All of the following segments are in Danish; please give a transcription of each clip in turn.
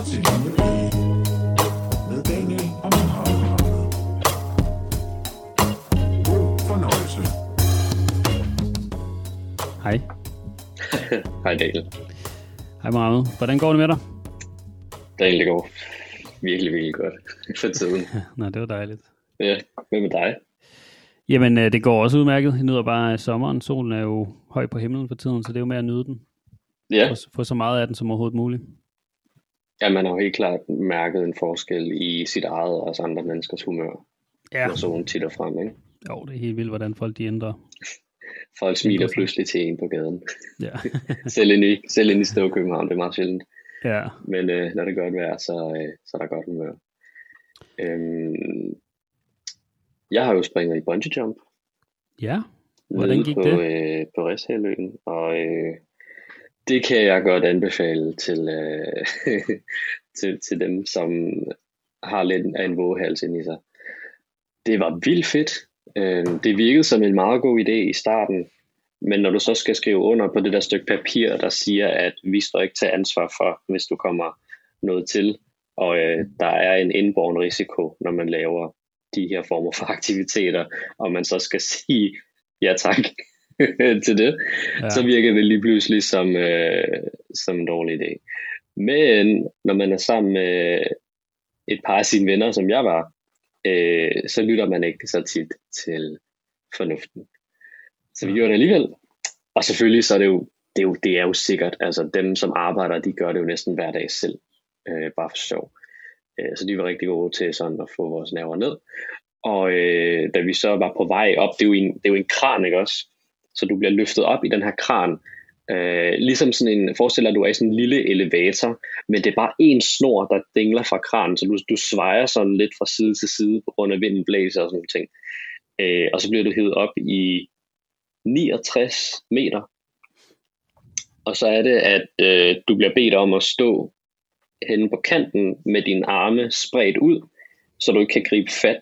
til himmelige med Daniel og Mohammed. God fornøjelse. Hej. Hej Daniel. Hej Mohammed. Hvordan går det med dig? Daniel, det går virkelig, virkelig godt for tiden. Nå, det var dejligt. Ja, hvad med dig? Jamen, det går også udmærket. Jeg nyder bare sommeren. Solen er jo høj på himlen for tiden, så det er jo med at nyde den. Ja. Få så meget af den som overhovedet muligt. Ja, man har jo helt klart mærket en forskel i sit eget og også andre menneskers humør. Ja. Når solen titter frem, ikke? Jo, det er helt vildt, hvordan folk de ændrer. Folk smiler pludselig til en på gaden. Ja. selv inde i Storkøbenhavn, det er meget sjældent. Ja. Men når det godt vejr, så er der godt humør. Jeg har jo springet i bungee jump. Ja, hvordan gik det? På Refshaleøen, og det kan jeg godt anbefale til dem, som har lidt af en vågehals ind i sig. Det var vildt fedt. Det virkede som en meget god idé i starten, men når du så skal skrive under på det der stykke papir, der siger, at vi står ikke til ansvar for, hvis du kommer noget til, og der er en indborgen risiko, når man laver de her former for aktiviteter, og man så skal sige ja tak til det, ja. Så virker det lige pludselig som en dårlig idé. Men når man er sammen med et par af sine venner, som jeg var, så lytter man ikke så tit til fornuften. Så vi gjorde det alligevel. Og selvfølgelig så er det er jo sikkert, altså dem som arbejder, de gør det jo næsten hver dag selv, bare for sjov. Så de var rigtig gode til sådan at få vores nerver ned. Og da vi så var på vej op, det er jo en kran, ikke også? Så du bliver løftet op i den her kran, ligesom sådan en, forestil dig, at du er i sådan en lille elevator, men det er bare en snor, der dingler fra kranen, så du svejer sådan lidt fra side til side, på grund af vinden blæser og sådan nogle ting. Og så bliver du hævet op i 69 meter. Og så er det, at du bliver bedt om at stå henne på kanten med dine arme spredt ud, så du ikke kan gribe fat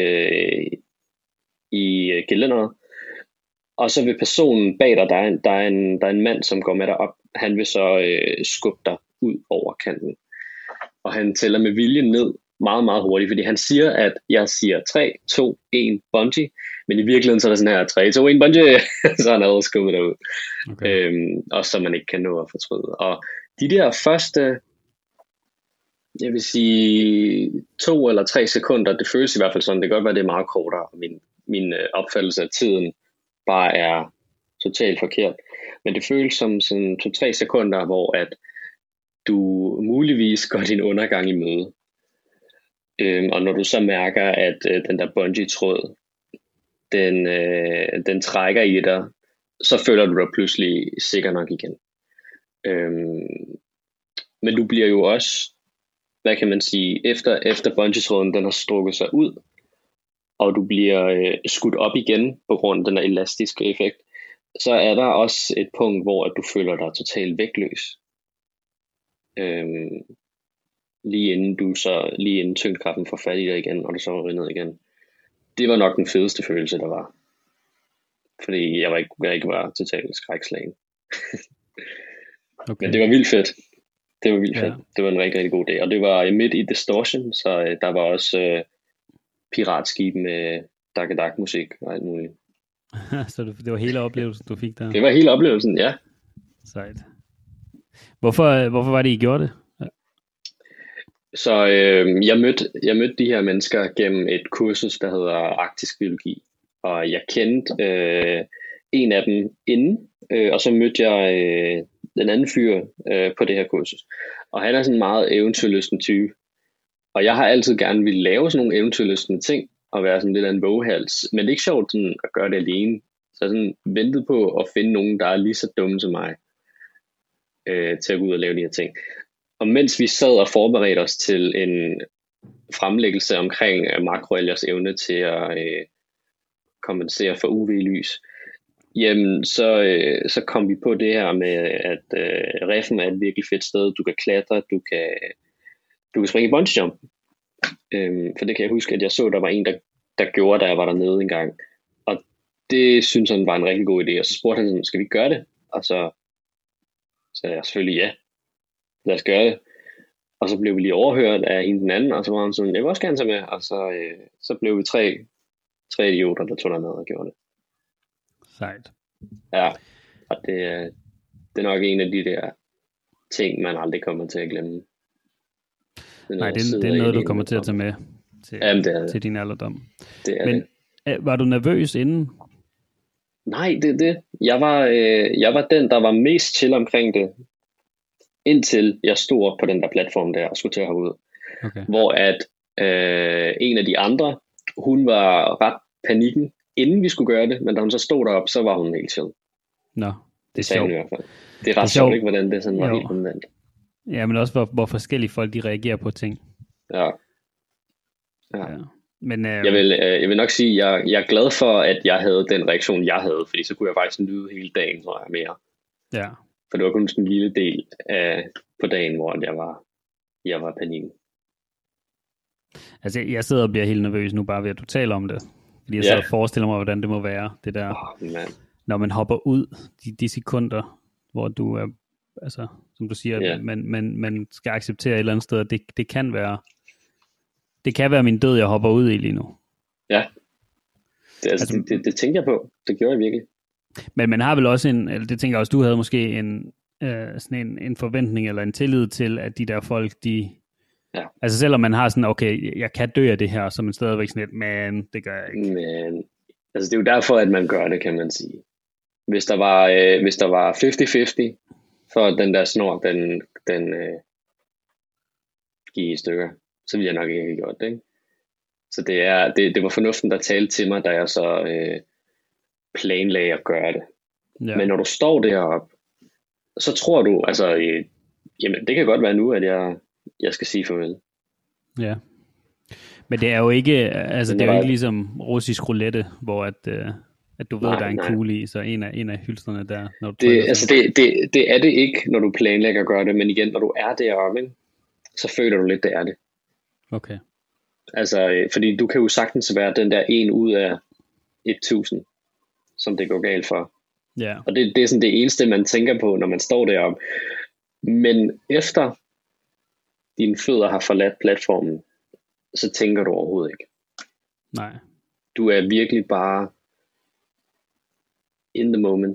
i gelænderet. Og så vil personen bag dig, der er en mand, som går med dig op, han vil så skubbe dig ud over kanten. Og han tæller med vilje ned meget, meget hurtigt, fordi han siger, at jeg siger 3, 2, 1, bungee, men i virkeligheden så er der sådan her 3, 2, 1, bungee, så han allerede skubbet derud. Okay. Og så man ikke kan nå at fortryde. Og de der første, jeg vil sige 2 eller 3 sekunder, det føles i hvert fald sådan, det kan godt være, det er meget kortere, og min opfattelse af tiden bare er totalt forkert. Men det føles som sådan 2-3 sekunder, hvor at du muligvis går din undergang i møde. Og når du så mærker, at den der bungee-tråd, den trækker i dig, så føler du dig pludselig sikker nok igen. Men du bliver jo også, hvad kan man sige, efter bungee-tråden, den har strukket sig ud, og du bliver skudt op igen på grund af den elastiske effekt, så er der også et punkt, hvor at du føler dig totalt vægtløs. Lige inden tyngdekraften får fat i dig igen, og du så ryger ned igen. Det var nok den fedeste følelse, der var. Fordi jeg ikke var totalt skrækslagen. Okay. Men det var vildt fedt. Fedt. Det var en rigtig, rigtig god dag. Og det var midt i Distortion, så der var også piratskib med dak musik og alt muligt. Så det var hele oplevelsen, du fik der? Det var hele oplevelsen, ja. Sejt. Hvorfor var det, I gjorde det? Ja. Så jeg mødte de her mennesker gennem et kursus, der hedder Arktisk Biologi. Og jeg kendte en af dem inden, og så mødte jeg den anden fyr på det her kursus. Og han er sådan en meget eventyrlysten type. Og jeg har altid gerne ville lave sådan nogle eventyrlystende ting, og være sådan lidt af en våghals. Men det er ikke sjovt sådan at gøre det alene. Så jeg sådan ventet på at finde nogen, der er lige så dumme som mig, til at gå ud og lave de her ting. Og mens vi sad og forberedte os til en fremlæggelse omkring makroalgers evne til at kompensere for UV-lys, jamen så kom vi på det her med, at Reffen er et virkelig fedt sted. Du kan klatre, du kan springe bungee jump. For det kan jeg huske, at jeg så, der var en, der gjorde, da jeg var dernede en gang. Og det synes han var en rigtig god idé. Og så spurgte han sådan, skal vi gøre det? Og så sagde jeg selvfølgelig ja. Lad os gøre det. Og så blev vi lige overhørt af hende den anden, og så var hun sådan, jeg vil også gerne tage med, og så blev vi tre idioter, der tog derned og gjorde det. Sejt. Ja, og det er nok en af de der ting, man aldrig kommer til at glemme. Nej, det er noget, du kommer til at tage med til din alderdom. Men var du nervøs inden? Nej, det. Jeg var den, der var mest chill omkring det, indtil jeg stod op på den der platform der og skulle til at hoppe ud. Okay. Hvor at en af de andre, hun var ret panikken, inden vi skulle gøre det, men da hun så stod derop, så var hun helt chill. Nå, det sagde hun i hvert fald. Det er ret sjovt, ikke, hvordan det sådan var helt omvendt. Ja, men også hvor forskellige folk de reagerer på ting. Ja. Men, jeg vil nok sige, jeg er glad for, at jeg havde den reaktion, jeg havde, fordi så kunne jeg faktisk nyde hele dagen, tror jeg, mere. Ja. For det var kun sådan en lille del på dagen, hvor jeg var panikken. Altså, jeg sidder og bliver helt nervøs nu, bare ved at du taler om det. Fordi jeg sidder og forestiller mig, hvordan det må være, det der, når man hopper ud de sekunder, hvor du er, altså, som du siger, man skal acceptere et eller andet sted, at det kan være min død, jeg hopper ud i lige nu. Ja, det tænker jeg på. Det gjorde jeg virkelig. Men man har vel også det tænker jeg også, du havde måske sådan en forventning eller en tillid til, at de der folk, altså selvom man har sådan, okay, jeg kan dø af det her, så man stadigvæk sådan lidt, men det gør jeg ikke. Men, altså det er jo derfor, at man gør det, kan man sige. Hvis der var 50-50, for den der snor, den gik i stykker, så ville jeg nok ikke have gjort det, ikke? Så det var fornuften, der talte til mig, da jeg så planlagde at gøre det. Ja. Men når du står deroppe, så tror du, altså, jamen det kan godt være nu, at jeg skal sige farvel. Ja. Men det er jo ikke, altså det er jo ikke ligesom russisk roulette, hvor at du ved, der er en kugle i, så en af hylstrene der. Når du det er det ikke, når du planlægger at gøre det, men igen, når du er deroppe, ikke, så føler du lidt, det er det. Okay. Altså, fordi du kan jo sagtens være den der en ud af 1000, som det går galt for. Ja. Og det er sådan det eneste, man tænker på, når man står deroppe. Men efter dine fødder har forladt platformen, så tænker du overhovedet ikke. Nej. Du er virkelig bare in the moment.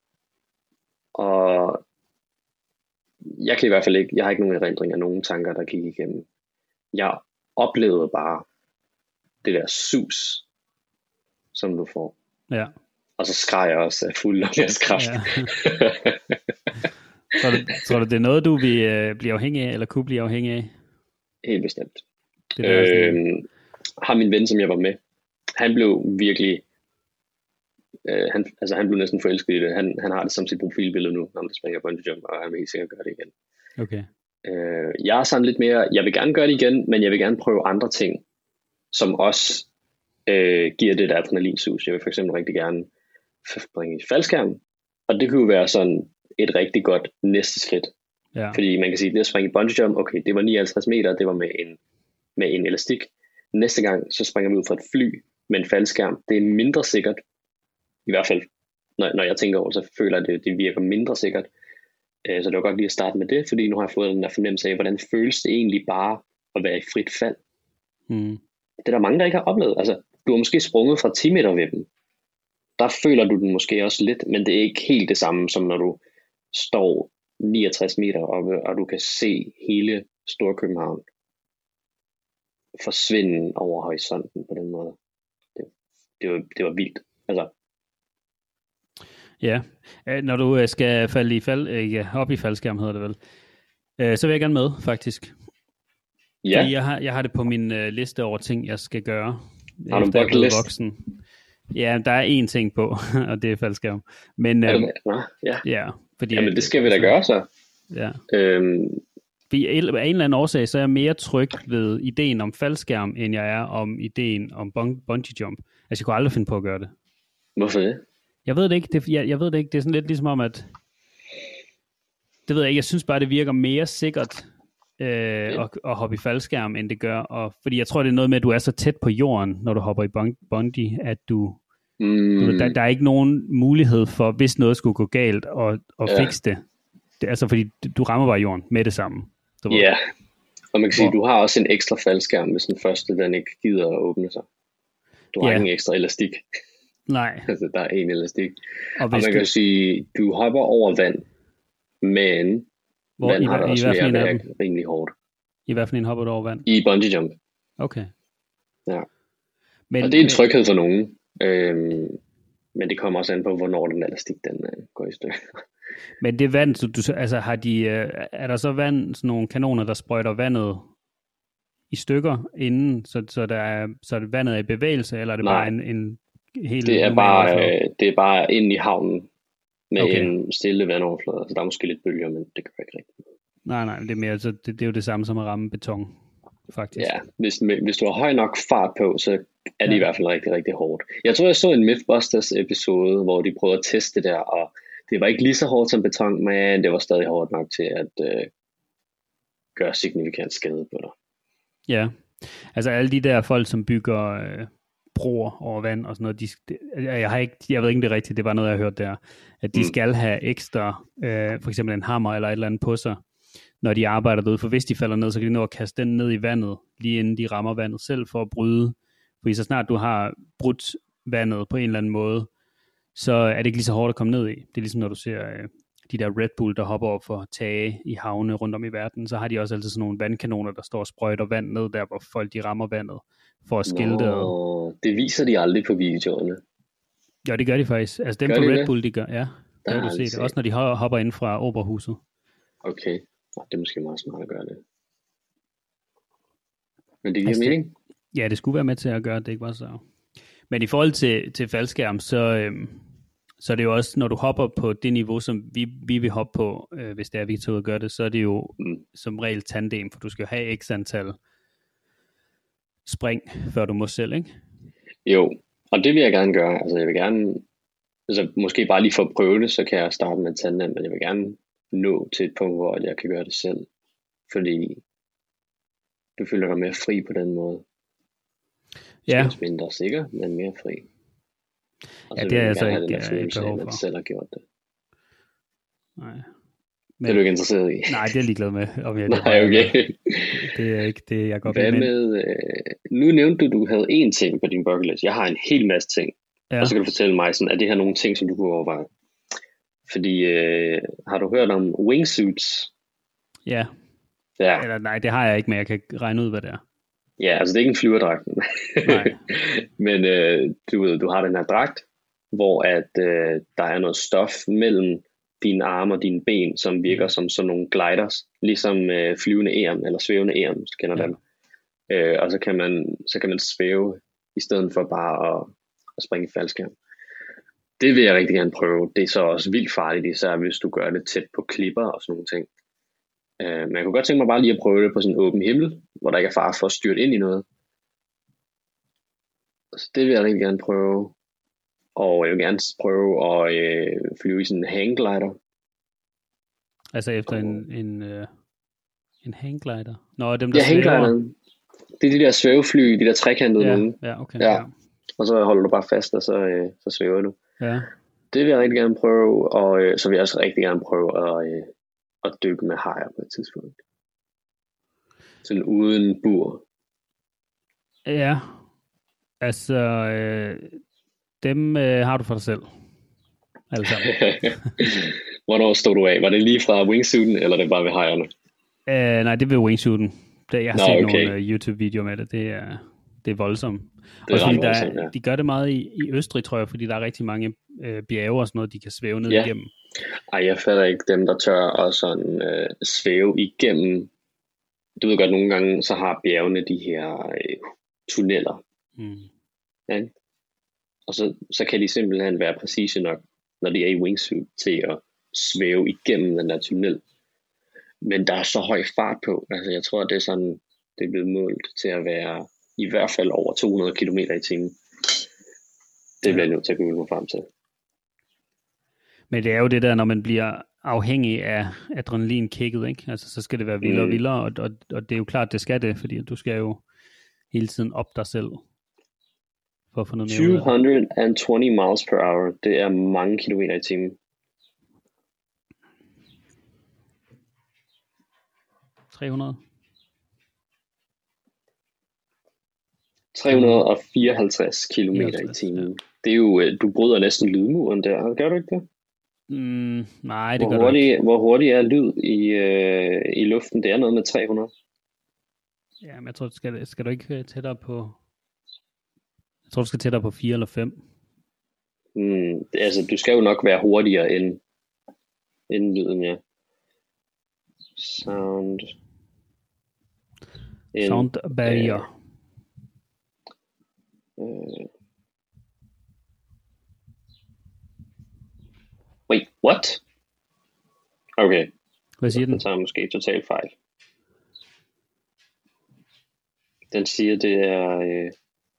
Og jeg kan i hvert fald ikke, jeg har ikke nogen erindring af nogen tanker, der gik igennem. Jeg oplevede bare det der sus, som du får. Ja. Og så skreg jeg også af fuld kraft. Ja. Tror du, det er noget, du vil blive afhængig af, eller kunne blive afhængig af? Helt bestemt. Har min ven, som jeg var med, han blev virkelig, han blev næsten forelsket i det. Han har det som sit profilbillede nu, når han springer bungee jump, og han vil helt sikkert gøre det igen. Okay. Jeg er sådan lidt mere, jeg vil gerne gøre det igen, men jeg vil gerne prøve andre ting, som også giver det der adrenalinsus. Jeg vil for eksempel rigtig gerne springe i faldskærm, og det kunne jo være sådan et rigtig godt næste skridt. Ja. Fordi man kan sige, det at springe i bungee jump, okay, det var 59 meter, det var med en elastik. Næste gang, så springer vi ud fra et fly med en faldskærm. Det er mindre sikkert. I hvert fald, når jeg tænker over, så føler jeg, at det virker mindre sikkert. Så det var godt lige at starte med det, fordi nu har jeg fået den der fornemmelse af, hvordan føles det egentlig bare at være i frit fald. Det er der mange, der ikke har oplevet. Altså, du har måske sprunget fra 10 meter ved dem. Der føler du den måske også lidt, men det er ikke helt det samme, som når du står 69 meter oppe, og du kan se hele Storkøbenhavn forsvinde over horisonten på den måde. Det var vildt. Altså. Ja, når du skal falde op i faldskærm, hedder det vel, så vil jeg gerne med, faktisk. Ja. Fordi jeg har det på min liste over ting, jeg skal gøre. Har du en bucket list? Voksen. Ja, der er én ting på, og det er faldskærm. Men, ja, fordi jamen, det skal vi da gøre så. Ja. Fordi af en eller anden årsag, så er jeg mere tryg ved ideen om faldskærm, end jeg er om ideen om bungee jump. Altså, jeg kunne aldrig finde på at gøre det. Hvorfor det? Jeg ved det ikke. Jeg ved det ikke. Det er sådan lidt ligesom om, at det ved jeg ikke. Jeg synes bare, det virker mere sikkert at hoppe i faldskærm, end det gør. Og, fordi jeg tror, det er noget med, at du er så tæt på jorden, når du hopper i bungee, at du der er ikke nogen mulighed for, hvis noget skulle gå galt, og fikse det. Altså, fordi du rammer bare jorden med det samme. Ja, Og man kan sige, du har også en ekstra faldskærm, hvis den første den ikke gider at åbne sig. Du har Ja. ingen ekstra elastik. Nej. Altså, der er en elastik. Og Og hvis man kan sige, du hopper over vand, men vand har der også hvad for ved en at af være dem? rimelig hårdt. I hvert fald en hopper du over vand. I bungee jump. Okay. Ja. Men, Og det er en tryghed for nogen. Men det kommer også an på, hvornår den elastik den går i stykker. Men det vand, altså har de, er der så sådan nogle kanoner, der sprøjter vandet i stykker inden, så det vandet er i bevægelse, eller er det Nej. bare en helt Det er normal overflade? det er bare ind i havnen med Okay. en stille vandoverflade. Altså, der er måske lidt bølger, men det gør ikke rigtigt. Nej, det er mere, så det er jo det samme som at ramme beton, faktisk. Ja, hvis du har høj nok fart på, så er det Ja. i hvert fald rigtig, rigtig hårdt. Jeg tror, jeg så en Mythbusters episode, hvor de prøvede at teste det der, og det var ikke lige så hårdt som beton, men det var stadig hårdt nok til at gøre signifikant skade på dig. Ja, altså alle de der folk, som bygger broer over vand og sådan noget, jeg ved ikke, om det er rigtigt, det var noget, jeg har hørt der, at de skal have ekstra, for eksempel en hammer eller et eller andet på sig, når de arbejder derude, for hvis de falder ned, så kan de nå at kaste den ned i vandet, lige inden de rammer vandet selv for at bryde, fordi så snart du har brudt vandet på en eller anden måde, så er det ikke lige så hårdt at komme ned i. Det er ligesom når du ser de der Red Bull, der hopper op for tage i havne rundt om i verden, så har de også altid sådan nogle vandkanoner, der står og sprøjter vand ned der, hvor folk de rammer vandet for at skille det ad. Det viser de aldrig på videoerne. Ja, det gør de faktisk. Altså dem Gør på de Red det? Bull, de gør, ja. Der har har du jeg set aldrig det. set. Også når de hopper ind fra Operahuset. Okay, det er måske meget smart at gøre det. Men det giver Altså, mening. Ja, det skulle være med til at gøre, at det ikke var så. Men i forhold til faldskærm, så er det jo også, når du hopper på det niveau, som vi vil hoppe på, hvis det er, vi tager ud og gør det, så er det jo som regel tandem, for du skal jo have x antal spring, før du må selv, ikke? Jo, og det vil jeg gerne gøre. Altså jeg vil gerne, altså måske bare lige for at prøve det, så kan jeg starte med tandem, men jeg vil gerne nå til et punkt, hvor jeg kan gøre det selv. Fordi du føler dig mere fri på den måde. Ja. Måske mindre sikker, men mere fri. Og Ja, så det vil er jeg altså gerne have ikke- den der følelse af, behov at man for. selv har gjort det. Nej. Det er du ikke interesseret i? Nej, det er jeg ligeglad med. Om jeg, Nej, okay. Det er ikke det, jeg går Hvad med. med, nu nævnte du havde én ting på din bucket list. Jeg har en hel masse ting. Ja. Og så kan du fortælle mig, sådan, er det her nogle ting, som du kunne overveje? Fordi, har du hørt om wingsuits? Ja. Ja, Eller nej, det har jeg ikke, men jeg kan regne ud, hvad det er. ja, altså det er ikke en flyverdragt. Nej. Men du ved, du har den her dragt, hvor at der er noget stof mellem dine arme og dine ben, som virker som sådan nogle gliders, ligesom flyvende æren, eller svævende æren, hvis du kender dem. Og så kan man svæve, i stedet for bare at springe i faldskærm. Det vil jeg rigtig gerne prøve. Det er så også vildt farligt, især hvis du gør det tæt på klipper og sådan nogle ting. Men jeg kunne godt tænke mig bare lige at prøve det på sådan en åben himmel, hvor der ikke er fare for at styrte ind i noget. Så det vil jeg rigtig gerne prøve. Og jeg vil gerne prøve at flyve i sådan en hangglider. Altså efter en hangglider. Nå, dem der Ja, hangglideren. Det er de der svævefly, de der trekantede nogle. Ja, okay. Ja. Og så holder du bare fast, og så svæver du. Ja. Det vil jeg rigtig gerne prøve, og så vil jeg også rigtig gerne prøve at dykke med hajer på et tidspunkt. Sådan uden bur. Ja. Altså, dem har du for dig selv. Alle sammen. Hvornår stod du af? Var det lige fra wingsuiten, eller det bare ved hajerne? Nej, det er ved wingsuiten. Jeg har Nå, set okay. nogle YouTube-videoer med det. Det er voldsomt. Det er Også fordi ret voldsomt, ja. de gør det meget i Østrig, tror jeg, fordi der er rigtig mange bjerge og sådan noget, de kan svæve ned Ja. igennem. Ej, jeg fatter ikke dem, der tør at sådan svæve igennem. Du ved godt, nogle gange så har bjergene de her tunneller. Mm. Ja? Og så kan de simpelthen være præcise nok, når de er i wingsuit, til at svæve igennem den der tunnel. Men der er så høj fart på. Altså, jeg tror, det er sådan, det er blevet målt til at være i hvert fald over 200 km i timen. Det bliver jeg nødt til at gå ud frem til. Men det er jo det der, når man bliver afhængig af adrenalinkicket, ikke? Altså, så skal det være vildere og vildere, og det er jo klart, det skal det, fordi du skal jo hele tiden op dig selv, for at få noget mere ud af det. 220 miles per hour, det er mange kilometer i timen. 300? 354 kilometer i timen. Det er jo, du bryder næsten lydmuren der, gør du ikke det? Nej, det gør du ikke. Hvor hurtigt er lyd i luften? Det er noget med 300. Ja, men jeg tror, skal du ikke tættere på... Jeg tror, du skal tættere på 4 eller 5. Altså, du skal jo nok være hurtigere end lyden, ja. Sound barrier. Wait, what? Okay. Hvad siger den? Den tager måske totalt fejl. Den siger, det er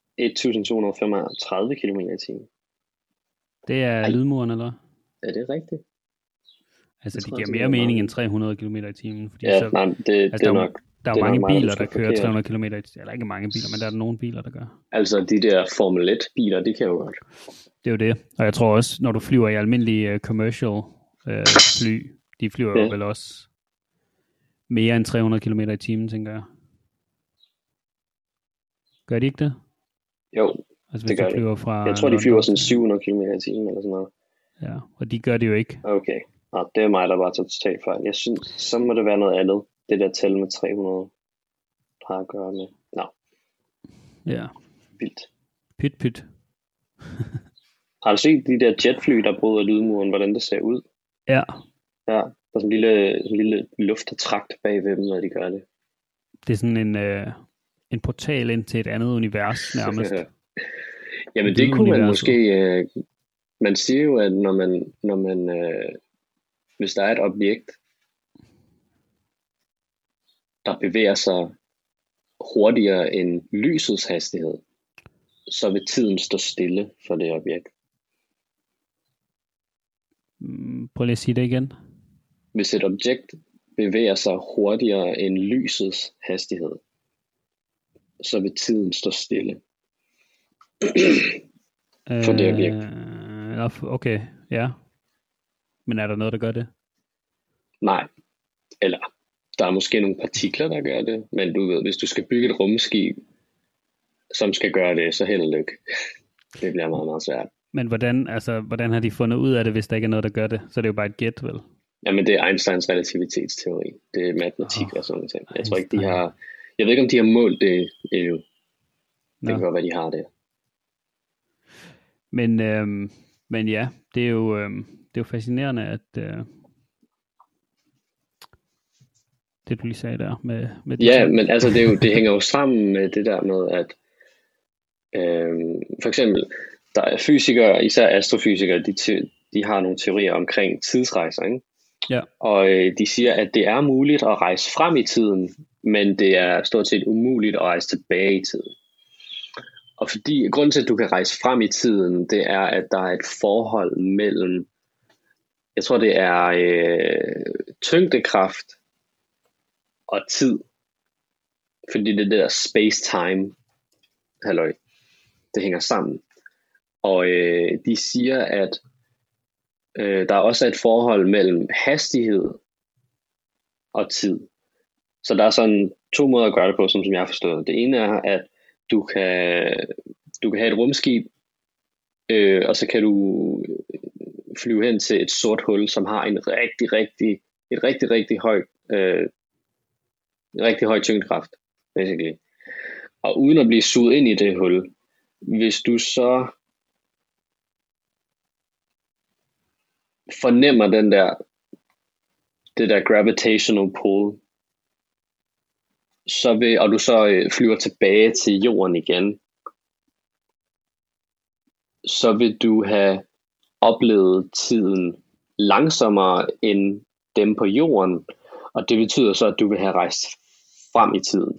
1235 km i timen. Det er lydmuren, eller? Er det rigtigt? Altså, det giver mere mening end 300 km i timen. Fordi ja, så, nej, det er nok... Der er jo mange biler, der kører 300 km i timen. Eller ikke mange biler, men der er nogle biler, der gør. Altså, de der Formel 1-biler, det kan jo godt. Det er jo det. Og jeg tror også, når du flyver i almindelige commercial fly, de flyver jo vel også mere end 300 km i timen, tænker jeg. Gør de ikke det? Jo, altså, det gør de. Fra jeg tror, de flyver sådan 700 km i timen eller sådan noget. Ja, og de gør det jo ikke. Okay, det er mig, der bare totalt fejl. Jeg synes, så må det være noget andet. Det der tal med 300 har at gøre med. Ja. Vildt. Pyt. Har du set de der jetfly, der bryder lydmuren, hvordan det ser ud? Ja. Ja, der er sådan en lille lufttrakt bag ved dem, når de gør det. Det er sådan en portal ind til et andet univers nærmest. Jamen det kunne man måske... man siger jo, at når man hvis der er et objekt, der bevæger sig hurtigere end lysets hastighed, så vil tiden stå stille for det objekt. Prøv lige at sige det igen. Hvis et objekt bevæger sig hurtigere end lysets hastighed, så vil tiden stå stille for det objekt. Okay, ja. Men er der noget, der gør det? Nej. Eller der er måske nogle partikler, der gør det, men du ved, hvis du skal bygge et rumskib, som skal gøre det, så held og lykke. Det bliver meget, meget svært. Men hvordan har de fundet ud af det, hvis der ikke er noget, der gør det? Så er det jo bare et gæt, vel? Jamen, det er Einsteins relativitetsteori. Det er matematik og sådan noget. Jeg tror ikke, de har... Jeg ved ikke, om de har målt det endnu. Det kan godt være, de har det. Men ja, det er jo fascinerende, at det du lige sagde der med ja, men altså det hænger jo sammen med det der med, at for eksempel, der er fysikere, især astrofysikere, de har nogle teorier omkring tidsrejser, ikke? Ja. Og de siger, at det er muligt at rejse frem i tiden, men det er stort set umuligt at rejse tilbage i tiden. Og fordi grunden til, at du kan rejse frem i tiden, det er, at der er et forhold mellem, jeg tror det er tyngdekraft og tid. Fordi det der space-time, halløj, det hænger sammen. Og de siger, at der også er et forhold mellem hastighed og tid. Så der er sådan 2 måder at gøre det på, som jeg har forstået. Det ene er, at du kan have et rumskib, og så kan du flyve hen til et sort hul, som har en rigtig høj tyngdekraft, basically. Og uden at blive suget ind i det hul, hvis du så fornemmer det der gravitational pull, og du så flyver tilbage til jorden igen, så vil du have oplevet tiden langsommere end dem på jorden, og det betyder så, at du vil have rejst frem i tiden.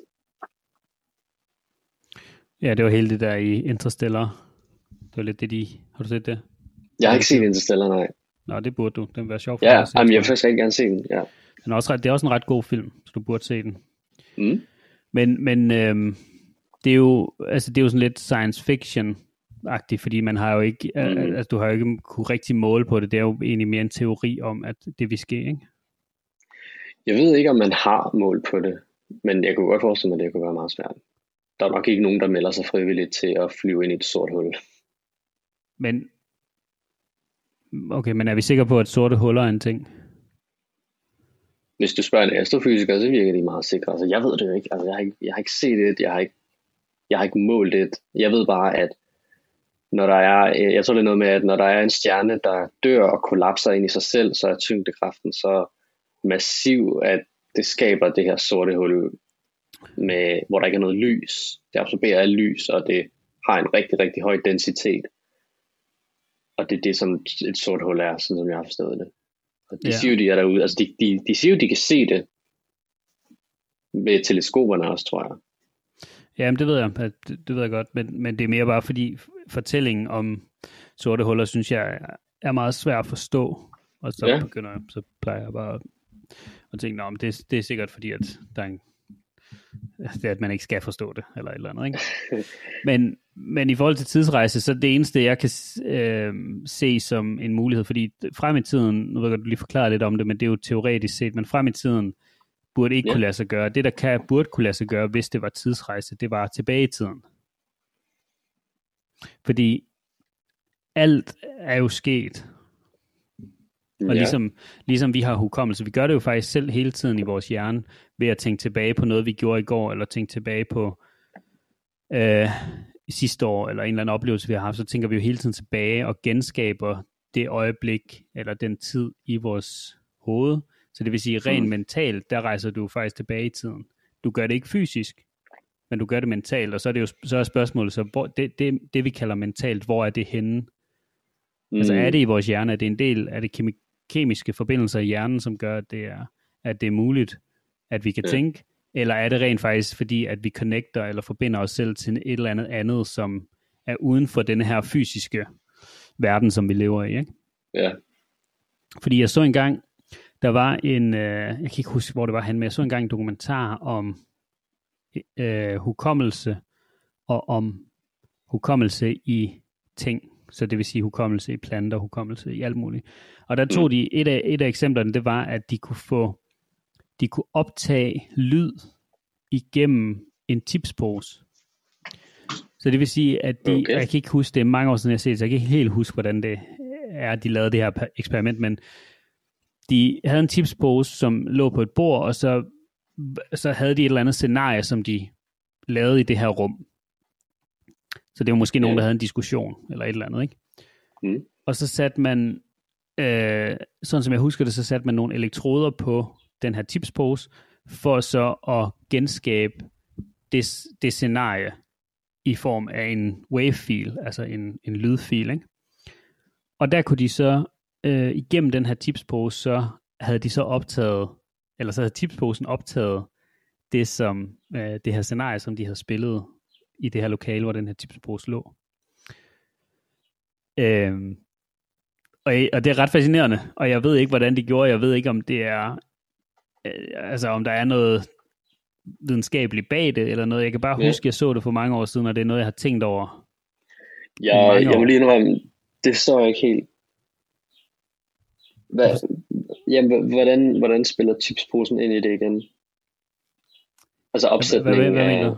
Ja, det var hele det der i Interstellar. Det var lidt det, har du set det? Jeg har ikke set Interstellar, nej. Nå, det burde du. Den var sjov for dig at se. Jeg vil faktisk ikke gerne se den, ja. Det er også en ret god film, så du burde se den. Mm. Men det er jo sådan lidt science fiction-agtigt, fordi man har jo ikke, altså du har jo ikke kunne rigtig måle på det. Det er jo egentlig mere en teori om, at det vil ske, ikke? Jeg ved ikke, om man har mål på det, men jeg kunne godt forestille mig, at det kunne være meget svært. der er nok ikke nogen, der melder sig frivilligt til at flyve ind i et sort hul. Men okay, men er vi sikre på, at sorte huller er en ting? Hvis du spørger en astrofysiker, så virker de meget sikre. Altså, jeg ved det jo ikke. Altså, jeg har ikke set det. Jeg har ikke målt det. Jeg ved bare, at når der er, jeg tror det er noget med, at når der er en stjerne, der dør og kollapser ind i sig selv, så er tyngdekraften så massiv, at det skaber det her sorte hul, hvor der ikke er noget lys. Det absorberer alt lys, og det har en rigtig, rigtig høj densitet. Og det er det, som et sort hul er, sådan som jeg har forstået det. Og de siger jo, de er derude. Altså, de siger jo, de kan se det med teleskoperne også, tror jeg. Jamen, det ved jeg. Det ved jeg godt. Men det er mere bare fordi fortællingen om sorte huller, synes jeg, er meget svært at forstå. Og så plejer jeg bare at tænke, om det er sikkert fordi, at der er det er, at man ikke skal forstå det, eller et eller andet, ikke? Men i forhold til tidsrejse, så det eneste, jeg kan se som en mulighed, fordi frem i tiden, nu ved jeg godt, du lige forklare lidt om det, men det er jo teoretisk set, men frem i tiden burde ikke kunne lade sig gøre. Det, der burde kunne lade sig gøre, hvis det var tidsrejse, det var tilbage i tiden. Fordi alt er jo sket. Og ligesom vi har hukommelse, vi gør det jo faktisk selv hele tiden i vores hjerne, ved at tænke tilbage på noget, vi gjorde i går, eller tænke tilbage på sidste år, eller en eller anden oplevelse, vi har haft, så tænker vi jo hele tiden tilbage og genskaber det øjeblik, eller den tid i vores hoved. Så det vil sige, rent mentalt, der rejser du faktisk tilbage i tiden. Du gør det ikke fysisk, men du gør det mentalt, og så er det jo så er spørgsmålet, så hvor, det vi kalder mentalt, hvor er det henne? Altså er det i vores hjerne, er det en del af det kemiske forbindelser i hjernen, som gør, at det er muligt, at vi kan tænke, eller er det rent faktisk fordi, at vi connecter eller forbinder os selv til et eller andet, som er uden for denne her fysiske verden, som vi lever i, ikke? Ja. Fordi jeg så engang, der var jeg kan ikke huske, hvor det var hen, men jeg så engang en dokumentar om hukommelse, og om hukommelse i ting. Så det vil sige hukommelse i planter, hukommelse i alt muligt. Og der tog de, et af eksemplerne, det var, at de kunne optage lyd igennem en tipspose. Så det vil sige, at jeg kan ikke huske, det er mange år siden jeg har set, så jeg kan ikke helt huske, hvordan det er, de lavede det her eksperiment, men de havde en tipspose, som lå på et bord, og så havde de et eller andet scenarie, som de lavede i det her rum. Så det var måske nogen, der havde en diskussion, eller et eller andet, ikke? Og så satte man, sådan som jeg husker det, så satte man nogle elektroder på den her tipspose, for så at genskabe det scenarie i form af en wavefil, altså en lydfil, ikke? Og der kunne de så, igennem den her tipspose, så havde de så optaget, eller så havde tipsposen optaget det her scenarie, som de havde spillet i det her lokale, hvor den her tipspose lå. Og det er ret fascinerende, og jeg ved ikke, hvordan de gjorde. Jeg ved ikke, om det er, om der er noget videnskabeligt bag det, eller noget. Jeg kan bare huske, jeg så det for mange år siden, og det er noget, jeg har tænkt over. Jeg vil lige indrømme, det forstår jeg ikke helt. Hvordan spiller tipsposen ind i det igen? Altså opsætningen af...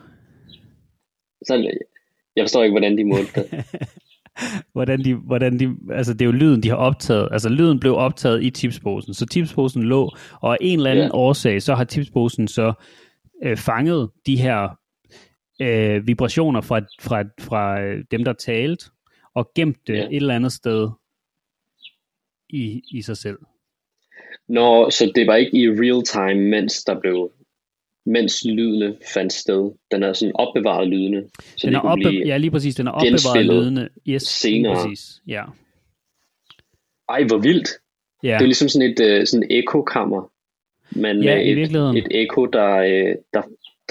Jeg forstår ikke, hvordan de målte det. hvordan de, altså det er jo lyden, de har optaget. Altså lyden blev optaget i tipsposen. Så tipsposen lå, og af en eller anden årsag, så har tipsposen så fanget de her vibrationer fra dem, der talte, og gemt det et eller andet sted i sig selv. Nå, så det var ikke i real time, mens lydene fandt sted. Den er sådan opbevaret lydene. Så den er lige præcis, den er opbevaret lydene. Yes, senere. Lige præcis, ja. Ej, hvor vildt. Ja. Det er ligesom sådan et ekokammer, men med et eko, der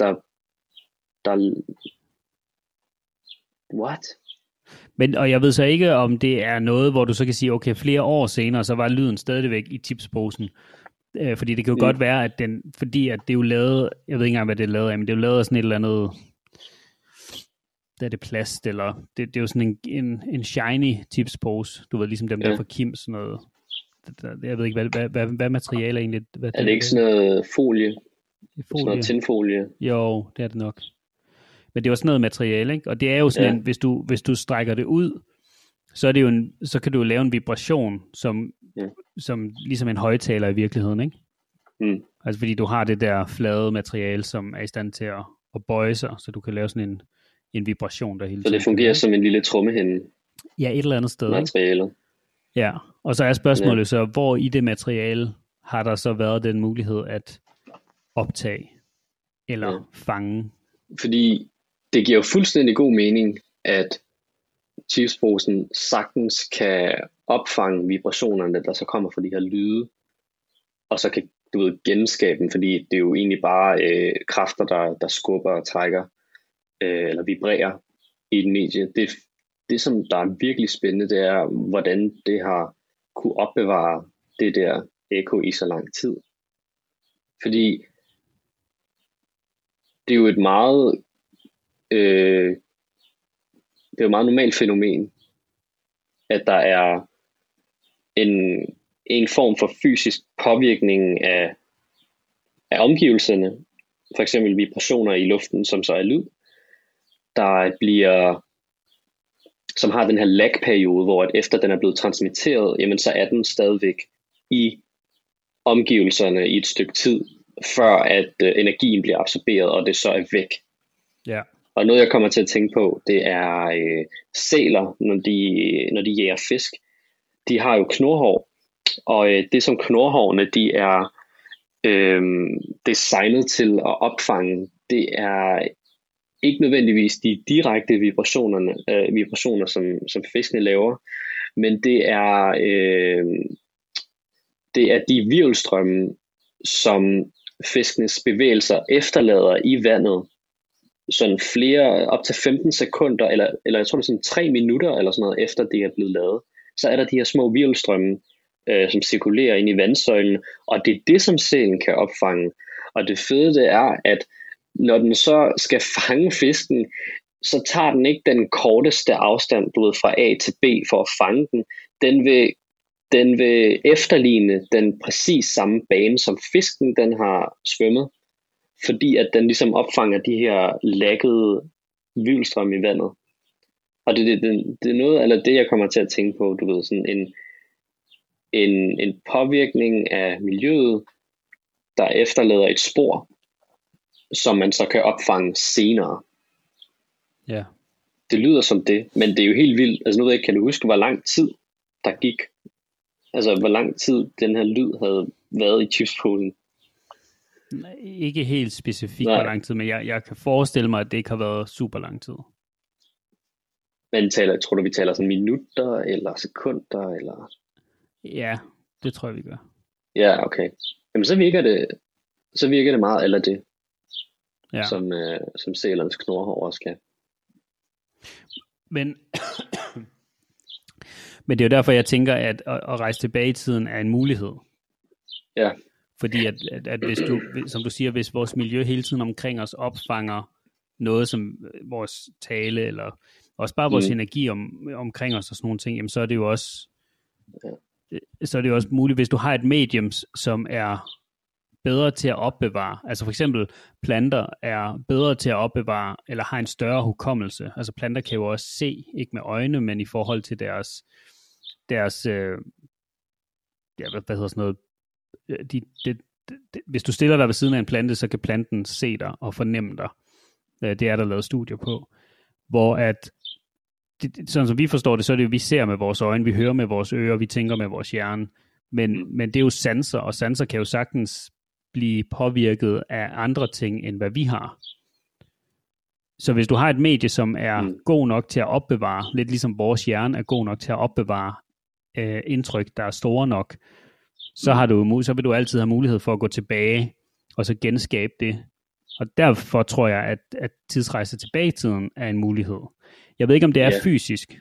what? Og jeg ved så ikke, om det er noget, hvor du så kan sige, okay, flere år senere, så var lyden stadigvæk i tipsposen. Fordi det kan jo godt være, at fordi at det er jo lavet, jeg ved ikke engang, hvad det er lavet af, men det er jo lavet af sådan et eller andet, der er det plast, eller det er jo sådan en shiny tipspose, du ved, ligesom dem der fra Kim, sådan noget. Jeg ved ikke, hvad materiale egentlig? Er det ikke sådan noget folie? Sådan noget tinfolie? Jo, det er det nok. Men det er jo sådan noget materiale, ikke? Og det er jo sådan en, hvis du strækker det ud, så er det jo så kan du jo lave en vibration, som ligesom en højttaler i virkeligheden, ikke? Altså fordi du har det der flade materiale, som er i stand til at bøje sig, så du kan lave sådan en vibration, der hele tiden. Så det fungerer som en lille trommehinde? Ja, et eller andet sted. Materialet. Ikke? Ja, og så er spørgsmålet så, hvor i det materiale har der så været den mulighed at optage eller fange? Fordi det giver jo fuldstændig god mening, at chipsposen sagtens kan opfange vibrationerne, der så kommer fra de her lyde, og så kan genskabe dem, fordi det er jo egentlig bare kræfter, der skubber og trækker, eller vibrerer i et medie. Det, som der er virkelig spændende, det er, hvordan det har kunne opbevare det der ekko i så lang tid. Fordi det er jo et meget det er jo et meget normalt fænomen, at der er en form for fysisk påvirkning af omgivelserne, for eksempel vibrationer i luften, som så er lyd, som har den her lag-periode, hvor at efter den er blevet transmitteret, jamen så er den stadigvæk i omgivelserne i et stykke tid, før at energien bliver absorberet, og det så er væk. Ja. Og noget jeg kommer til at tænke på, det er sæler, når de jager fisk. De har jo knurhår, og det som knurhårene de er designet til at opfange, det er ikke nødvendigvis de direkte vibrationer, som fiskene laver, men det er de hvirvelstrømme, som fiskenes bevægelser efterlader i vandet, sådan flere, op til 15 sekunder, eller jeg tror det er sådan 3 minutter, eller sådan noget, efter det er blevet lavet, så er der de her små hvirvelstrømme, som cirkulerer ind i vandsøjlen, og det er det, som sælen kan opfange. Og det fede det er, at når den så skal fange fisken, så tager den ikke den korteste afstand, fra A til B for at fange den. Den vil efterligne den præcis samme bane, som fisken den har svømmet, fordi at den ligesom opfanger de her laggede hvirvelstrømme i vandet. Og det er noget, eller det jeg kommer til at tænke på, sådan en påvirkning af miljøet, der efterlader et spor, som man så kan opfange senere. Ja. Det lyder som det, men det er jo helt vildt. Altså nu ved jeg ikke, kan du huske, hvor lang tid der gik? Altså hvor lang tid den her lyd havde været i chipsposen? Ikke helt specifikt hvor lang tid, men jeg kan forestille mig, at det ikke har været super lang tid. Men tror du, vi taler sådan minutter, eller sekunder, eller? Ja, det tror jeg, vi gør. Ja, okay. Jamen så virker det meget eller det, som sælernes knurhår også kan. Men det er jo derfor, jeg tænker, at at rejse tilbage i tiden er en mulighed. Ja. Fordi at hvis du, som du siger, hvis vores miljø hele tiden omkring os opfanger noget som vores tale, eller også bare vores energi omkring os og sådan nogle ting, jamen så er det jo også muligt, hvis du har et medium, som er bedre til at opbevare. Altså for eksempel planter er bedre til at opbevare, eller har en større hukommelse. Altså planter kan jo også se, ikke med øjne, men i forhold til deres hvad hedder sådan noget, hvis du stiller dig ved siden af en plante, så kan planten se dig og fornemme dig. Det er der lavet studier på. Hvor at, sådan som vi forstår det, så er det jo, vi ser med vores øjne, vi hører med vores ører, vi tænker med vores hjerne. Men det er jo sanser, og sanser kan jo sagtens blive påvirket af andre ting, end hvad vi har. Så hvis du har et medie, som er god nok til at opbevare, lidt ligesom vores hjerne er god nok til at opbevare indtryk, der er store nok, så vil du altid have mulighed for at gå tilbage og så genskabe det. Og derfor tror jeg, at tidsrejse tilbage i tiden er en mulighed. Jeg ved ikke, om det er fysisk.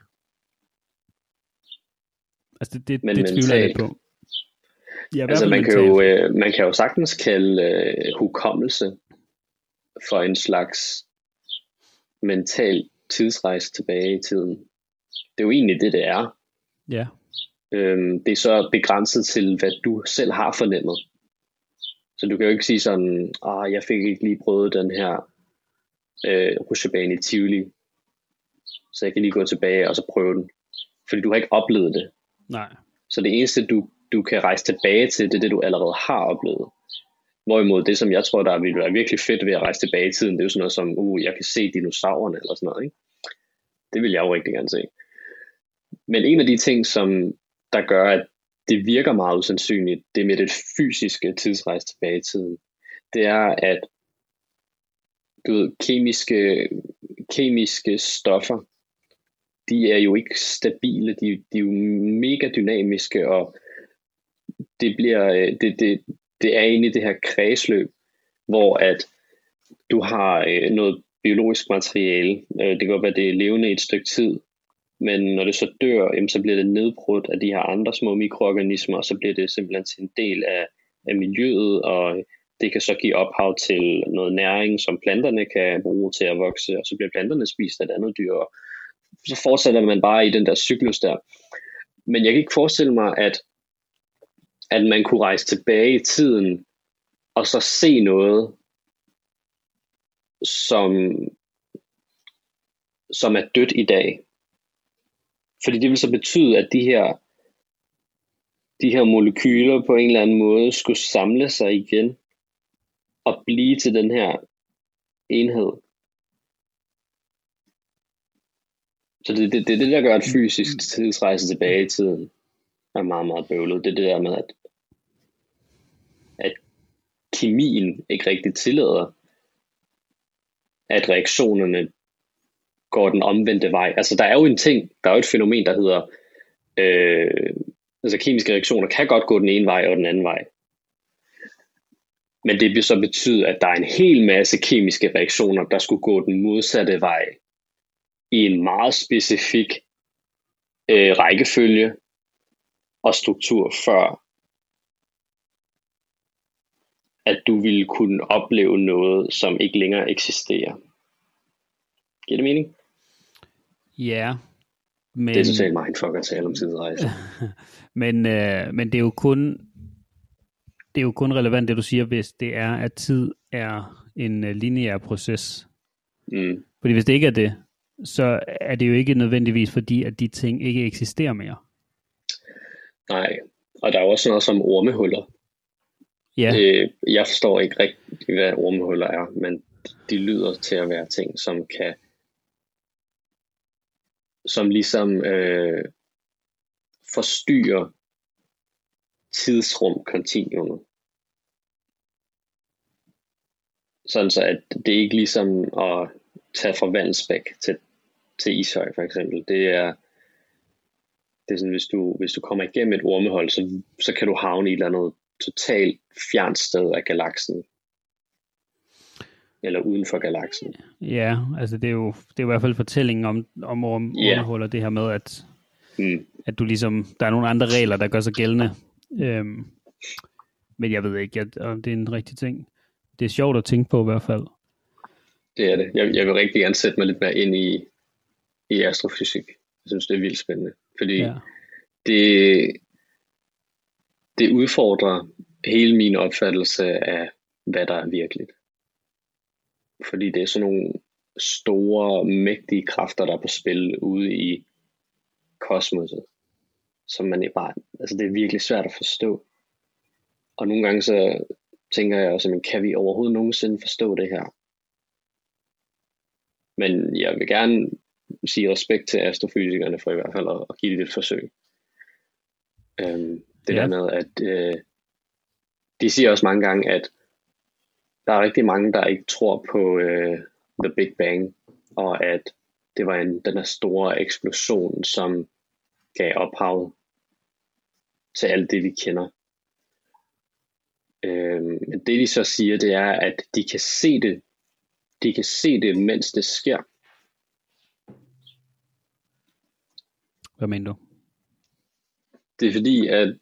Altså det tvivler jeg lidt på. Ja, altså man kan jo sagtens kalde hukommelse for en slags mental tidsrejse tilbage i tiden. Det er jo egentlig det er. Ja. Det er så begrænset til, hvad du selv har fornemmet. Så du kan jo ikke sige sådan, jeg fik ikke lige prøvet den her rutsjebanen i Tivoli, så jeg kan lige gå tilbage og så prøve den, fordi du har ikke oplevet det. Nej. Så det eneste du kan rejse tilbage til, det er det du allerede har oplevet. Hvorimod det, som jeg tror, der ville være virkelig fedt ved at rejse tilbage i tiden, det er jo sådan noget som, jeg kan se dinosaurerne eller sådan noget, ikke? Det vil jeg jo rigtig gerne se. Men en af de ting, som der gør, at det virker meget usandsynligt, det med det fysiske tidsrejse tilbage i tiden, det er, at du ved, kemiske stoffer, de er jo ikke stabile, de er jo mega dynamiske, og det bliver, det er inde i det her kredsløb, hvor at du har noget biologisk materiale, det kan godt være, det er levende i et stykke tid, men når det så dør, så bliver det nedbrudt af de her andre små mikroorganismer, og så bliver det simpelthen til en del af miljøet, og det kan så give ophav til noget næring, som planterne kan bruge til at vokse, og så bliver planterne spist af et andet dyr, og så fortsætter man bare i den der cyklus der. Men jeg kan ikke forestille mig, at man kunne rejse tilbage i tiden, og så se noget, som er dødt i dag. Fordi det vil så betyde, at de her molekyler på en eller anden måde skulle samle sig igen og blive til den her enhed. Så det er det, der gør et fysisk tidsrejse tilbage i tiden er meget, meget bøvlet. Det er det der med, at kemien ikke rigtig tillader, at reaktionerne går den omvendte vej. Altså der er jo et fænomen, der hedder, altså kemiske reaktioner kan godt gå den ene vej og den anden vej. Men det vil så betyde, at der er en hel masse kemiske reaktioner, der skulle gå den modsatte vej i en meget specifik rækkefølge og struktur, før at du ville kunne opleve noget, som ikke længere eksisterer. Giver det mening? Ja. Men... Det er totalt mindfuck at tale om tidsrejse. men det er jo kun relevant, det du siger, hvis det er, at tid er en lineær proces. Mm. Fordi hvis det ikke er det, så er det jo ikke nødvendigvis fordi, at de ting ikke eksisterer mere. Nej, og der er også noget som ormehuller. Ja. Jeg forstår ikke rigtig, hvad ormehuller er, men de lyder til at være ting, som ligesom forstyrrer tidsrum-kontinuumet. Sådan så, at det ikke ligesom at tage fra Vandsbæk til Ishøj for eksempel. Det er sådan, hvis du kommer igennem et ormehul, så kan du havne i et eller andet totalt fjernt sted af galaksen. Eller uden for galaksen. Ja, altså det er jo i hvert fald fortællingen om ormehuller, det her med, at du ligesom, der er nogle andre regler, der gør sig gældende. Men jeg ved ikke, om det er en rigtig ting. Det er sjovt at tænke på i hvert fald. Det er det. Jeg vil rigtig gerne sætte mig lidt mere ind i astrofysik. Jeg synes, det er vildt spændende. Fordi det udfordrer hele min opfattelse af, hvad der er virkeligt. Fordi det er sådan nogle store, mægtige kræfter, der er på spil ude i kosmoset. Som man bare, altså det er virkelig svært at forstå. Og nogle gange så tænker jeg også, men kan vi overhovedet nogensinde forstå det her? Men jeg vil gerne sige respekt til astrofysikerne for i hvert fald at give det et forsøg. Det der med, at de siger også mange gange, at der er rigtig mange, der ikke tror på The Big Bang, og at det var den her store eksplosion, som gav ophav til alt det, vi kender. Det de så siger, det er, at de kan se det. De kan se det, mens det sker. Hvad mener du? Det er fordi, at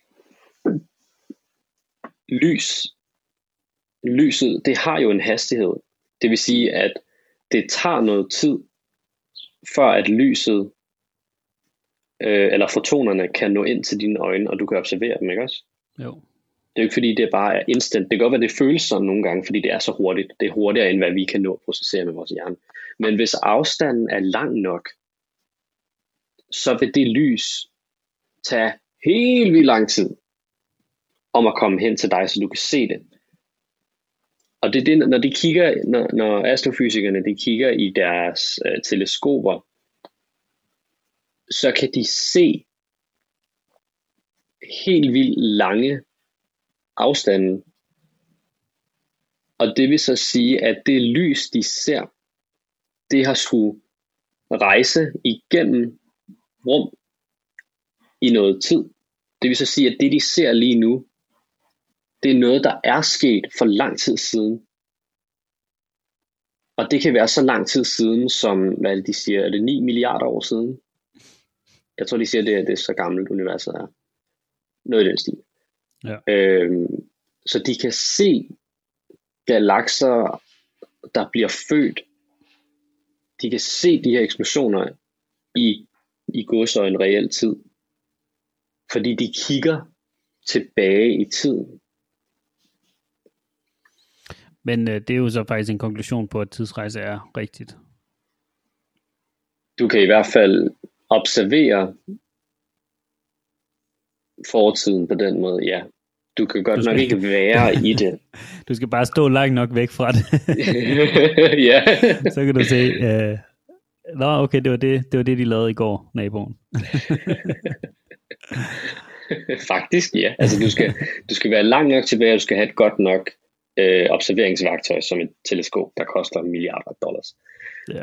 lyset, det har jo en hastighed. Det vil sige, at det tager noget tid, før at lyset, eller fotonerne, kan nå ind til dine øjne, og du kan observere dem, ikke også? Jo. Det er jo ikke fordi, det bare er instant. Det kan godt være, det føles sådan nogle gange, fordi det er så hurtigt. Det er hurtigere, end hvad vi kan nå at processere med vores hjerne. Men hvis afstanden er lang nok, så vil det lys tage helt vildt lang tid om at komme hen til dig, så du kan se det. Og det er det, når astrofysikerne de kigger i deres teleskoper, så kan de se helt vildt lange afstanden. Og det vil så sige, at det lys, de ser, det har skulle rejse igennem rum i noget tid. Det vil så sige, at det, de ser lige nu, det er noget, der er sket for lang tid siden. Og det kan være så lang tid siden, som, hvad de siger, er det 9 milliarder år siden? Jeg tror, de siger, det er så gammelt universet er. Noget i den stil. Ja. Så de kan se galakser, der bliver født. De kan se de her eksplosioner i godsøjne reel tid. Fordi de kigger tilbage i tiden. Men det er jo så faktisk en konklusion på, at tidsrejse er rigtigt. Du kan i hvert fald observere fortiden på den måde, ja. Du kan godt nok ikke være i det. Du skal bare stå langt nok væk fra det. Ja. Så kan du se, nå okay, det var det, de lavede i går, naboen. Faktisk, ja. Altså, du skal være langt nok tilbage, og du skal have et godt nok observeringsværktøj som et teleskop, der koster milliarder dollars. Ja.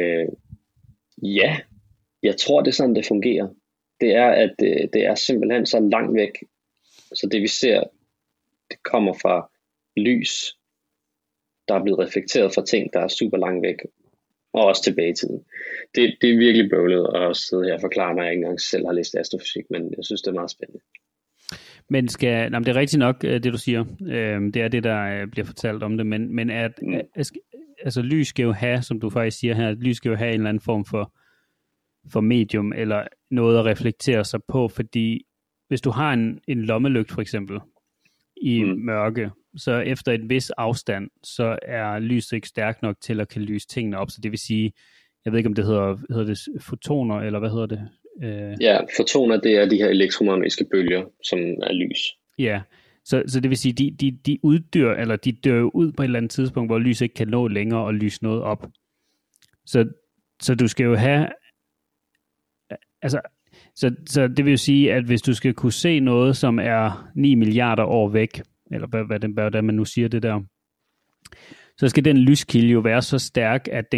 Ja, jeg tror, det er sådan, det fungerer. Det er, at det er simpelthen så langt væk, så det vi ser, det kommer fra lys, der er blevet reflekteret fra ting, der er super langt væk, og også tilbage i tiden. Det er virkelig bøvlet at sidde her og forklare, når jeg ikke engang selv har læst astrofysik, men jeg synes, det er meget spændende. Men det er rigtigt nok, det du siger. Det er det, der bliver fortalt om det, men altså lys skal jo have, som du faktisk siger her, lys skal jo have en eller anden form for medium, eller noget at reflektere sig på, fordi hvis du har en lommelygt for eksempel, i mørke, så efter et vis afstand, så er lyset ikke stærkt nok til at kan lyse tingene op, så det vil sige, jeg ved ikke om det hedder det fotoner, eller hvad hedder det? Ja, fotoner, det er de her elektromagnetiske bølger, som er lys. Ja, så det vil sige, de uddør, eller de dør ud på et eller andet tidspunkt, hvor lys ikke kan nå længere og lyse noget op. Så du skal jo have, altså, så det vil jo sige, at hvis du skal kunne se noget, som er 9 milliarder år væk, eller hvad man nu siger det der, så skal den lyskilde jo være så stærk, at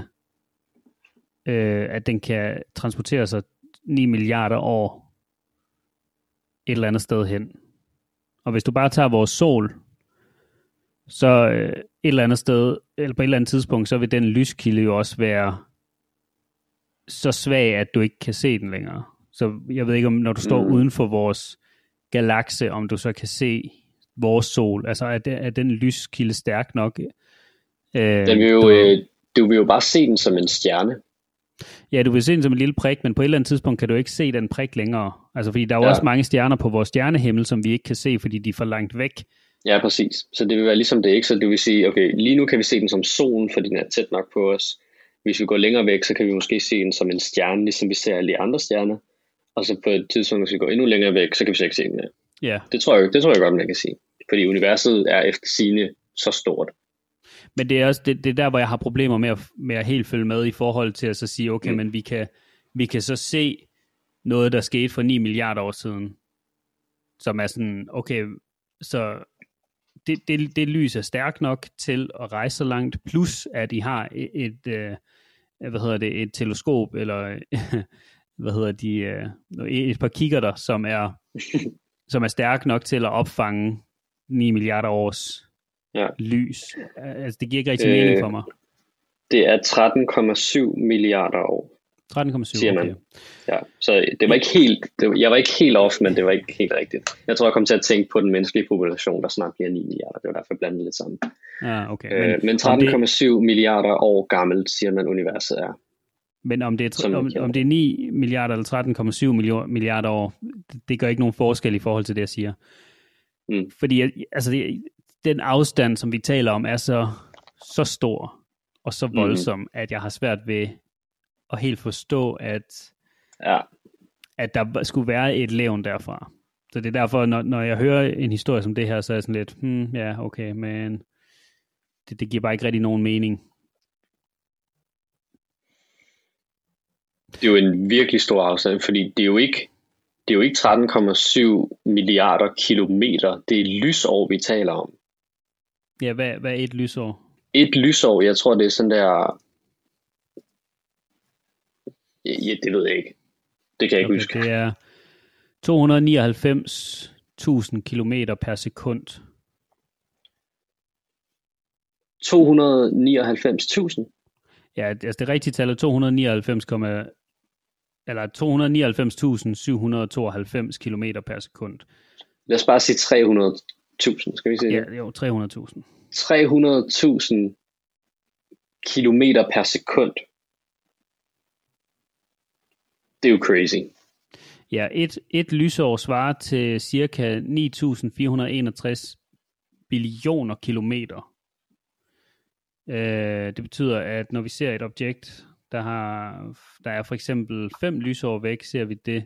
den kan transportere sig 9 milliarder år et eller andet sted hen. Og hvis du bare tager vores sol, så et eller andet sted, eller på et eller andet tidspunkt, så vil den lyskilde jo også være så svag, at du ikke kan se den længere. Så jeg ved ikke, om når du står uden for vores galakse, om du så kan se vores sol. Altså er den lyskilde stærk nok? Du vil jo bare se den som en stjerne. Ja, du vil se den som en lille prik, men på et eller andet tidspunkt kan du ikke se den prik længere. Altså fordi der er jo også mange stjerner på vores stjernehimmel, som vi ikke kan se, fordi de er for langt væk. Ja, præcis. Så det vil være ligesom det, ikke? Så det vil sige, okay, lige nu kan vi se den som solen, fordi den er tæt nok på os. Hvis vi går længere væk, så kan vi måske se den som en stjerne, ligesom vi ser alle de andre stjerner. Og så på et tidspunkt, hvis vi går endnu længere væk, så kan vi så ikke se den mere. Ja. Det tror jeg godt, man kan sige. Fordi universet er efter sigende så stort. Men det er også det er der, hvor jeg har problemer med at helt følge med i forhold til at så sige, okay, men vi kan så se noget, der skete for 9 milliarder år siden, som er sådan, okay, så det lys er stærkt nok til at rejse så langt, plus at I har et teleskop, eller et par kikkerter, som er stærk nok til at opfange 9 milliarder års lys. Altså, det giver ikke rigtig mening for mig. Det er 13,7 milliarder år. 13,7, siger man. Okay. Ja, så det var ikke helt, jeg var ikke helt off, men det var ikke helt rigtigt. Jeg tror, jeg kom til at tænke på den menneskelige population, der snart bliver 9 milliarder. Det var derfor, jeg blandede lidt sammen. Okay. Men 13,7 milliarder år gammelt, siger man, universet er. Men om det er 9 milliarder eller 13,7 milliarder år, det gør ikke nogen forskel i forhold til det, jeg siger. Fordi altså, den afstand, som vi taler om, er så stor og så voldsom, at jeg har svært ved at helt forstå, at der skulle være et levn derfra. Så det er derfor, når jeg hører en historie som det her, så er jeg sådan lidt, ja, okay, men det giver bare ikke rigtig nogen mening. Det er jo en virkelig stor afstand, fordi det er jo ikke 13,7 milliarder kilometer. Det er lysår, vi taler om. Ja, hvad er et lysår? Et lysår, jeg tror, det er sådan der... Ja, det ved jeg ikke. Det kan jeg ikke huske. Det er 299.000 kilometer per sekund. 299.000? Ja, altså det rigtige tal er 299.792 kilometer per sekund. Lad os bare sige 300.000, skal vi se det? Ja, jo, 300.000. 300.000 kilometer per sekund. Det er jo crazy. Ja, et lysår svarer til cirka 9.461 billioner kilometer. Det betyder, at når vi ser et objekt, der er for eksempel 5 lysår væk, ser vi det,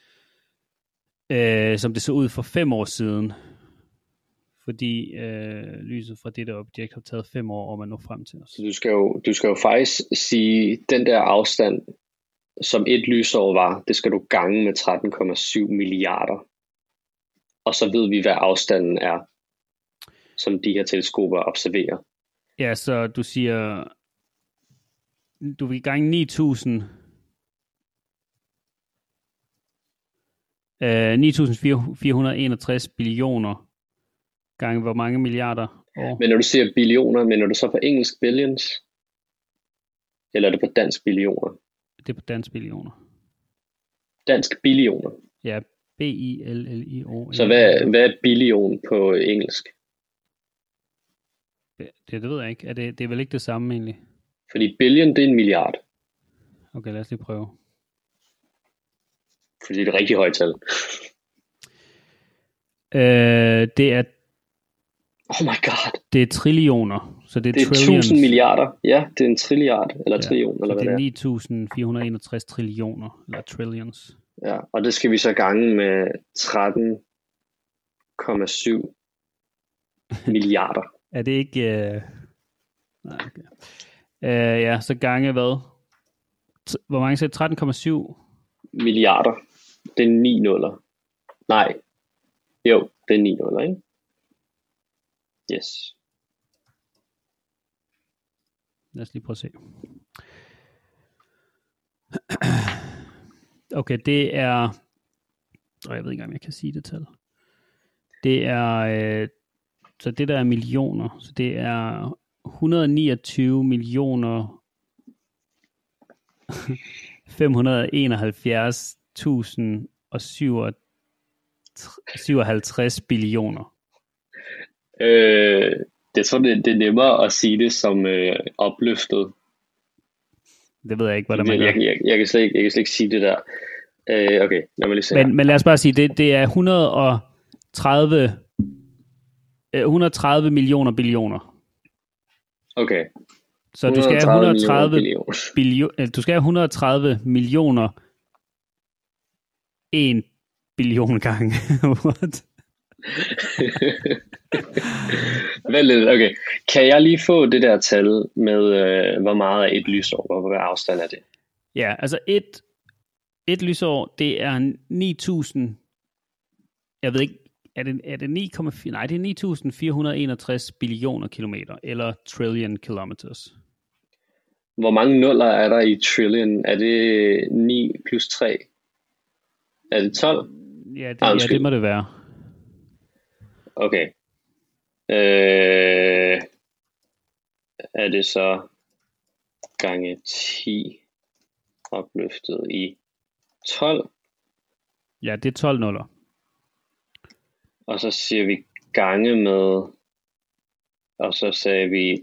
som det så ud for 5 år siden. Fordi lyset fra dette objekt har taget 5 år om at nå frem til os. Du skal jo faktisk sige, den der afstand, som et lysår var, det skal du gange med 13,7 milliarder. Og så ved vi, hvad afstanden er, som de her teleskoper observerer. Ja, så du siger, du vil gange 9.461 billioner gange hvor mange milliarder år? Men når du siger billioner, mener du så på engelsk billions? Eller er det på dansk billioner? Det er på dansk billioner. Dansk billioner? Ja, B-I-L-L-I-O. Så hvad er billion på engelsk? Det ved jeg ikke. Det er vel ikke det samme egentlig? Fordi billion, det er 1 milliard. Okay, lad os lige prøve. Fordi det er et rigtig højt tal. Det er... Oh my god. Det er trillioner. Så det er trillions. 1000 milliarder. Ja, det er en trilliard. Eller trillion, eller hvad det er. 9.461 trillioner. Eller trillions. Ja, og det skal vi så gange med 13,7 milliarder. Er det ikke... Nej, okay. Ja, så gange hvad? Hvor mange siger 13,7? Milliarder. Det er 9 nuller. Nej. Jo, det er 9 nuller, ikke? Yes. Lad os lige prøve at se. Okay, det er... jeg ved ikke, om jeg kan sige det tal. Det er... så det der er millioner. Så det er 129 millioner 571.057 billioner. Jeg tror, det er nemmere at sige det som opløftet. Det ved jeg ikke, hvordan man gør. Jeg kan slet ikke sige det der. Okay, lad mig lige se. Men lad os bare sige, det er 130 millioner billioner. Okay. Så du skal have 130 millioner 1 billion gange. What? Vent lidt, okay. Kan jeg lige få det der tal med, hvor meget er et lysår, og hvad afstand er det? Ja, altså et lysår, det er 9.000, jeg ved ikke, er det 9,4? Nej, det er 9.461 billioner kilometer, eller trillion kilometers. Hvor mange nuller er der i trillion? Er det 9 plus 3? Er det 12? Ja, det må det være. Okay. Er det så gange 10 opløftet i 12? Ja, det er 12 nuller. Og så siger vi gange med, og så sagde vi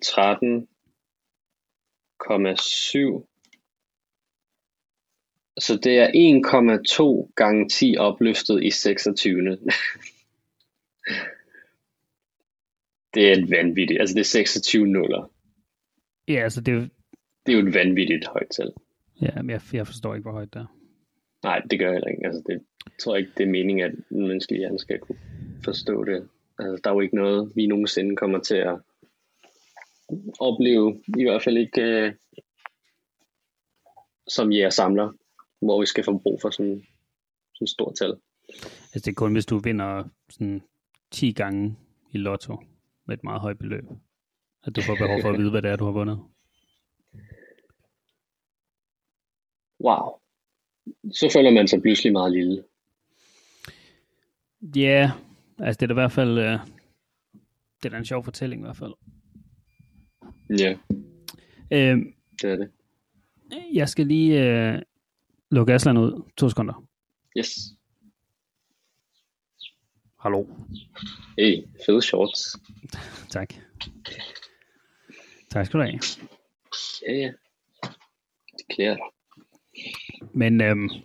13,7. Så det er 1,2 gange 10 opløftet i 26. Det er et vanvittigt, altså det er 26 nuller. Ja, altså det er jo et vanvittigt højt tal. Ja, men jeg forstår ikke, hvor højt det er. Nej, det gør jeg heller ikke. Altså jeg tror ikke, det er meningen, at en menneskelig hjerne skal kunne forstå det. Altså der er jo ikke noget, vi nogensinde kommer til at opleve, i hvert fald ikke som samler, hvor vi skal få brug for sådan et stort tal. Altså det er kun, hvis du vinder sådan 10 gange i lotto med et meget højt beløb, at du får behov for at vide, hvad det er, du har vundet. Wow. Så føler man sig pludselig meget lille. Ja, altså det er da i hvert fald, det er da en sjov fortælling i hvert fald. Ja, det er det. Jeg skal lige lukke Aslan ud. 2 sekunder. Yes. Hallo. Hey, fede shorts. Tak. Tak skal du have. Ja. Det klæder dig. Men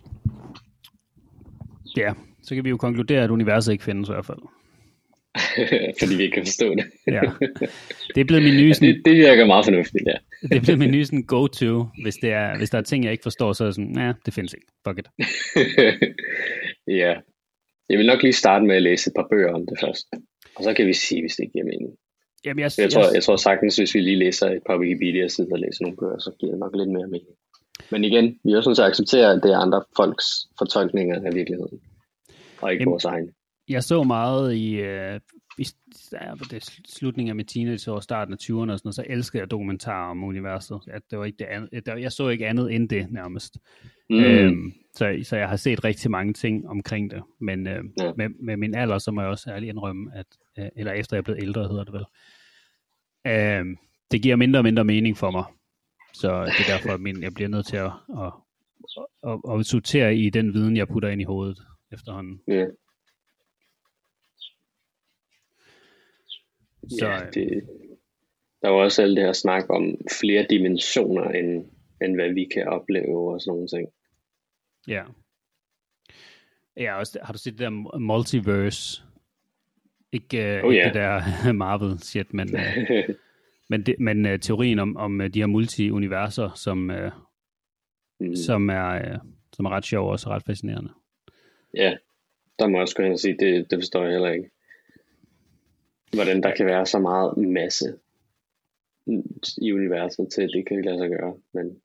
ja, så kan vi jo konkludere, at universet ikke findes i hvert fald. Fordi vi ikke kan forstå det. Ja. Det er blevet min nye sådan, det virker meget fornuftigt, ja. Det er blevet min nye sådan go-to, hvis der er ting, jeg ikke forstår, så er det sådan, ja, det findes ikke. Fuck it. Ja. Jeg vil nok lige starte med at læse et par bøger om det først. Og så kan vi sige, hvis det ikke giver mening. Jamen, jeg tror sagtens, hvis vi lige læser et par Wikipedia-sider og læser nogle bøger, så giver det nok lidt mere mening. Men igen, vi er også nødt til at acceptere, at det er andre folks fortolkninger af virkeligheden, og ikke vores egen. Jeg så meget i slutningen af mit teenageår, starten af 20'erne og sådan noget, så elskede jeg dokumentarer om universet. At det var ikke det andet, jeg så ikke andet end det nærmest. Så jeg har set rigtig mange ting omkring det. Men med min alder, så må jeg også ærligt indrømme, at, eller efter jeg er blevet ældre, hedder det vel, det giver mindre og mindre mening for mig. Så det er derfor, jeg bliver nødt til at sortere i den viden, jeg putter ind i hovedet efterhånden. Ja. Så, der er jo også alt det her snak om flere dimensioner, end hvad vi kan opleve og sådan nogle ting. Ja. Ja, også, har du set det der multiverse? Ikke det der Marvel shit, men teorien om de her multi-universer, som er ret sjov og også ret fascinerende. Ja, der må jeg også gå hen og sige, det forstår jeg heller ikke. Hvordan der kan være så meget masse i universet til, at det kan ikke lade sig gøre. Men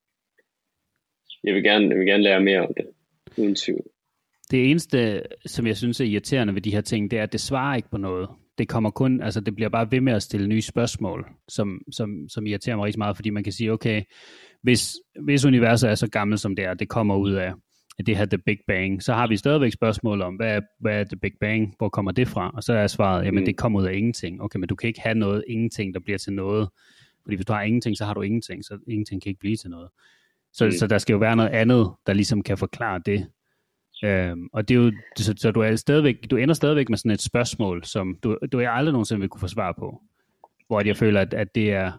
jeg vil gerne lære mere om det, uden tvivl. Det eneste, som jeg synes er irriterende ved de her ting, det er, at det svarer ikke på noget. Det kommer kun, altså det bliver bare ved med at stille nye spørgsmål, som irriterer mig rigtig meget, fordi man kan sige, okay, hvis universet er så gammelt som det er, det kommer ud af det her The Big Bang, så har vi stadigvæk spørgsmål om, hvad er The Big Bang, hvor kommer det fra? Og så er svaret, jamen det kommer ud af ingenting. Okay, men du kan ikke have noget ingenting, der bliver til noget. Fordi hvis du har ingenting, så har du ingenting, så ingenting kan ikke blive til noget. Så der skal jo være noget andet, der ligesom kan forklare det. Og det er jo, så du ender stadigvæk med sådan et spørgsmål, som du aldrig nogensinde vil kunne få svar på. Hvor jeg føler, at det er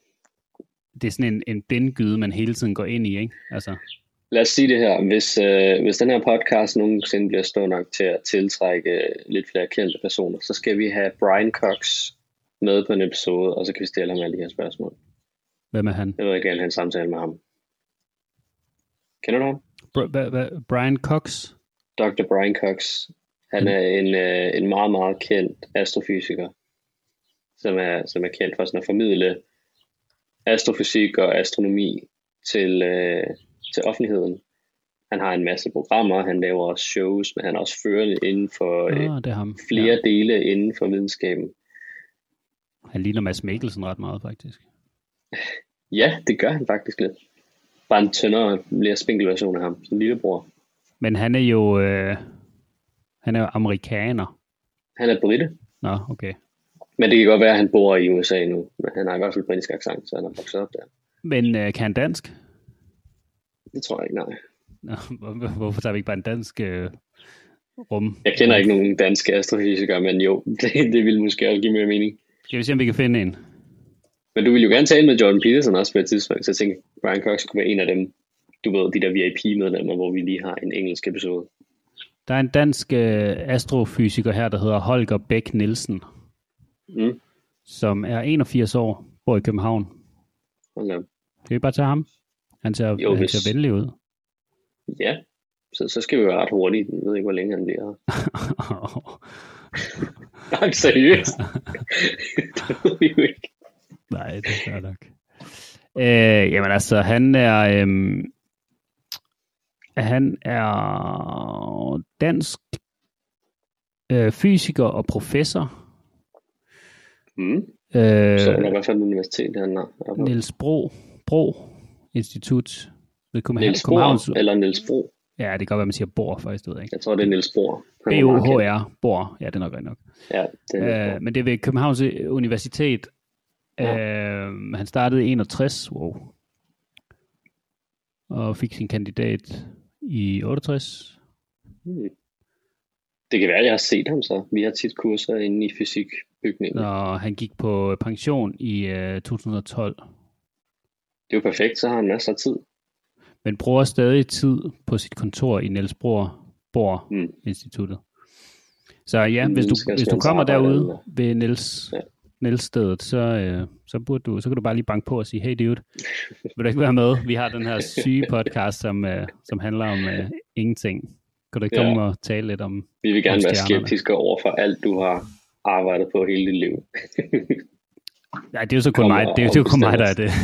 sådan en blindgyde, man hele tiden går ind i, ikke? Altså. Lad os sige det her. Hvis den her podcast nogensinde bliver stor nok til at tiltrække lidt flere kendte personer, så skal vi have Brian Cox med på en episode, og så kan vi stille ham alle de her spørgsmål. Hvem er han? Jeg vil gerne have en samtale med ham. Kender du ham? Brian Cox? Dr. Brian Cox. Han er en meget, meget kendt astrofysiker, som er kendt for sådan at formidle astrofysik og astronomi til offentligheden. Han har en masse programmer, han laver også shows, men han er også førende inden for flere dele inden for videnskaben. Han ligner Mads Mikkelsen ret meget, faktisk. Ja, det gør han faktisk lidt. Bare en tyndere, mere spinkel version af ham, som lillebror. Men han er jo amerikaner. Han er brite. Nå, okay. Men det kan godt være, at han bor i USA nu. Men han har i hvert fald britisk accent, så han er vokset op der. Men kan han dansk? Det tror jeg ikke, nej. Nå, hvorfor tager vi ikke bare en dansk rum? Jeg kender ikke nogen danske astrofysikere, men jo, det ville måske også give mere mening. Skal vi se, om vi kan finde en? Men du vil jo gerne tale med Jordan Peterson også på et tidspunkt, så jeg tænker, Brian Cox kunne være en af dem, du ved, de der VIP-medlemmer, hvor vi lige har en engelsk episode. Der er en dansk astrofysiker her, der hedder Holger Bæk Nielsen. som er 81 år, bor i København. Okay. Kan vi bare tage ham? Han ser venlig ud. Ja, så skal vi jo ret hurtigt. Jeg ved ikke, hvor længe han bliver. Nej, seriøst. Det ved vi jo ikke. Nej, det er klart nok. Jamen altså, han er dansk fysiker og professor. Så er der i hvert fald universitet, han er. Niels Bro Institut. Niels Bohr eller Niels Bro? Ja, det kan godt være, man siger Bohr faktisk, det ved jeg ikke. Jeg tror, det er Niels Bohr. BOHR, Bohr. Ja, det er nok rigtigt nok. Ja, det er men det er ved Københavns Universitet. Ja. Han startede i 61, og fik sin kandidat i 68. Det kan være, at jeg har set ham så. Vi har tit kurser inde i fysikbygningen. Og han gik på pension i 2012. Det er jo perfekt, så har han masser af tid. Men bruger stadig tid på sit kontor i Niels Bohr Instituttet. Så ja, hvis du kommer derude ved Niels stedet, så kan du bare lige banke på og sige, hey dude, vil du ikke være med? Vi har den her syge podcast, som handler om ingenting. Kan du ikke komme og tale lidt om vi vil gerne være skeptiske over for alt, du har arbejdet på hele dit liv. Nej, det er jo så kun mig. Det er jo kun mig, der er det.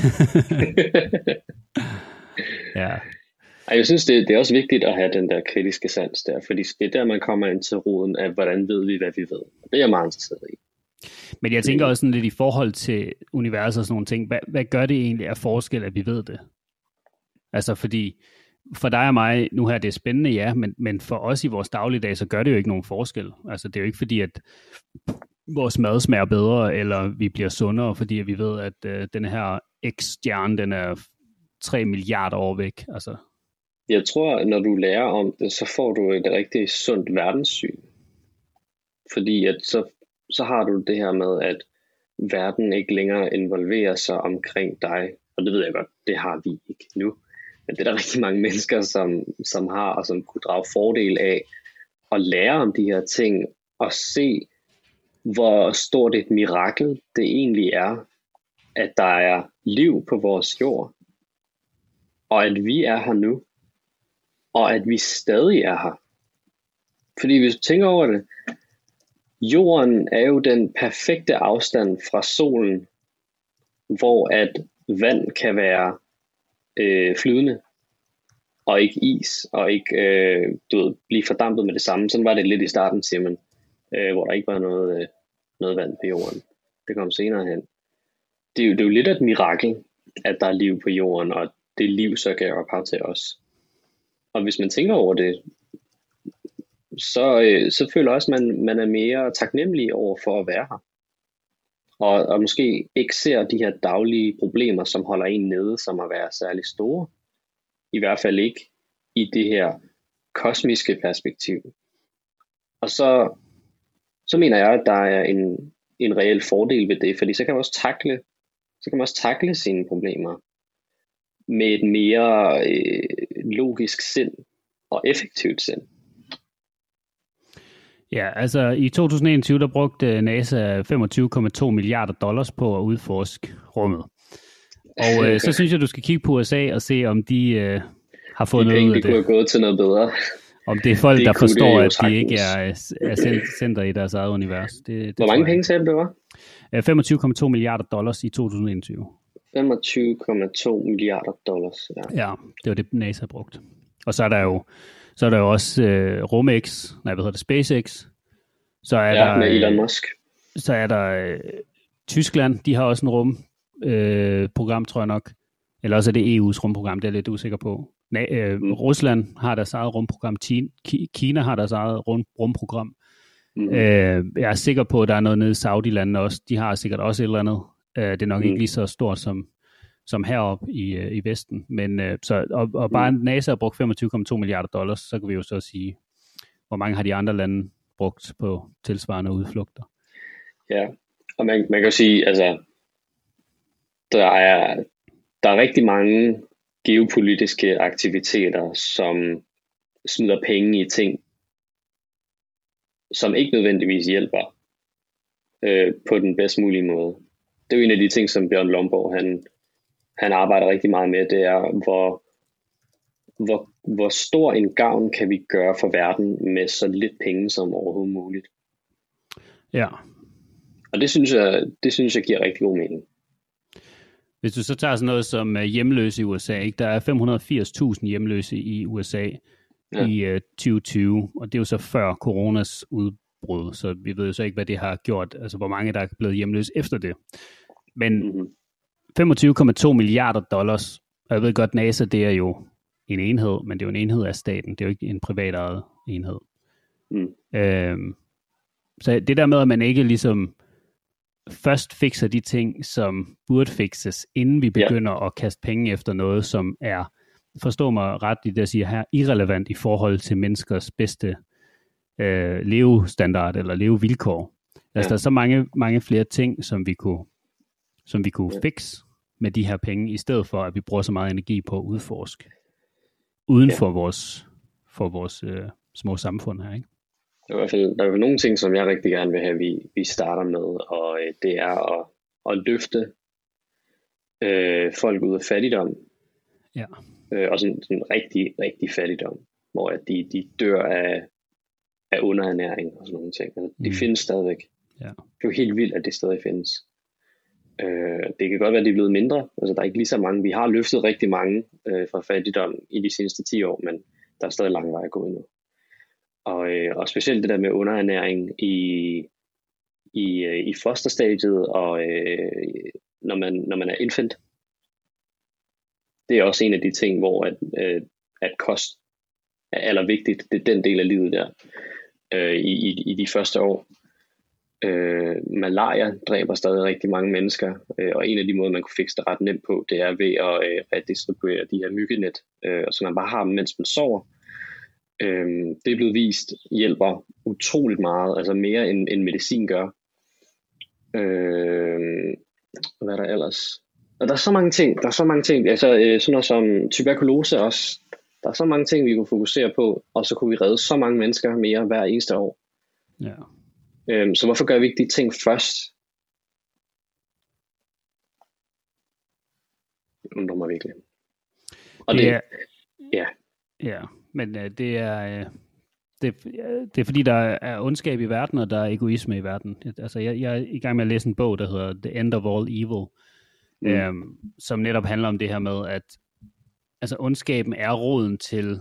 Ja. Jeg synes, det er også vigtigt at have den der kritiske sans der, fordi det er der, man kommer ind til roden af, hvordan ved vi, hvad vi ved. Det er jeg meget interesseret i. Men jeg tænker også sådan lidt i forhold til universet og sådan nogle ting. Hvad gør det egentlig af forskel, at vi ved det? Altså fordi, for dig og mig, nu her det er spændende, ja, men for os i vores dagligdag, så gør det jo ikke nogen forskel. Altså det er jo ikke fordi, at vores mad smager bedre, eller vi bliver sundere, fordi vi ved, at den her X-stjerne, den er 3 milliarder år væk. Altså. Jeg tror, når du lærer om det, så får du et rigtig sundt verdenssyn. Fordi at så har du det her med, at verden ikke længere involverer sig omkring dig. Og det ved jeg godt, det har vi ikke nu. Men det er der rigtig mange mennesker, som har, og som kunne drage fordel af at lære om de her ting, og se, hvor stort et mirakel det egentlig er, at der er liv på vores jord, og at vi er her nu, og at vi stadig er her. Fordi hvis du tænker over det, jorden er jo den perfekte afstand fra solen, hvor at vand kan være flydende, og ikke is, og ikke blive fordampet med det samme. Sådan var det lidt i starten, siger man, hvor der ikke var noget vand på jorden. Det kom senere hen. Det er jo lidt af et mirakel, at der er liv på jorden, og det liv så gav ophav til os. Og hvis man tænker over det, så føler jeg også, at man er mere taknemmelig over for at være her. Og måske ikke ser de her daglige problemer, som holder en nede, som at være særlig store. I hvert fald ikke i det her kosmiske perspektiv. Og så mener jeg, at der er en reel fordel ved det, fordi så kan man også takle sine problemer med et mere logisk sind og effektivt sind. Ja, altså i 2021, der brugte NASA 25,2 milliarder dollars på at udforske rummet. Og så synes jeg, du skal kigge på USA og se, om de har fået noget ud af det. De kunne have gået til noget bedre. Om det er folk, der forstår, at de ikke er center i deres eget univers. Hvor mange penge sagde det var? 25,2 milliarder dollars i 2021. 25,2 milliarder dollars, ja. Ja, det var det, NASA brugt. Og så er der jo også SpaceX. Så er der med Elon Musk. Så er der Tyskland, de har også en rumprogram, tror jeg nok. Eller også er det EU's rumprogram, det er jeg lidt usikker på. Rusland har deres eget rumprogram. Kina har deres eget rumprogram. Jeg er sikker på, at der er noget nede i Saudi-landene også. De har sikkert også et eller andet. Det er nok ikke lige så stort som heroppe i Vesten. Men og bare NASA har brugt 25,2 milliarder dollars, så kan vi jo så sige, hvor mange har de andre lande brugt på tilsvarende udflugter. Ja, og man kan sige, altså, der er rigtig mange geopolitiske aktiviteter, som smider penge i ting, som ikke nødvendigvis hjælper. på den bedst mulige måde. Det er jo en af de ting, som Bjørn Lomborg, han arbejder rigtig meget med, det er, hvor stor en gavn kan vi gøre for verden med så lidt penge som overhovedet muligt. Ja. Og det synes jeg giver rigtig god mening. Hvis du så tager sådan noget som hjemløse i USA, ikke? Der er 580.000 hjemløse i USA i 2020, og det er jo så før coronas udbrud, så vi ved jo så ikke, hvad det har gjort, altså hvor mange der er blevet hjemløse efter det. Men 25,2 milliarder dollars, og jeg ved godt, NASA det er jo en enhed, men det er jo en enhed af staten, det er jo ikke en privat ejet enhed. Så det der med, at man ikke ligesom først fikser de ting, som burde fikses, inden vi begynder at kaste penge efter noget, som er, forstå mig ret i det, jeg siger her, irrelevant i forhold til menneskers bedste levestandard eller levevilkår. Altså der er så mange flere ting, som vi kunne fikse med de her penge, i stedet for, at vi bruger så meget energi på at udforske uden for vores små samfund her, ikke? Der er i hvert fald nogle ting, som jeg rigtig gerne vil have, vi starter med, og det er at løfte folk ud af fattigdom. Ja. Og sådan rigtig, rigtig fattigdom, hvor de dør af underernæring og sådan nogle ting. Altså, de findes stadigvæk. Ja. Det er jo helt vildt, at det stadig findes. Det kan godt være, at de er blevet mindre. Altså, der er ikke lige så mange. Vi har løftet rigtig mange fra fattigdom i de seneste 10 år, men der er stadig lang vej at gå endnu. Og specielt det der med underernæring i fosterstadiet, og når man er infant, det er også en af de ting, hvor at kost er allervigtigt. Det er den del af livet der, i de første år. Malaria dræber stadig rigtig mange mennesker, og en af de måder, man kunne fikse det ret nemt på, det er ved at redistribuere de her myggenet, så man bare har dem, mens man sover. Det er blevet vist hjælper utroligt meget, altså mere end medicin gør. Hvad er der ellers? Og der er så mange ting, altså sådan noget som tuberkulose også. Der er så mange ting, vi kunne fokusere på, og så kunne vi redde så mange mennesker mere hver eneste år. Ja. Så hvorfor gør vi ikke de ting først? Det undrer mig virkelig. Og Ja, men det er fordi, der er ondskab i verden, og der er egoisme i verden. Altså, jeg er i gang med at læse en bog, der hedder The End of All Evil, som netop handler om det her med, at altså, ondskaben er roden til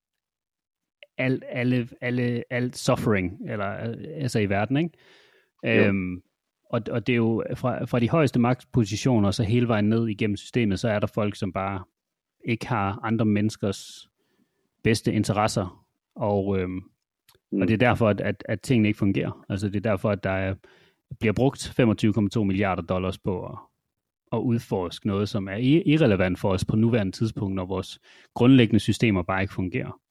alt suffering, eller altså i verden, ikke? Og det er jo fra de højeste magtpositioner, så hele vejen ned igennem systemet, så er der folk, som bare ikke har andre menneskers bedste interesser, og det er derfor, at tingene ikke fungerer. Altså det er derfor, at der bliver brugt 25,2 milliarder dollars på at udforske noget, som er irrelevant for os på nuværende tidspunkt, når vores grundlæggende systemer bare ikke fungerer.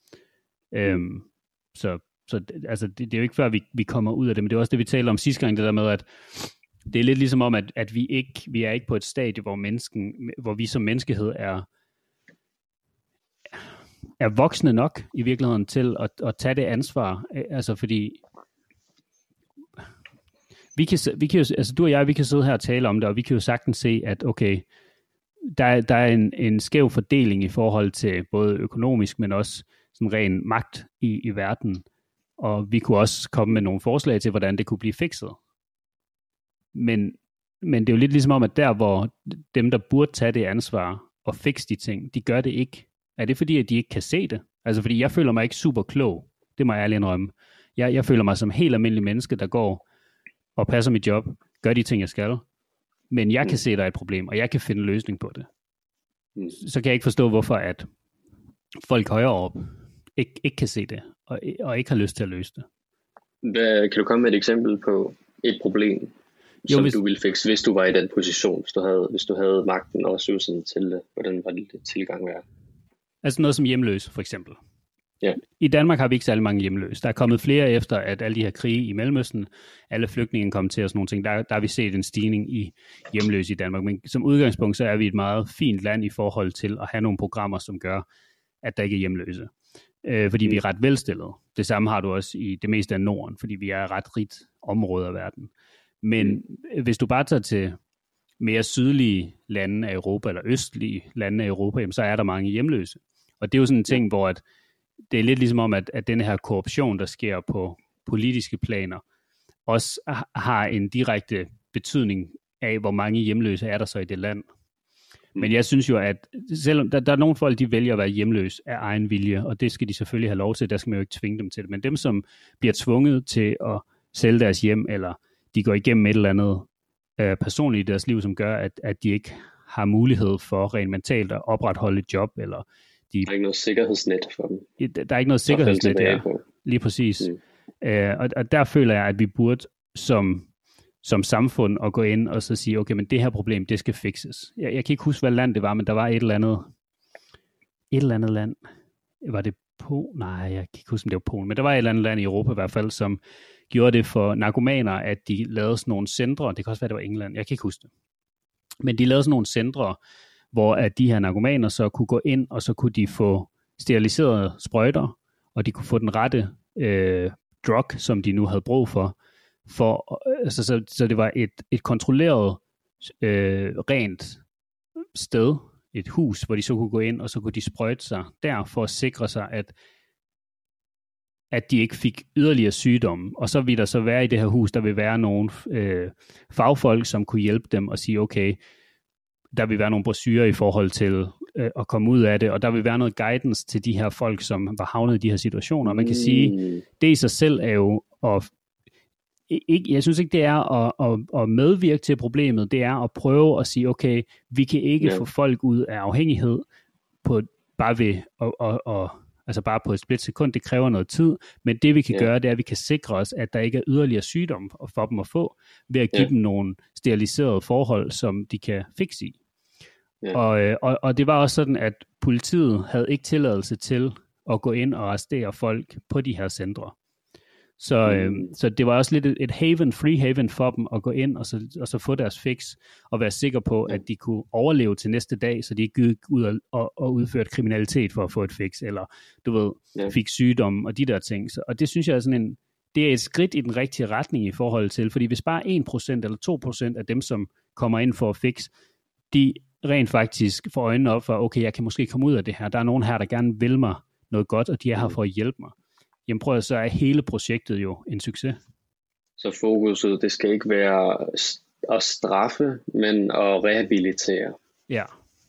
Så altså, det er jo ikke før, vi kommer ud af det, men det er også det, vi talte om sidste gang, det der med, at det er lidt ligesom om, at vi er ikke på et stadie, hvor vi som menneskehed er voksne nok i virkeligheden til at tage det ansvar. Altså fordi vi kan jo, altså du og jeg, vi kan sidde her og tale om det, og vi kan jo sagtens se, at okay, der er en skæv fordeling i forhold til både økonomisk, men også sådan ren magt i verden. Og vi kunne også komme med nogle forslag til, hvordan det kunne blive fikset. Men det er jo lidt ligesom om, at der, hvor dem, der burde tage det ansvar og fikse de ting, de gør det ikke. Er det fordi, at de ikke kan se det? Altså fordi jeg føler mig ikke super klog. Det må jeg ærligt indrømme. Jeg føler mig som helt almindelig menneske, der går og passer mit job, gør de ting, jeg skal. Men jeg kan se, at der er et problem, og jeg kan finde en løsning på det. Så kan jeg ikke forstå, hvorfor at folk højere op ikke kan se det, og ikke har lyst til at løse det. Kan du komme med et eksempel på et problem, som du ville fikse, hvis du var i den position, hvis du havde magten og ressourcen til det? Hvordan var det tilgang være? Altså noget som hjemløse, for eksempel. Ja. I Danmark har vi ikke særlig mange hjemløse. Der er kommet flere efter, at alle de her krige i Mellemøsten, alle flygtninge kom til og sådan nogle ting. Der har vi set en stigning i hjemløse i Danmark. Men som udgangspunkt, så er vi et meget fint land i forhold til at have nogle programmer, som gør, at der ikke er hjemløse. Fordi vi er ret velstillede. Det samme har du også i det meste af Norden, fordi vi er et ret rigt område af verden. Men hvis du bare tager til mere sydlige lande af Europa, eller østlige lande af Europa, jamen, så er der mange hjemløse. Og det er jo sådan en ting, hvor at det er lidt ligesom om, at den her korruption, der sker på politiske planer, også har en direkte betydning af, hvor mange hjemløse er der så i det land. Men jeg synes jo, at selvom der er nogle folk, de vælger at være hjemløse af egen vilje, og det skal de selvfølgelig have lov til, der skal man jo ikke tvinge dem til det. Men dem, som bliver tvunget til at sælge deres hjem, eller de går igennem et eller andet personligt i deres liv, som gør, at de ikke har mulighed for rent mentalt at opretholde et job, eller der er ikke noget sikkerhedsnet for dem. Der er ikke noget sikkerhedsnet der. Lige præcis. Og der føler jeg, at vi burde som samfund at gå ind og så sige, okay, men det her problem, det skal fikses. Jeg kan ikke huske, hvad land det var, men der var et eller andet land. Var det Polen? Nej, jeg kan ikke huske, om det var Polen, men der var et eller andet land i Europa i hvert fald, som gjorde det for narkomaner, at de lavede sådan nogle centre, det kan også være, det var England, jeg kan ikke huske det. Men de lavede sådan nogle centre, hvor at de her narkomaner så kunne gå ind, og så kunne de få steriliserede sprøjter, og de kunne få den rette drug, som de nu havde brug for så det var et kontrolleret, rent sted, et hus, hvor de så kunne gå ind, og så kunne de sprøjte sig der, for at sikre sig, at de ikke fik yderligere sygdomme. Og så vil der så være i det her hus, der vil være nogle fagfolk, som kunne hjælpe dem og sige, okay, der vil være nogle brochurer i forhold til at komme ud af det, og der vil være noget guidance til de her folk, som var havnet i de her situationer. Og man kan sige, det i sig selv er jo jeg synes ikke, det er at medvirke til problemet, det er at prøve at sige, okay, vi kan ikke få folk ud af afhængighed bare på et splitsekund, det kræver noget tid, men det vi kan gøre, det er, at vi kan sikre os, at der ikke er yderligere sygdom for dem at få, ved at give dem nogle steriliserede forhold, som de kan fikse i. Og det var også sådan, at politiet havde ikke tilladelse til at gå ind og arrestere folk på de her centre. Så det var også lidt et free haven for dem at gå ind og så få deres fix og være sikker på, at de kunne overleve til næste dag, så de ikke gik ud og udførte kriminalitet for at få et fix, eller fik sygdomme og de der ting. Og det synes jeg er det er et skridt i den rigtige retning i forhold til, fordi hvis bare 1% eller 2% af dem, som kommer ind for at fix, de rent faktisk får øjnene op for, okay, jeg kan måske komme ud af det her, der er nogen her, der gerne vil mig noget godt, og de er her for at hjælpe mig. Jamen prøv at så er hele projektet jo en succes. Så fokuset, det skal ikke være at straffe, men at rehabilitere. Ja.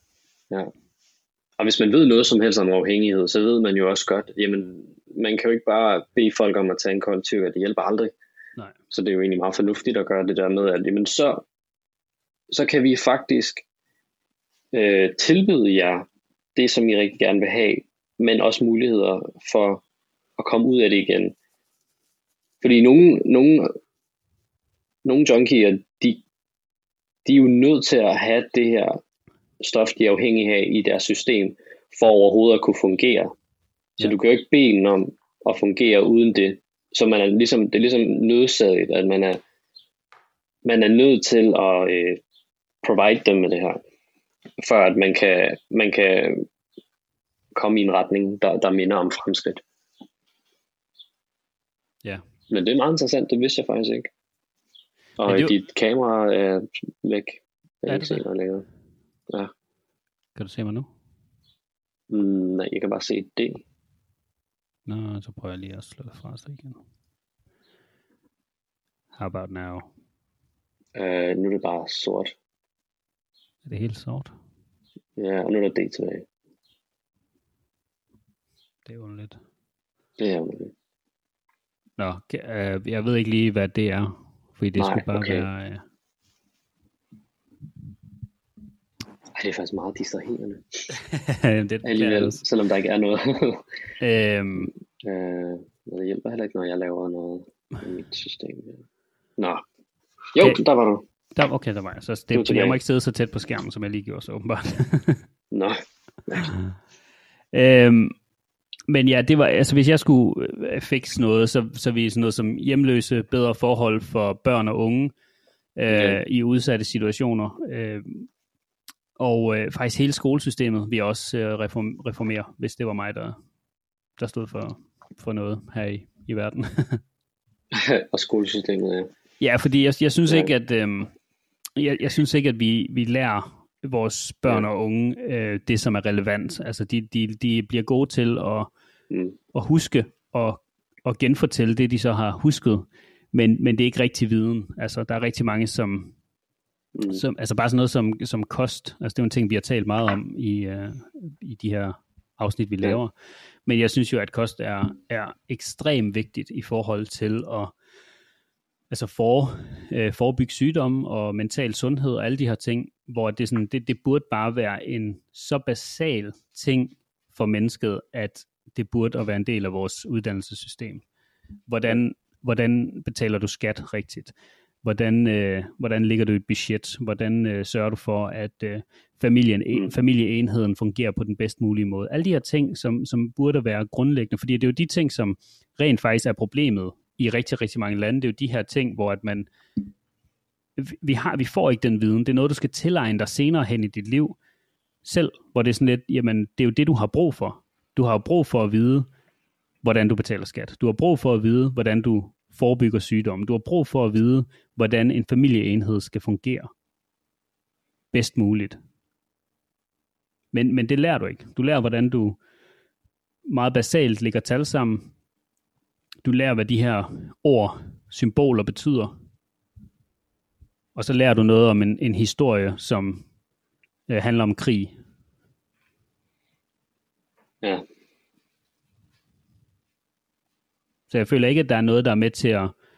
Og hvis man ved noget som helst om afhængighed, så ved man jo også godt, jamen man kan jo ikke bare bede folk om at tage en kold tyv, det hjælper aldrig. Nej. Så det er jo egentlig meget fornuftigt at gøre det der med, at jamen så kan vi faktisk tilbyde jer det, som I rigtig gerne vil have, men også muligheder for at komme ud af det igen. Fordi nogle junkier, de er jo nødt til at have det her stof, de er afhængige af i deres system, for overhovedet at kunne fungere. Så du kan jo ikke bede dem om at fungere uden det. Så det er ligesom nødsaget, at man er nødt til at provide dem med det her, for at man kan komme i en retning, der minder om fremskridt. Ja. Men det er meget interessant, det vidste jeg faktisk ikke. Og dit kamera er væk. Jeg kan ikke se noget længere. Ja. Kan du se mig nu? Nej, jeg kan bare se det. Nå, så prøver jeg lige at slå det fra sig igen. How about now? Nu er det bare sort. Er det helt sort? Ja, og nu er der det tilbage. Det er underligt. Det er underligt. Nå, jeg ved ikke lige, hvad det er. Fordi det skulle bare være... Det er faktisk meget distraherende. Alligevel, selvom der ikke er noget. Det hjælper heller ikke, når jeg laver noget i mit system. Nå. Jo, okay. Der var du. Okay, der var jeg. Så jeg må ikke sidde så tæt på skærmen, som jeg lige gjorde, så åbenbart. Nå. Men ja, det var, altså hvis jeg skulle fikse noget, så ville sådan noget som hjemløse, bedre forhold for børn og unge i udsatte situationer. Og faktisk hele skolesystemet vil jeg også reformere, hvis det var mig, der stod for noget her i verden. Og skolesystemet, ja. Ja, fordi jeg synes ikke, at jeg synes ikke, at vi lærer vores børn og unge det, som er relevant. Altså, de bliver gode til at huske og genfortælle det, de så har husket, men det er ikke rigtig viden. Altså, der er rigtig mange, som altså bare sådan noget som kost. Altså, det er jo en ting, vi har talt meget om i de her afsnit, vi laver. Men jeg synes jo, at kost er ekstremt vigtigt i forhold til at forebygge sygdomme og mental sundhed og alle de her ting, hvor det burde bare være en så basal ting for mennesket, at det burde være en del af vores uddannelsessystem. Hvordan betaler du skat rigtigt? Hvordan lægger du et budget? Hvordan sørger du for, at familieenheden fungerer på den bedst mulige måde? Alle de her ting, som burde være grundlæggende, fordi det er jo de ting, som rent faktisk er problemet i rigtig, rigtig mange lande. Det er jo de her ting, hvor at vi får ikke den viden. Det er noget, du skal tilegne dig senere hen i dit liv selv, hvor det er sådan lidt, jamen, det er jo det, du har brug for. Du har brug for at vide, hvordan du betaler skat. Du har brug for at vide, hvordan du forebygger sygdomme. Du har brug for at vide, hvordan en familieenhed skal fungere bedst muligt. Men det lærer du ikke. Du lærer, hvordan du meget basalt lægger tal sammen. Du lærer, hvad de her ord, symboler betyder. Og så lærer du noget om en historie, som handler om krig. Ja. Så jeg føler ikke, at der er noget, der er med til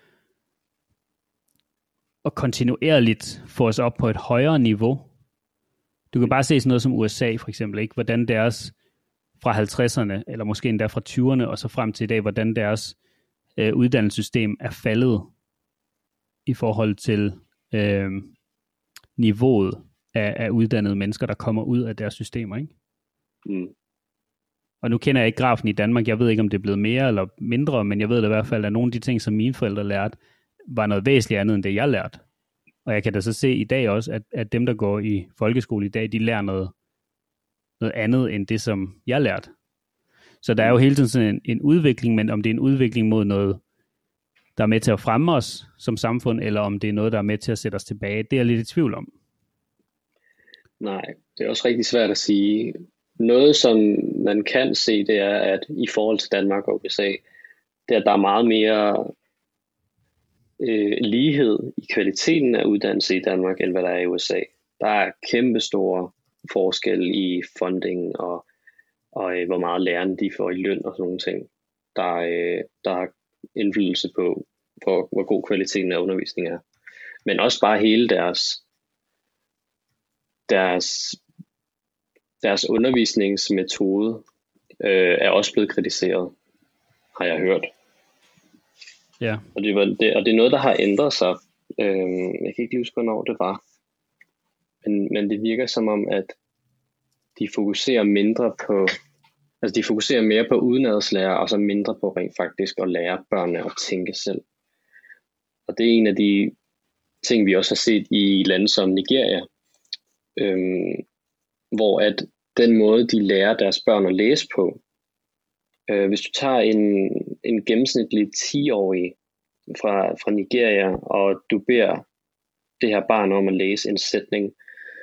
at kontinuerligt få os op på et højere niveau. Du kan bare se sådan noget som USA for eksempel, ikke? Hvordan deres fra 50'erne, eller måske endda fra 20'erne, og så frem til i dag, hvordan deres uddannelsessystem er faldet i forhold til niveauet af uddannede mennesker, der kommer ud af deres systemer, ikke? Og nu kender jeg ikke grafen i Danmark. Jeg ved ikke, om det er blevet mere eller mindre, men jeg ved da i hvert fald, at nogle af de ting, som mine forældre lærte, var noget væsentligt andet, end det jeg lærte. Og jeg kan da så se i dag også, at dem, der går i folkeskole i dag, de lærer noget andet, end det, som jeg lærte. Så der er jo hele tiden sådan en udvikling, men om det er en udvikling mod noget, der er med til at fremme os som samfund, eller om det er noget, der er med til at sætte os tilbage, det er jeg lidt i tvivl om. Nej, det er også rigtig svært at sige. Noget, som man kan se, det er, at i forhold til Danmark og USA, det er, at der er meget mere lighed i kvaliteten af uddannelse i Danmark, end hvad der er i USA. Der er kæmpe store forskel i funding og hvor meget lærerne de får i løn og sådan nogle ting. Der har indflydelse på hvor god kvaliteten af undervisning er. Men også bare hele deres undervisningsmetode er også blevet kritiseret, har jeg hørt. Ja. Og det er noget, der har ændret sig. Jeg kan ikke huske, hvornår det var. Men det virker som om, at de fokuserer mere på udenadslære, og så mindre på rent faktisk at lære børnene at tænke selv. Og det er en af de ting, vi også har set i lande som Nigeria, hvor at den måde, de lærer deres børn at læse på, hvis du tager en gennemsnitlig 10-årig fra Nigeria, og du beder det her barn om at læse en sætning,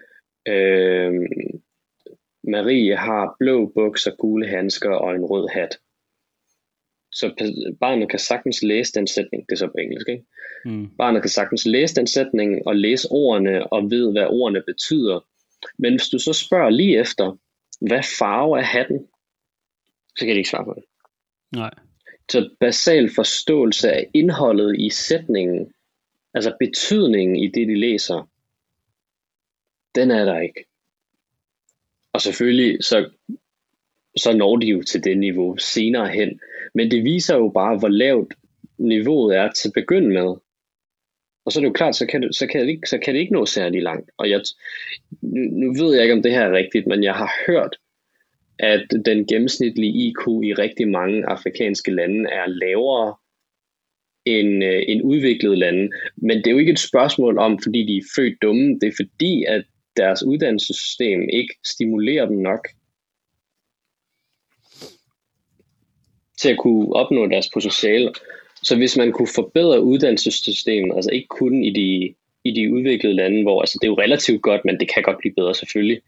Marie har blå bukser, gule handsker og en rød hat. Så barnet kan sagtens læse den sætning, det er så på engelsk, ikke? Barnet kan sagtens læse den sætning og læse ordene og ved, hvad ordene betyder. Men hvis du så spørger lige efter, hvad farve er hatten, så kan de ikke svare på det. Nej. Så basal forståelse af indholdet i sætningen, altså betydningen i det, de læser, den er der ikke. Og selvfølgelig så når de jo til det niveau senere hen. Men det viser jo bare, hvor lavt niveauet er til at begynde med. Og så er det jo klart, så kan det ikke nå særlig langt. Og nu ved jeg ikke, om det her er rigtigt, men jeg har hørt, at den gennemsnitlige IQ i rigtig mange afrikanske lande er lavere end udviklede lande. Men det er jo ikke et spørgsmål om, fordi de er født dumme. Det er fordi, at deres uddannelsessystem ikke stimulerer dem nok til at kunne opnå deres potentiale. Så hvis man kunne forbedre uddannelsessystemet, altså ikke kun i de udviklede lande, hvor altså det er jo relativt godt, men det kan godt blive bedre selvfølgelig.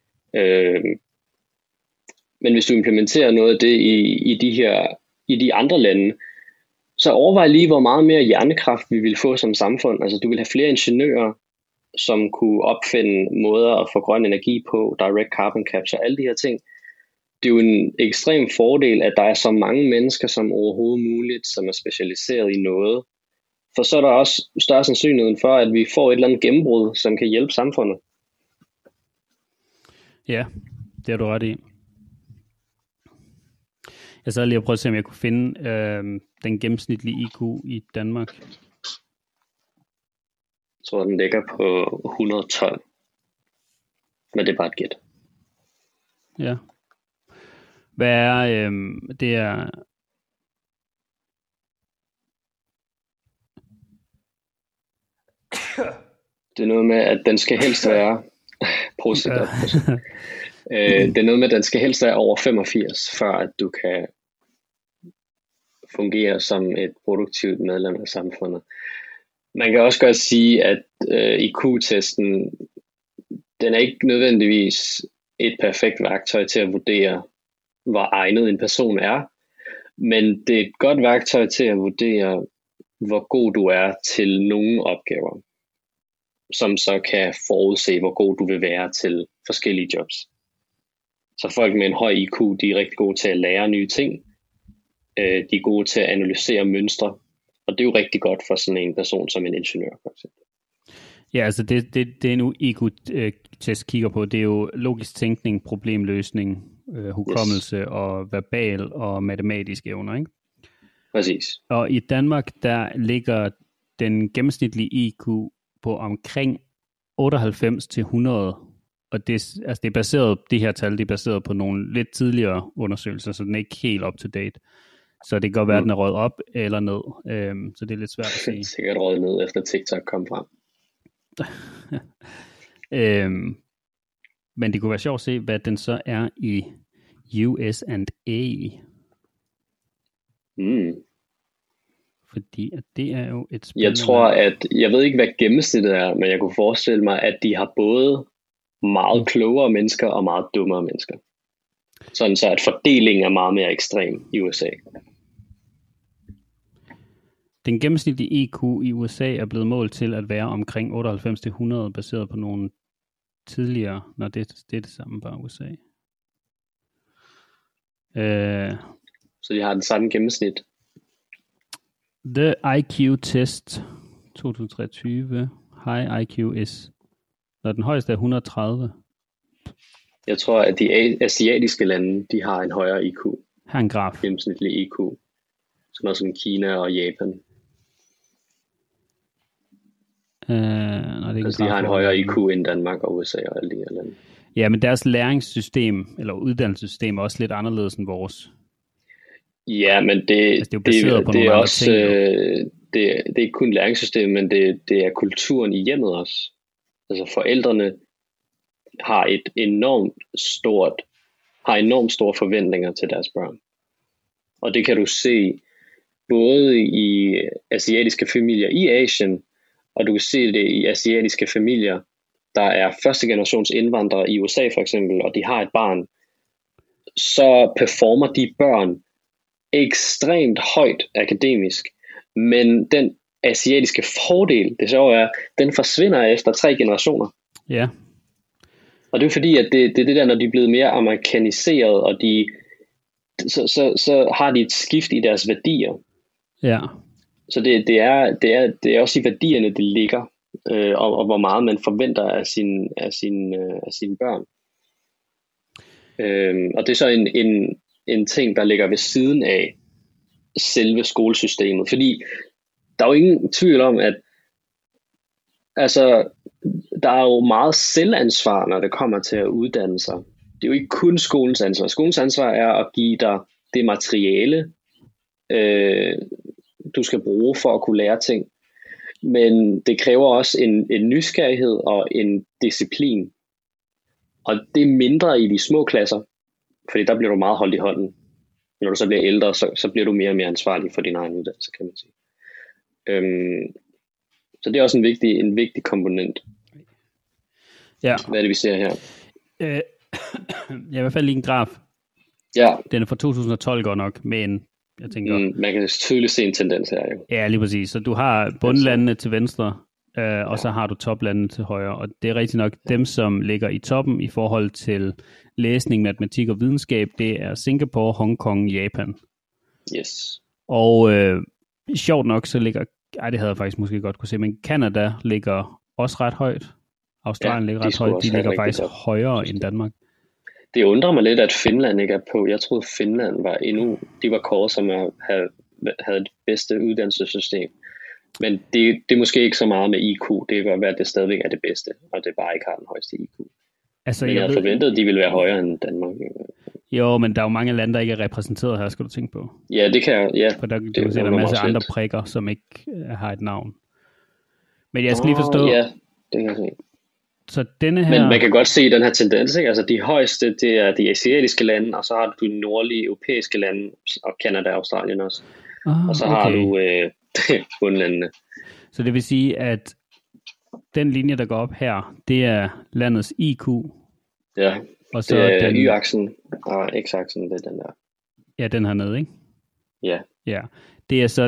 Men hvis du implementerer noget af det i de andre lande, så overvej lige, hvor meget mere hjernekraft vi vil få som samfund. Altså du vil have flere ingeniører, som kunne opfinde måder at få grøn energi på, direct carbon capture, alle de her ting. Det er jo en ekstrem fordel, at der er så mange mennesker som overhovedet muligt, som er specialiseret i noget. For så er der også større sandsynlighed for, at vi får et eller andet gennembrud, som kan hjælpe samfundet. Ja, det har du ret i. Jeg sad lige og prøvede at se, om jeg kunne finde den gennemsnitlige IQ i Danmark. Jeg tror, den ligger på 112. Men det er bare et gæt. Ja. Hvad er det er... Det er noget med, at den skal helst være... Det er noget med, at den skal helst være over 85, før at du kan fungere som et produktivt medlem af samfundet. Man kan også godt sige, at IQ-testen, den er ikke nødvendigvis et perfekt værktøj til at vurdere, hvor egnet en person er, men det er et godt værktøj til at vurdere, hvor god du er til nogle opgaver, som så kan forudse, hvor god du vil være til forskellige jobs. Så folk med en høj IQ, de er rigtig gode til at lære nye ting. De er gode til at analysere mønstre. Og det er jo rigtig godt for sådan en person som en ingeniør, for eksempel. Ja, altså det er en IQ-test kigger på, det er jo logisk tænkning, problemløsning, hukommelse og verbal og matematisk evner, ikke? Præcis. Og i Danmark, der ligger den gennemsnitlige IQ på omkring 98 til 100. Og det er baseret, de her tal, de er baseret på nogle lidt tidligere undersøgelser, så den er ikke helt up to date. Så det kan godt være, at den er røget op eller ned. Så det er lidt svært at sige. Sikkert røget ned, efter TikTok kom frem. Men det kunne være sjovt at se, hvad den så er i USA. Fordi at det er jo et spil. Jeg ved ikke, hvad gennemsnittet er, men jeg kunne forestille mig, at de har både meget klogere mennesker og meget dummere mennesker. Sådan så, at fordelingen er meget mere ekstrem i USA. Den gennemsnitlige IQ i USA er blevet målt til at være omkring 98-100, baseret på nogle tidligere, når det er det samme bare USA. Så de har den samme gennemsnit. The IQ Test 2023, High IQ is, når den højeste er 130. Jeg tror, at de asiatiske lande, de har en højere IQ. Her er en graf. Gennemsnitlig IQ. Sådan noget som Kina og Japan. Altså, de har en højere IQ end Danmark og USA og alle de her lande. Ja, men deres læringssystem, eller uddannelsessystem, er også lidt anderledes end vores. Ja, men det er også, det er ikke kun læringssystemet, men det er kulturen i hjemmet også. Altså forældrene har enormt store forventninger til deres børn. Og det kan du se både i asiatiske familier i Asien, og du kan se det i asiatiske familier, der er første generations indvandrere i USA for eksempel, og de har et barn, så performer de børn ekstremt højt akademisk, men den asiatiske fordel, det så er, den forsvinder efter 3 generationer. Ja. Og det er fordi, at det er det der, når de er blevet mere amerikaniseret, og så har de et skift i deres værdier. Ja. Så det er også i værdierne, det ligger, og hvor meget man forventer af sine børn. Og det er så en ting, der ligger ved siden af selve skolesystemet. Fordi der er jo ingen tvivl om, at altså, der er jo meget selvansvar, når det kommer til at uddanne sig. Det er jo ikke kun skolens ansvar. Skolens ansvar er at give dig det materiale, du skal bruge for at kunne lære ting. Men det kræver også en nysgerrighed og en disciplin. Og det er mindre i de små klasser, fordi der bliver du meget holdt i hånden. Når du så bliver ældre, så bliver du mere og mere ansvarlig for din egen uddannelse, kan man sige. Så det er også en vigtig komponent. Ja. Hvad er det, vi ser her? Jeg har i hvert fald lige en graf. Ja. Den er fra 2012 godt nok, men jeg tænker... man kan tydeligt se en tendens her, jo. Ja, lige præcis. Så du har bundlandene til venstre, og så har du toplandene til højre. Og det er rigtig nok dem, som ligger i toppen i forhold til læsning, matematik og videnskab. Det er Singapore, Hongkong, Japan. Yes. Og sjovt nok, så ligger... det havde jeg faktisk måske godt kunne se, men Canada ligger også ret højt. Australien ligger ret højt. De ligger faktisk højere end Danmark. Det undrer mig lidt, at Finland ikke er på. Jeg troede, Finland var de var kåret som at havde det bedste uddannelsessystem. Men det er måske ikke så meget med IQ. Det kan godt være, at det stadigvæk er det bedste, og det bare ikke har den højeste IQ. Altså, men jeg havde forventet, at de ville være højere end Danmark. Jo, men der er jo mange lande, der ikke er repræsenteret her, skal du tænke på. Ja, det kan jeg. Ja, for der kan se, der er en masse andre prikker, som ikke har et navn. Men jeg skal lige forstå... Ja, det kan jeg se. Så denne her... Men man kan godt se den her tendens, ikke? Altså de højeste, det er de asiatiske lande, og så har du de nordlige europæiske lande, og Canada og Australien også. Og så har du bundlandene. Så det vil sige, at den linje, der går op her, det er landets IQ. Ja, og så det er den... Y-aksen, og X-aksen, det er den der. Ja, den her nede, ikke? Ja. Ja, det er så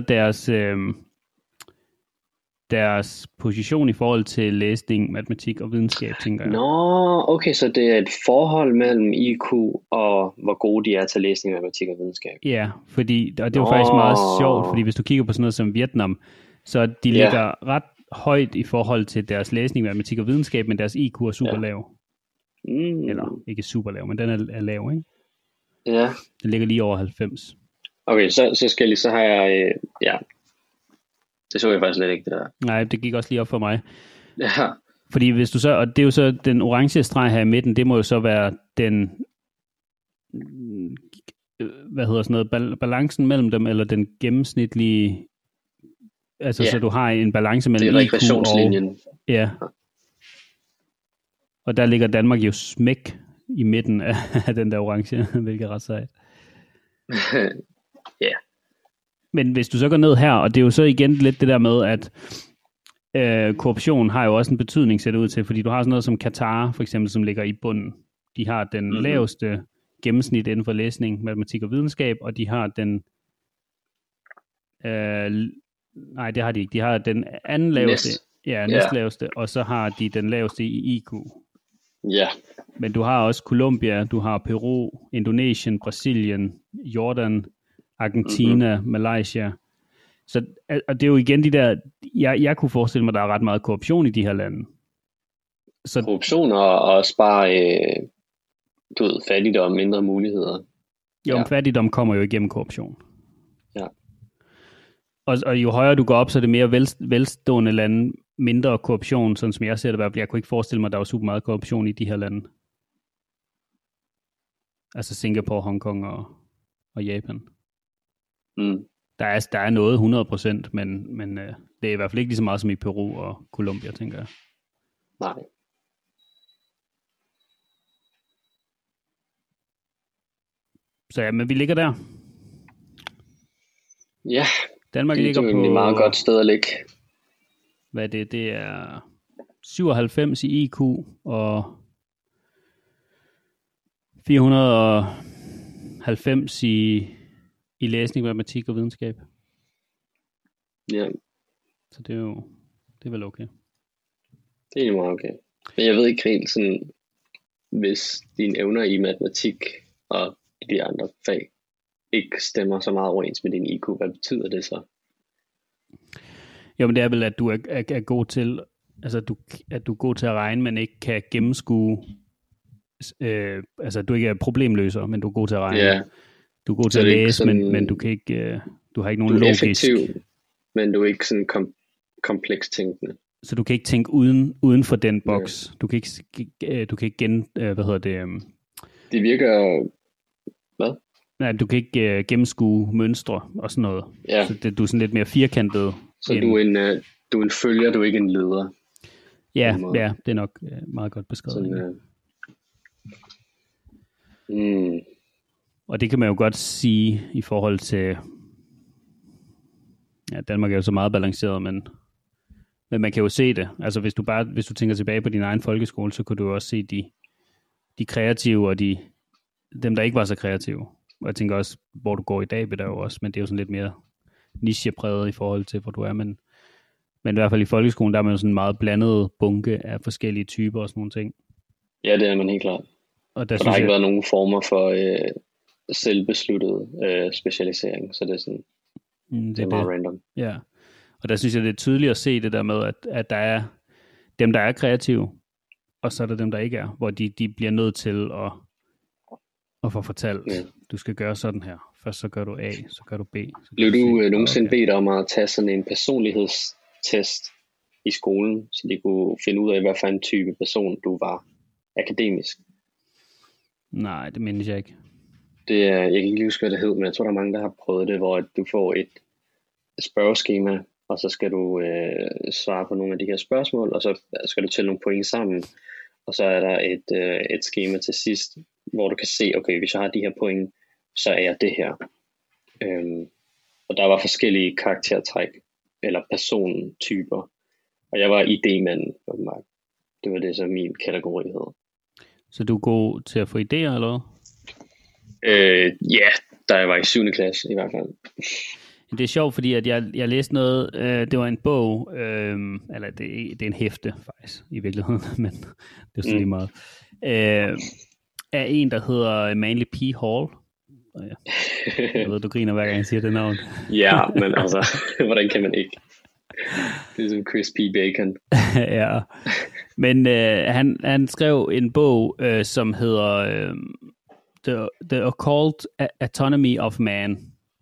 deres position i forhold til læsning, matematik og videnskab, tænker jeg. Nå, okay, så det er et forhold mellem IQ og hvor gode de er til læsning, matematik og videnskab. Ja, fordi, og det er jo faktisk meget sjovt, fordi hvis du kigger på sådan noget som Vietnam, så de ligger ret højt i forhold til deres læsning, matematik og videnskab, men deres IQ er super lav. Eller ikke super lav, men den er lav, ikke? Ja. Den ligger lige over 90. Okay, så har jeg, det så jeg faktisk slet ikke, det der. Nej, det gik også lige op for mig. Ja. Fordi hvis du så, og det er jo så den orange streg her i midten, det må jo så være den, balancen mellem dem, eller den gennemsnitlige, altså så du har en balance mellem IQ og... Ja. Og der ligger Danmark jo smæk i midten af den der orange, hvilket er ret sejt. Ja. Men hvis du så går ned her, og det er jo så igen lidt det der med, at korruption har jo også en betydning, ser det ud til, fordi du har sådan noget som Katar, for eksempel, som ligger i bunden. De har den laveste gennemsnit inden for læsning, matematik og videnskab, og de har den... nej, det har de ikke. De har den anden laveste... næstlaveste, og så har de den laveste i IQ. Ja. Men du har også Colombia, du har Peru, Indonesien, Brasilien, Jordan, Argentina, Malaysia. Så og det er jo igen de der, jeg kunne forestille mig, der er ret meget korruption i de her lande. Så, korruption og også bare, fattigdom, mindre muligheder. Jo, fattigdom kommer jo igennem korruption. Ja. Og jo højere du går op, så er det mere velstående lande, mindre korruption, sådan som jeg ser det i hvert fald. Jeg kunne ikke forestille mig, at der var super meget korruption i de her lande. Altså Singapore, Hongkong og Japan. Der er noget 100%, men det er i hvert fald ikke lige så meget som i Peru og Colombia, tænker jeg. Nej. Så ja, men vi ligger der. Ja, Danmark ligger på... Det er et meget godt sted at ligge. Hvad er det? Det er 97 i IQ og 490 i læsning, matematik og videnskab. Ja. Så det er vel okay. Det er egentlig meget okay. Men jeg ved ikke helt sådan, hvis dine evner i matematik og de andre fag ikke stemmer så meget overens med din IQ, hvad betyder det så? Jo, men det er vel, at du er god til, altså at du er god til at regne, men ikke kan gennemskue, altså du ikke er problemløser, men du er god til at regne. Ja. Du er god til at læse, sådan, men du kan ikke, du har ikke nogen logisk. Du er effektiv, men du er ikke sådan kompleks tænkende. Så du kan ikke tænke uden for den boks. Ja. Du kan ikke det virker, hvad? Nej, du kan ikke gennemskue mønstre og sådan noget. Ja. Så du er sådan lidt mere firkantet. Så du er en følger, du er ikke en leder. Ja, det er nok meget godt beskrevet. Sådan, Og det kan man jo godt sige i forhold til Ja, Danmark er jo så meget balanceret, men man kan jo se det. Altså hvis du tænker tilbage på din egen folkeskole, så kunne du jo også se de kreative og dem, der ikke var så kreative. Og jeg tænker også, hvor du går i dag, vil der jo også, men det er jo sådan lidt mere nichepræget i forhold til, hvor du er. Men i hvert fald i folkeskolen, der er man jo sådan en meget blandet bunke af forskellige typer og sådan nogle ting. Ja, det er man helt klart. Og der har ikke været nogen former for selvbesluttet specialisering, så det er sådan, det er meget random. Ja, og der synes jeg, det er tydeligt at se det der med, at der er dem, der er kreative, og så er der dem, der ikke er, hvor de bliver nødt til at få fortalt, du skal gøre sådan her. Først så gør du A, så gør du B. Blev du nogensinde bedt om at tage sådan en personlighedstest i skolen, så de kunne finde ud af, hvad for en type person du var akademisk? Nej, det mindes jeg ikke. Jeg kan ikke lige huske, hvad det hed, men jeg tror, der er mange, der har prøvet det, hvor du får et spørgeskema, og så skal du svare på nogle af de her spørgsmål, og så skal du tælle nogle point sammen, og så er der et skema til sidst, hvor du kan se, okay, hvis jeg har de her point, så er jeg det her. Og der var forskellige karaktertræk, eller persontyper, og jeg var idémanden. Det var det, som min kategori hed. Så du er god til at få idéer, eller hvad? Ja, da jeg var i 7. klasse i hvert fald. Det er sjovt, fordi at jeg læste noget, det var en bog, eller det er en hæfte faktisk i virkeligheden, men det er så lige meget, af en, der hedder Manly P. Hall. Jeg ved, du griner hver gang jeg siger det navn. Ja, men altså, hvordan kan man ikke? Det er som Chris P. Bacon. Ja, men han skrev en bog, som hedder The Occult Autonomy of Man.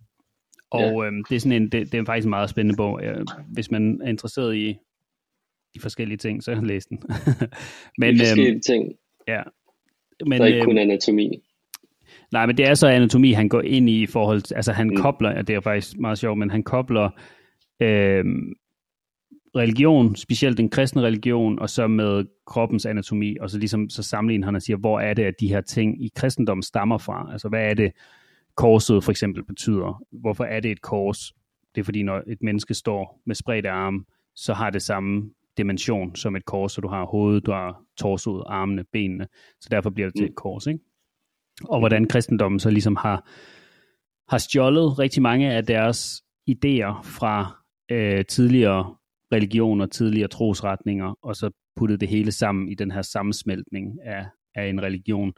Og det er sådan det er faktisk en meget spændende bog. Hvis man er interesseret i forskellige ting, så læs den. Men forskellige ting. Ja. Men, der er ikke kun anatomi. Nej, men det er så anatomi, han går ind i forhold til, altså han kobler, og det er faktisk meget sjovt, men han kobler religion, specielt den kristne religion, og så med kroppens anatomi, og så ligesom så sammenligner han og siger, hvor er det, at de her ting i kristendommen stammer fra? Altså hvad er det, korset for eksempel betyder? Hvorfor er det et kors? Det er fordi, når et menneske står med spredte arme, så har det samme dimension som et kors, så du har hovedet, du har torsoet, armene, benene, så derfor bliver det til et kors, ikke? Og hvordan kristendommen så ligesom har stjålet rigtig mange af deres idéer fra tidligere religioner, tidligere trosretninger, og så puttet det hele sammen i den her sammensmeltning af en religion.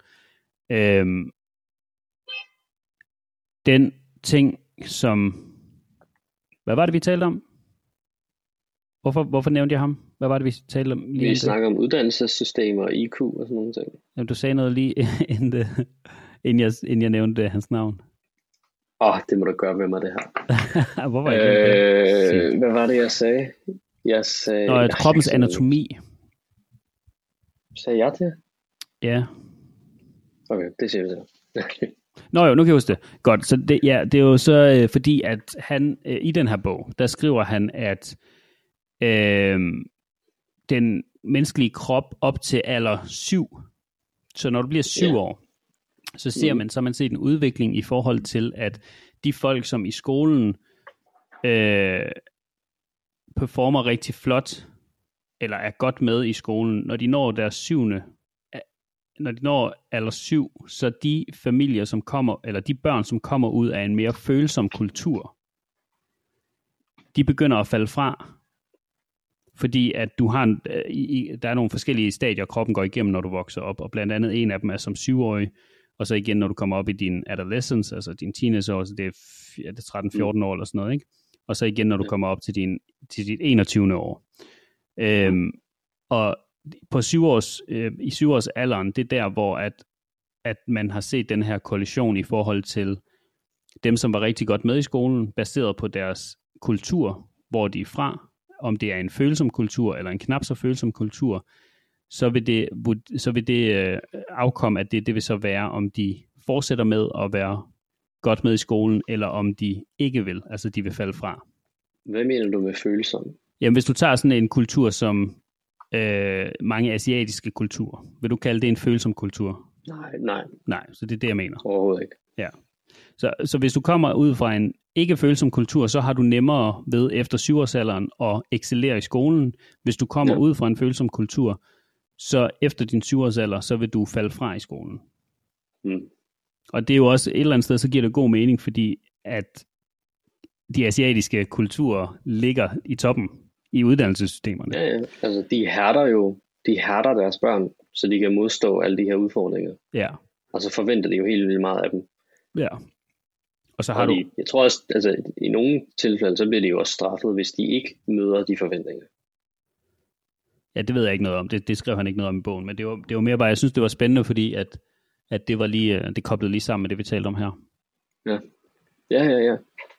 Den ting, som... Hvad var det, vi talte om? Hvorfor nævnte jeg ham? Hvad var det, vi talte om? Vi snakker om uddannelsessystemer, IQ og sådan nogle ting. Jamen, du sagde noget lige inden jeg nævnte hans navn. Det må du gøre med mig, det her. Hvorfor ikke? Hvad var det, jeg sagde? Jeg sagde... kroppens anatomi. Sagde jeg det? Ja. Okay, det siger vi så. Nå jo, nu kan jeg huske det. Godt, så det er jo så fordi, at han i den her bog, der skriver han, at den menneskelige krop op til alder 7, så når du bliver 7 år, så ser man, så man set en udvikling i forhold til, at de folk, som i skolen performer rigtig flot, eller er godt med i skolen, når de når deres 7. Når de når alder 7, så de familier, som kommer, eller de børn, som kommer ud af en mere følsom kultur, de begynder at falde fra. Fordi at du har der er nogle forskellige stadier, kroppen går igennem, når du vokser op, og blandt andet en af dem er som 7-årig, og så igen, når du kommer op i din adolescence, altså din teenageår, så det er 13-14 år eller sådan noget, ikke? Og så igen, når du kommer op til dit 21. år. Og på 7 års, i 7 års alderen, det er der, hvor at man har set den her kollision i forhold til dem, som var rigtig godt med i skolen, baseret på deres kultur, hvor de er fra, om det er en følsom kultur, eller en knap så følsom kultur, så vil det afkomme, at det vil så være, om de fortsætter med at være godt med i skolen, eller om de ikke vil, altså de vil falde fra. Hvad mener du med følsom? Jamen, hvis du tager sådan en kultur som mange asiatiske kulturer, vil du kalde det en følsom kultur? Nej. Nej, så det er det, jeg mener. Overhovedet ikke. Ja. Så hvis du kommer ud fra ikke følsom kultur, så har du nemmere ved efter 7-årsalderen at excellere i skolen. Hvis du kommer ud fra en følsom kultur, så efter din 7-årsalder, så vil du falde fra i skolen. Mm. Og det er jo også et eller andet sted, så giver det god mening, fordi at de asiatiske kulturer ligger i toppen i uddannelsessystemerne. Ja. Altså de hærder deres børn, så de kan modstå alle de her udfordringer. Ja. Og så forventer de jo helt vildt meget af dem. Ja. Og så har du... Jeg tror også, altså i nogle tilfælde, så bliver de jo også straffet, hvis de ikke møder de forventninger. Ja, det ved jeg ikke noget om. Det skrev han ikke noget om i bogen, men det var mere bare, jeg synes, det var spændende, fordi at det var lige, det koblede lige sammen med det, vi talte om her. Ja. Ja.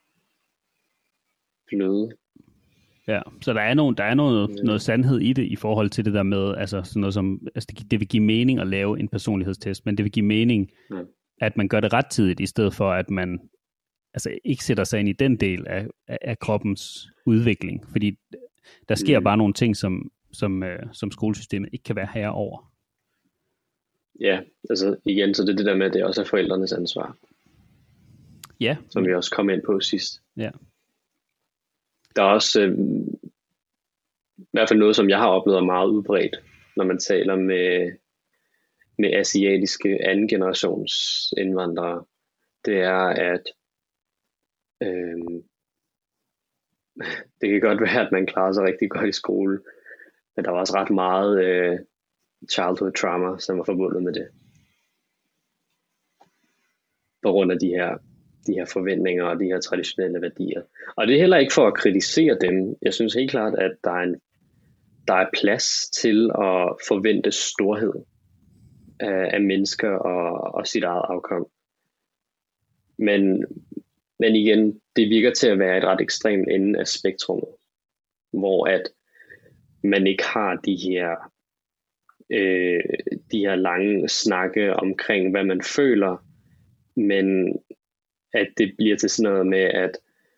Fløde. Ja, så der er noget sandhed i det, i forhold til det der med, altså sådan noget som, altså det vil give mening at lave en personlighedstest, men det vil give mening, at man gør det rettidigt, i stedet for at man altså ikke sætter sig ind i den del af kroppens udvikling, fordi der sker bare nogle ting, som skolesystemet ikke kan være herre over. Ja, altså igen, så det er det der med, at det også er forældrenes ansvar. Ja. Som vi også kom ind på sidst. Ja. Der er også i hvert fald noget, som jeg har oplevet meget udbredt, når man taler med asiatiske anden generations indvandrere. Det er, at det kan godt være, at man klarer sig rigtig godt i skole, men der var også ret meget childhood trauma, som var forbundet med det. På grund af de her forventninger og de her traditionelle værdier. Og det er heller ikke for at kritisere dem. Jeg synes helt klart, at der er plads til at forvente storhed af mennesker og sit eget afkom. Men igen, det virker til at være et ret ekstremt ende af spektrummet, hvor at man ikke har de her lange snakke omkring, hvad man føler, men at det bliver til sådan noget med, at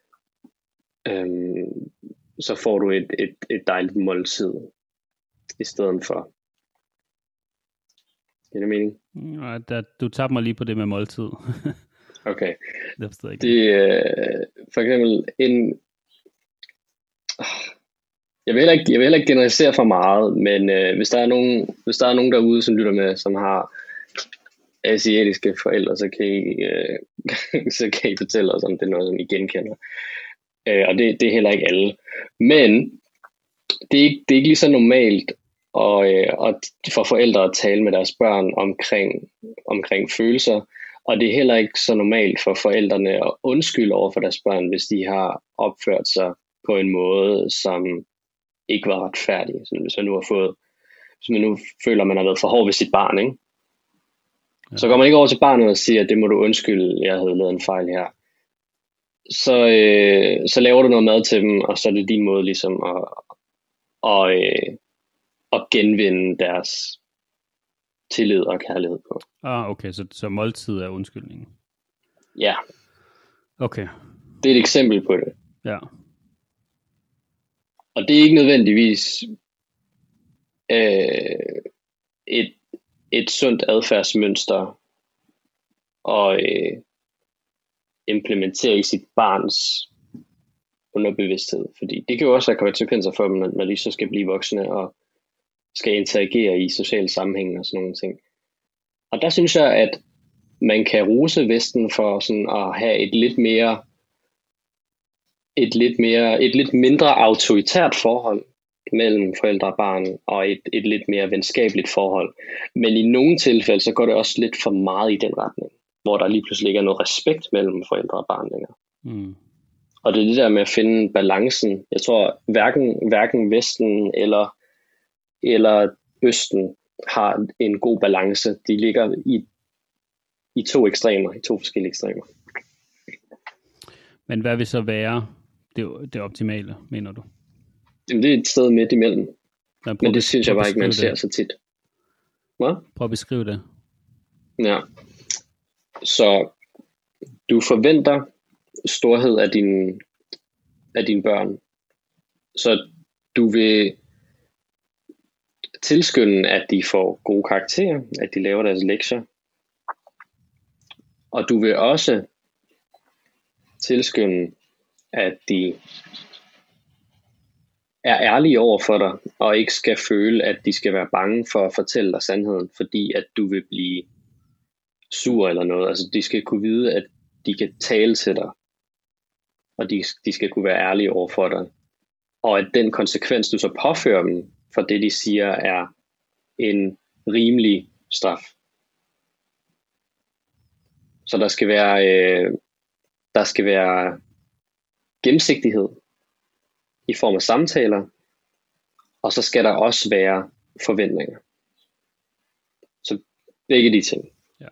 så får du et dejligt måltid i stedet for. Giver det mening? Du tabte mig lige på det med måltid. Okay. Det forstår jeg ikke. Det for eksempel jeg vil heller ikke generalisere for meget, men hvis der er nogen derude, som lytter med, som har asiatiske forældre, så kan I fortælle os, om det er noget, som I genkender. Og det er heller ikke alle. Men det er ikke lige så normalt at for forældre at tale med deres børn omkring følelser, og det er heller ikke så normalt for forældrene at undskylde over for deres børn, hvis de har opført sig på en måde, som ikke var retfærdig. Så hvis man nu føler, at man har været for hård ved sit barn, ikke? Ja. Så går man ikke over til barnet og siger, at det må du undskylde, jeg havde lavet en fejl her. Så laver du noget mad til dem, og så er det din måde ligesom at genvinde deres tillid og kærlighed på. Okay, så måltid er undskyldningen. Ja. Okay. Det er et eksempel på det. Ja. Og det er ikke nødvendigvis et sundt adfærdsmønster at implementere i sit barns underbevidsthed. Fordi det kan jo også have konsekvenser for dem, når de så skal blive voksne og skal interagere i sociale sammenhænge og sådan nogle ting. Og der synes jeg, at man kan rose Vesten for sådan at have et lidt mindre autoritært forhold mellem forældre og barn, og et lidt mere venskabeligt forhold. Men i nogle tilfælde, så går det også lidt for meget i den retning, hvor der lige pludselig ikke er noget respekt mellem forældre og barn længere. Mm. Og det er det der med at finde balancen. Jeg tror, hverken Vesten eller Østen har en god balance. De ligger i to forskellige ekstremer. Men hvad vil så være det optimale, mener du? Jamen, det er et sted midt imellem. Men det synes jeg bare ikke, man ser så tit. Hvad? Prøv at beskrive det. Ja. Så du forventer storhed af dine børn. Så du vil tilskynde, at de får gode karakterer, at de laver deres lektier. Og du vil også tilskynde, at de er ærlige over for dig, og ikke skal føle, at de skal være bange for at fortælle dig sandheden, fordi at du vil blive sur eller noget. Altså de skal kunne vide, at de kan tale til dig, og de skal kunne være ærlige over for dig. Og at den konsekvens, du så påfører dem for det, de siger, er en rimelig straf. Så der skal være gennemsigtighed i form af samtaler, og så skal der også være forventninger. Så begge de ting. Ja.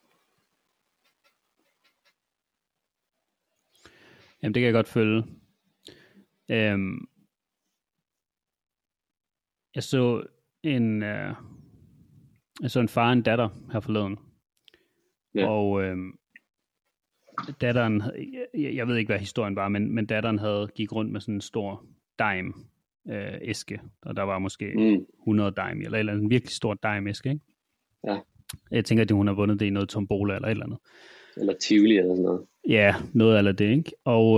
Jamen det kan jeg godt følge. Jeg så en far og en datter her forleden. Ja. Og datteren, jeg ved ikke hvad historien var, men datteren gik rundt med sådan en stor dime æske, og der var måske 100 dime, eller en virkelig stor dime æske, ikke? Ja. Jeg tænker, at hun har vundet det i noget tombola eller et eller andet. Eller Tivoli eller sådan noget. Ja, noget eller det, ikke? Og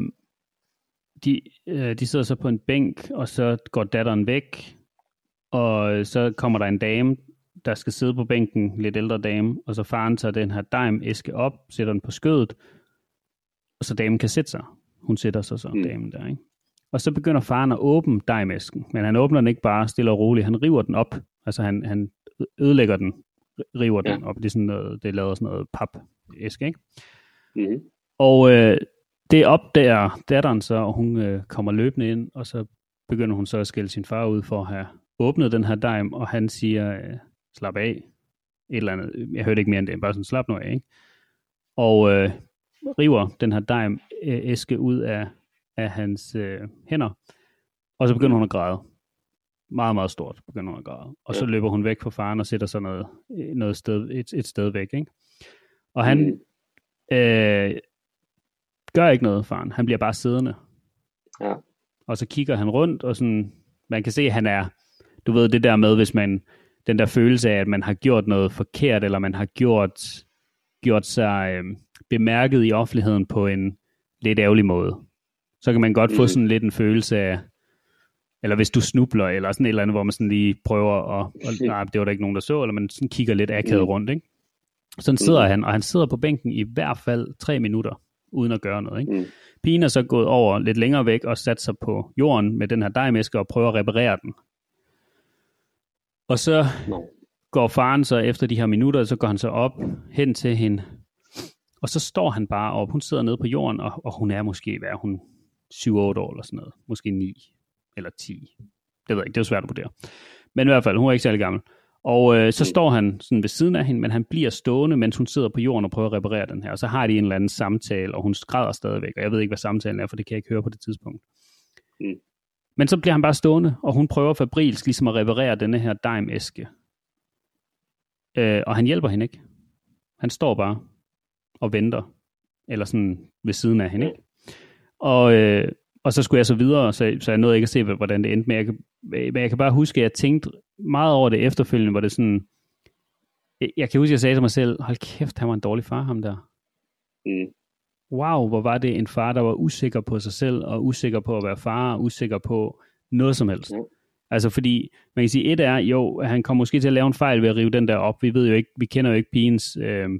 de sidder så på en bænk, og så går datteren væk, og så kommer der en dame, der skal sidde på bænken, lidt ældre dame, og så faren tager den her dime-æske op, sætter den på skødet, og så damen kan sætte sig. Hun sætter sig så, damen der, ikke? Og så begynder faren at åbne dime-æsken, men han åbner den ikke bare stille og roligt, han river den op, altså han ødelægger den, river den op, det er sådan noget, det laver sådan noget pap-æske, ikke? Mm-hmm. Og det opdager datteren så, og hun kommer løbende ind, og så begynder hun så at skælde sin far ud for at have åbnet den her dime, og han siger, slap af, et eller andet, jeg hørte ikke mere end det, bare sådan, slap nu af, ikke? Og river den her dime-æske ud af hans hænder, og så begynder hun at græde. Meget, meget stort begynder hun at græde. Og så løber hun væk fra faren og sætter sig noget sted, et sted væk, ikke? Og han gør ikke noget, faren. Han bliver bare siddende. Ja. Og så kigger han rundt, og sådan, man kan se, at han er, du ved det der med, hvis man, den der følelse af, at man har gjort noget forkert, eller man har gjort sig bemærket i offentligheden på en lidt ærgerlig måde. Så kan man godt få sådan lidt en følelse af, eller hvis du snubler, eller sådan et eller andet, hvor man sådan lige prøver at nej, det var der ikke nogen, der så, eller man sådan kigger lidt akavet rundt, ikke? Sådan sidder han, og han sidder på bænken i hvert fald 3 minutter, uden at gøre noget, ikke? Pigen er så gået over lidt længere væk, og sat sig på jorden med den her dejmæske, og prøver at reparere den. Og så går faren så efter de her minutter, så går han så op hen til hende, og så står han bare op. Hun sidder nede på jorden, og hun er måske, hvad er hun, 7-8 år eller sådan noget. Måske 9 eller 10. Det ved jeg ikke, det er svært at vurdere. Men i hvert fald, hun er ikke særlig gammel. Og så står han sådan ved siden af hende, men han bliver stående, mens hun sidder på jorden og prøver at reparere den her. Og så har de en eller anden samtale, og hun græder stadigvæk. Og jeg ved ikke, hvad samtalen er, for det kan jeg ikke høre på det tidspunkt. Men så bliver han bare stående, og hun prøver febrilsk ligesom at reparere denne her dime-æske. Og han hjælper hende ikke. Han står bare og venter, eller sådan ved siden af hende, ikke? Og så skulle jeg så videre, så jeg nåede ikke at se, hvordan det endte med. Men jeg kan bare huske, at jeg tænkte meget over det efterfølgende, hvor det sådan, jeg kan huske, at jeg sagde til mig selv, hold kæft, han var en dårlig far, ham der. Wow, hvor var det en far, der var usikker på sig selv, og usikker på at være far, og usikker på noget som helst. Altså fordi, man kan sige, et er, jo, han kommer måske til at lave en fejl ved at rive den der op. Vi ved jo ikke, vi kender jo ikke pigens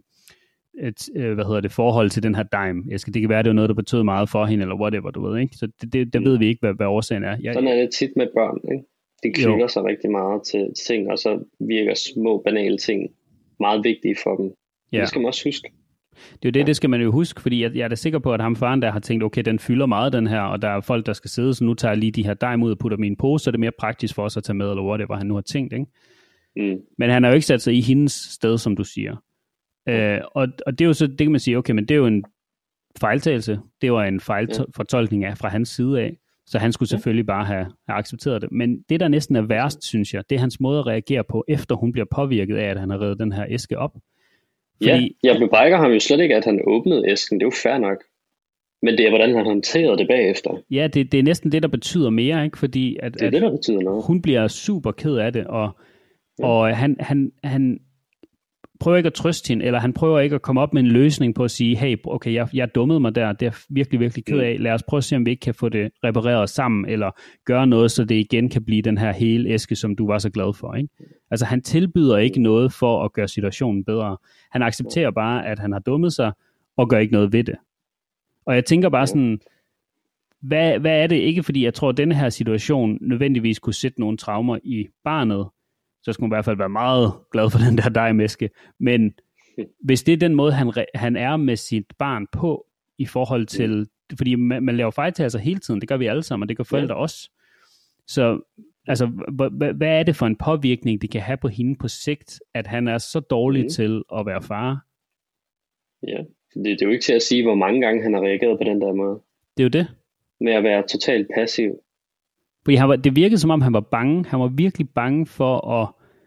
forhold til den her dime. Det kan være, det er noget, der betød meget for hende, eller whatever, du ved, ikke? Så der ved vi ikke, hvad årsagen er. Sådan er det tit med børn, ikke? De knytter sig rigtig meget til ting, og så virker små, banale ting meget vigtige for dem. Ja. Det skal man også huske. Det er jo det skal man jo huske, fordi jeg er da sikker på, at ham faren der har tænkt, okay, den fylder meget, den her, og der er folk, der skal sidde, så nu tager jeg lige de her dime ud og putter dem i en pose, så er det mere praktisk for os at tage med, eller whatever han nu har tænkt, ikke? Men han har jo ikke sat sig i hendes sted, som du siger. Og det er jo så, det kan man sige, okay, men det er jo en fejltagelse. Det var en fejlfortolkning fra hans side af, så han skulle selvfølgelig bare have accepteret det. Men det, der næsten er værst, synes jeg, det er hans måde at reagere på, efter hun bliver påvirket af, at han har reddet den her æske op. Fordi, jeg bebrejder ham jo slet ikke, at han åbnede æsken. Det er jo fair nok. Men det er, hvordan han håndterede det bagefter. Ja, det er næsten det, der betyder mere, ikke? Fordi det er det, der betyder noget. Hun bliver super ked af det, og han prøver ikke at trøste hende, eller han prøver ikke at komme op med en løsning på at sige, hey, okay, jeg dummede mig der, det er jeg virkelig, virkelig ked af. Lad os prøve at se, om vi ikke kan få det repareret sammen, eller gøre noget, så det igen kan blive den her hele æske, som du var så glad for. Ikke? Altså, han tilbyder ikke noget for at gøre situationen bedre. Han accepterer bare, at han har dummet sig, og gør ikke noget ved det. Og jeg tænker bare sådan, hvad er det? Ikke fordi jeg tror, at denne her situation nødvendigvis kunne sætte nogle traumer i barnet, så skulle man i hvert fald være meget glad for den der dejmæske. Men hvis det er den måde, han er med sit barn på, i forhold til, fordi man laver fejltagelser hele tiden, det gør vi alle sammen, og det gør forældre også. Så altså, hvad er det for en påvirkning, det kan have på hende på sigt, at han er så dårlig til at være far? Ja, det er jo ikke til at sige, hvor mange gange han har reageret på den der måde. Det er jo det. Med at være totalt passiv. Fordi det virkede som om, han var bange. Han var virkelig bange for at...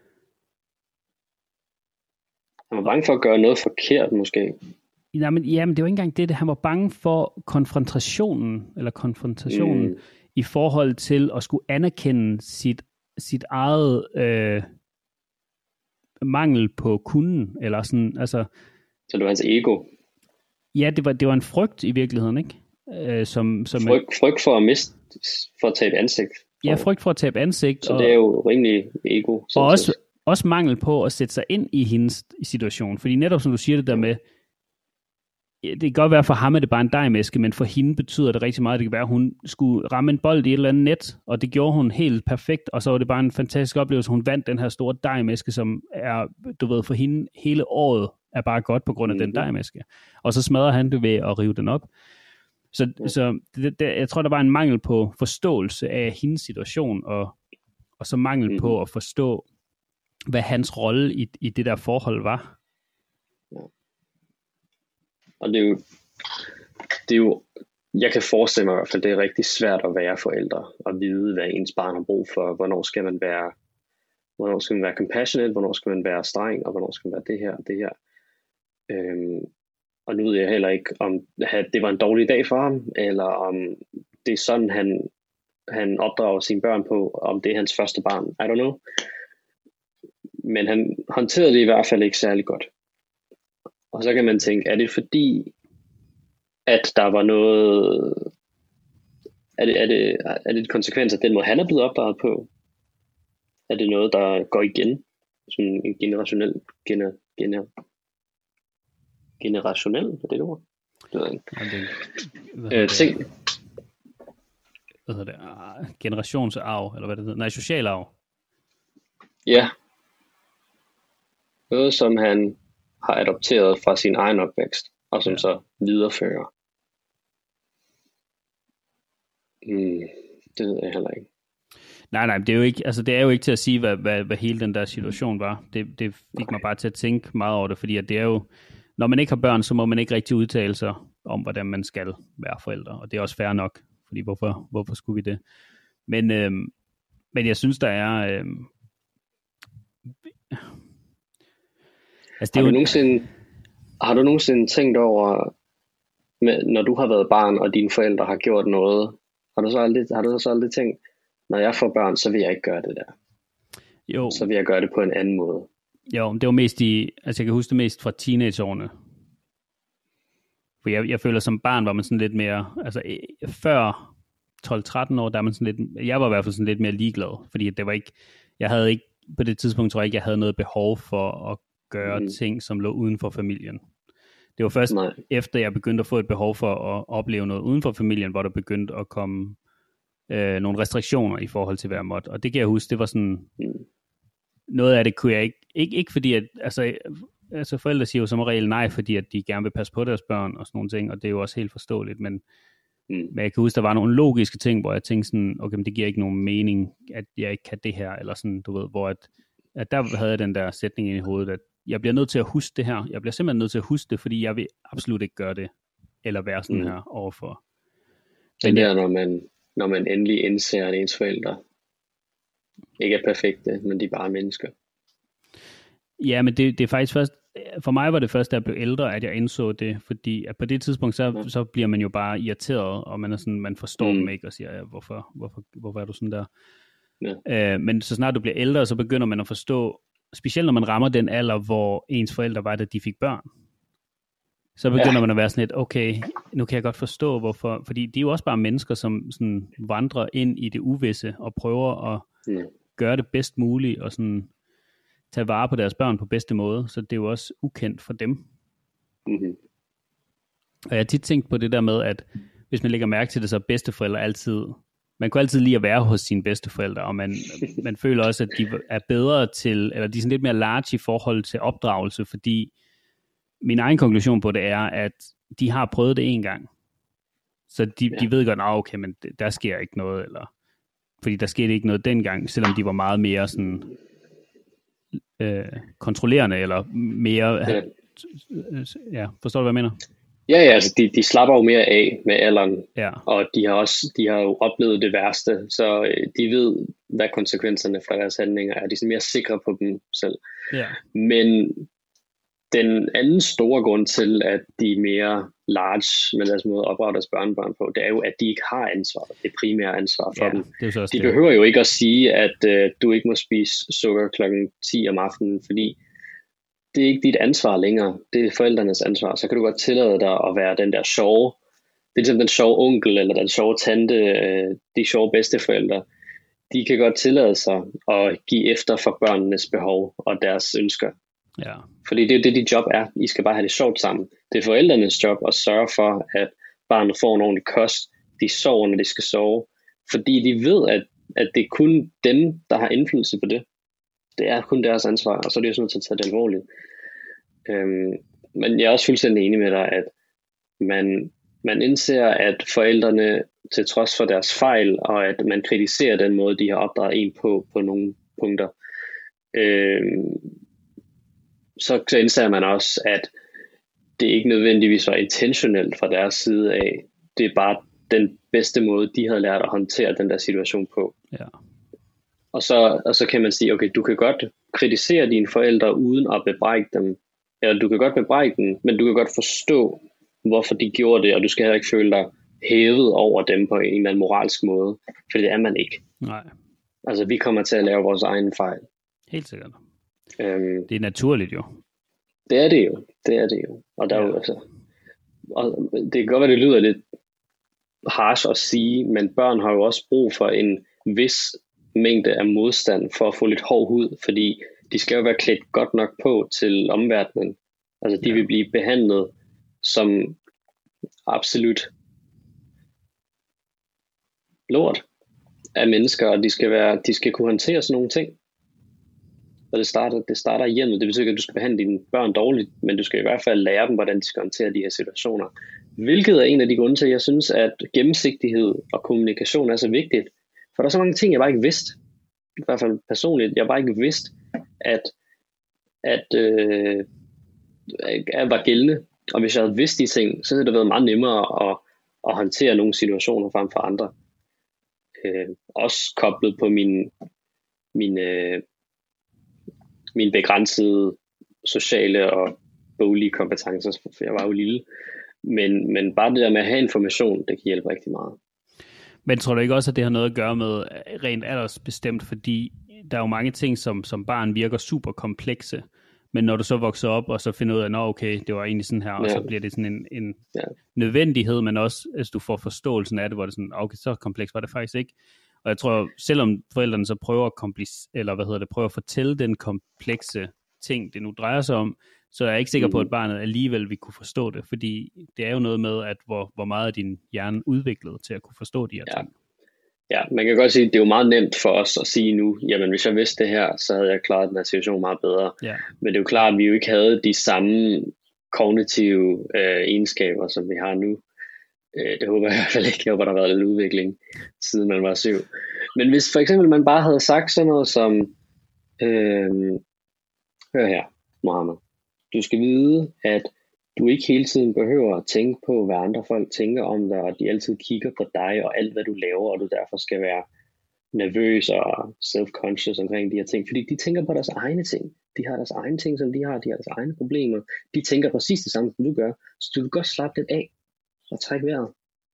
Han var bange for at gøre noget forkert, måske. Jamen, det var ikke engang det. Han var bange for konfrontationen, i forhold til at skulle anerkende sit eget mangel på kunden, eller sådan, altså... Så det var hans ego? Ja, det var en frygt i virkeligheden, ikke? Frygt for at miste, for at tabe ansigt. Ja, frygt for at tabe ansigt. Så det er jo rimelig ego. Og også mangel på at sætte sig ind i hendes situation. Fordi netop som du siger det der med, det kan godt være for ham, at det bare en dejmæske, men for hende betyder det rigtig meget. Det kan være, at hun skulle ramme en bold i et eller andet net, og det gjorde hun helt perfekt, og så var det bare en fantastisk oplevelse. Hun vandt den her store dejmæske, som er, du ved, for hende hele året er bare godt på grund af den dejmæske. Og så smadrer han det ved at rive den op. Så jeg tror, der var en mangel på forståelse af hendes situation, og så mangel på at forstå, hvad hans rolle i det der forhold var. Ja. Og det er jo, jeg kan forestille mig i hvert fald, det er rigtig svært at være forældre, og vide, hvad ens barn har brug for, hvornår skal man være compassionate, hvornår skal man være streng, og hvornår skal man være det her. Og nu ved jeg heller ikke, om det var en dårlig dag for ham, eller om det er sådan, han opdrager sine børn på, om det er hans første barn. I don't know. Men han håndterede det i hvert fald ikke særlig godt. Og så kan man tænke, er det fordi, at der var noget... Er det et konsekvens af den måde, han er blevet opdraget på? Er det noget, der går igen? Sådan en generationel... Generationel, er det et ord? Det ved jeg ikke. Ting. Hvad hedder det? Generationsarv, eller hvad det hedder? Nej, social arv. Ja. Noget, som han har adopteret fra sin egen opvækst, og som så viderefører. Det ved jeg heller ikke. Nej, det er jo ikke til at sige, hvad hele den der situation var. Det fik mig bare til at tænke meget over det, fordi at det er jo, når man ikke har børn, så må man ikke rigtig udtale sig om, hvordan man skal være forældre, og det er også fair nok, fordi hvorfor skulle vi det? Men jeg synes, der er... Altså, har du nogensinde tænkt over, når du har været barn, og dine forældre har gjort noget, har du så aldrig tænkt, når jeg får børn, så vil jeg ikke gøre det der? Jo. Så vil jeg gøre det på en anden måde. Jo, det var mest jeg kan huske det mest fra teenageårene. For jeg føler, som barn var man sådan lidt mere, altså før 12-13 år, der er man sådan lidt, jeg var i hvert fald sådan lidt mere ligeglad, fordi det var ikke, jeg havde ikke, på det tidspunkt tror jeg ikke, jeg havde noget behov for at gøre ting, som lå uden for familien. Det var først efter jeg begyndte at få et behov for at opleve noget uden for familien, hvor der begyndte at komme nogle restriktioner i forhold til, hvad jeg måtte. Og det kan jeg huske, det var sådan, noget af det kunne jeg ikke fordi, at altså forældre siger jo som regel nej, fordi at de gerne vil passe på deres børn og sådan nogle ting, og det er jo også helt forståeligt, men jeg kan huske, der var nogle logiske ting, hvor jeg tænkte sådan, okay, men det giver ikke nogen mening, at jeg ikke kan det her, eller sådan, du ved, hvor at der havde jeg den der sætning i hovedet, at jeg bliver nødt til at huske det her. Jeg bliver simpelthen nødt til at huske det, fordi jeg vil absolut ikke gøre det, eller være sådan her overfor. Det er når man endelig indser, at ens forældre ikke er perfekte, men de er bare mennesker. Ja, men det er faktisk først, for mig var det først, da jeg blev ældre, at jeg indså det, fordi at på det tidspunkt, så bliver man jo bare irriteret, og man er sådan, man forstår dem ikke, og siger, ja, hvorfor er du sådan der? Ja. Men så snart du bliver ældre, så begynder man at forstå specielt når man rammer den alder, hvor ens forældre var, da de fik børn, så begynder man at være sådan lidt, okay, nu kan jeg godt forstå, hvorfor, fordi de er jo også bare mennesker, som sådan vandrer ind i det uvisse, og prøver at gøre det bedst muligt, og sådan tage vare på deres børn på bedste måde, så det er jo også ukendt for dem. Mm-hmm. Og jeg har tit tænkt på det der med, at hvis man lægger mærke til det, så bedsteforældre altid, man kunne altid lide at være hos sine bedsteforældre, og man føler også, at de er bedre til, eller de er sådan lidt mere large i forhold til opdragelse, fordi min egen konklusion på det er, at de har prøvet det en gang. Så de ved godt, okay, men der sker ikke noget, eller fordi der skete ikke noget dengang, selvom de var meget mere sådan kontrollerende, eller mere, forstår du, hvad jeg mener? Ja, altså de slapper jo mere af med alderen, og de har jo oplevet det værste, så de ved, hvad konsekvenserne fra deres handlinger er. De er sådan mere sikre på dem selv. Ja. Men den anden store grund til, at de er mere large med deres måde at opdrage deres børnebørn på, det er jo, at de ikke har ansvar, det primære ansvar for dem. De behøver jo ikke at sige, at du ikke må spise sukker klokken 10 om aftenen, fordi det er ikke dit ansvar længere. Det er forældrenes ansvar. Så kan du godt tillade dig at være den der sjove, det er ligesom den sjove onkel, eller den sjove tante, de sjove bedsteforældre. De kan godt tillade sig at give efter for børnenes behov og deres ønsker. Ja. Fordi det er det, dit job er. I skal bare have det sjovt sammen. Det er forældrenes job at sørge for, at barnet får en ordentlig kost. De sover, når de skal sove. Fordi de ved, at det er kun dem, der har indflydelse på det. Det er kun deres ansvar, og så er det jo sådan noget til at tage det alvorligt. Men jeg er også fuldstændig enig med dig, at man indser, at forældrene, til trods for deres fejl, og at man kritiserer den måde, de har opdraget en på nogle punkter, så indser man også, at det ikke nødvendigvis var intentionelt fra deres side af. Det er bare den bedste måde, de havde lært at håndtere den der situation på. Ja. Og så kan man sige, okay, du kan godt kritisere dine forældre uden at bebrejde dem. Eller du kan godt bebrejde dem, men du kan godt forstå, hvorfor de gjorde det, og du skal heller ikke føle dig hævet over dem på en eller anden moralsk måde. For det er man ikke. Nej. Altså, vi kommer til at lave vores egen fejl. Helt sikkert. Det er naturligt jo. Det er det jo. Og der er jo altså... Og det kan godt være, det lyder lidt harsh at sige, men børn har jo også brug for en vis mængde af modstand for at få lidt hård hud, fordi de skal jo være klædt godt nok på til omverdenen. Altså de vil blive behandlet som absolut lort af mennesker, og de skal kunne håndtere sådan nogle ting. Og det starter i hjemmet. Det betyder ikke, at du skal behandle dine børn dårligt, men du skal i hvert fald lære dem, hvordan de skal håndtere de her situationer. Hvilket er en af de grunde til, at jeg synes, at gennemsigtighed og kommunikation er så vigtigt. For der er så mange ting, jeg bare ikke vidste. I hvert fald personligt. Jeg bare ikke vidste, at var gældende. Og hvis jeg havde vidst de ting, så havde det været meget nemmere at håndtere nogle situationer frem for andre. Også koblet på min begrænsede sociale og boglige kompetencer, for jeg var jo lille. Men bare det der med at have information, det kan hjælpe rigtig meget. Men tror du ikke også, at det har noget at gøre med rent aldersbestemt, fordi der er jo mange ting, som barn virker super komplekse, men når du så vokser op, og så finder ud af, okay, det var egentlig sådan her, og så bliver det sådan en nødvendighed, men også, at du får forståelsen af det, hvor det sådan, okay, så kompleks var det faktisk ikke. Og jeg tror, selvom forældrene så prøver at prøver at fortælle den komplekse ting, det nu drejer sig om, så er jeg ikke sikker på, at barnet alligevel vil kunne forstå det, fordi det er jo noget med, at hvor meget er din hjerne udviklet til at kunne forstå de her ting. Ja, man kan godt sige, at det er jo meget nemt for os at sige nu, jamen hvis jeg vidste det her, så havde jeg klaret den her situation meget bedre. Ja. Men det er jo klart, at vi jo ikke havde de samme kognitive egenskaber, som vi har nu. Det håber jeg i hvert fald ikke. Jeg håber, der har været lidt udvikling, siden man var 7. Men hvis for eksempel man bare havde sagt sådan noget som, hør her, Mohammed, du skal vide, at du ikke hele tiden behøver at tænke på, hvad andre folk tænker om dig, og de altid kigger på dig og alt, hvad du laver, og du derfor skal være nervøs og self-conscious omkring de her ting, fordi de tænker på deres egne ting. De har deres egne ting, som de har deres egne problemer. De tænker præcis det samme, som du gør, så du kan godt slappe lidt af og trække vejret.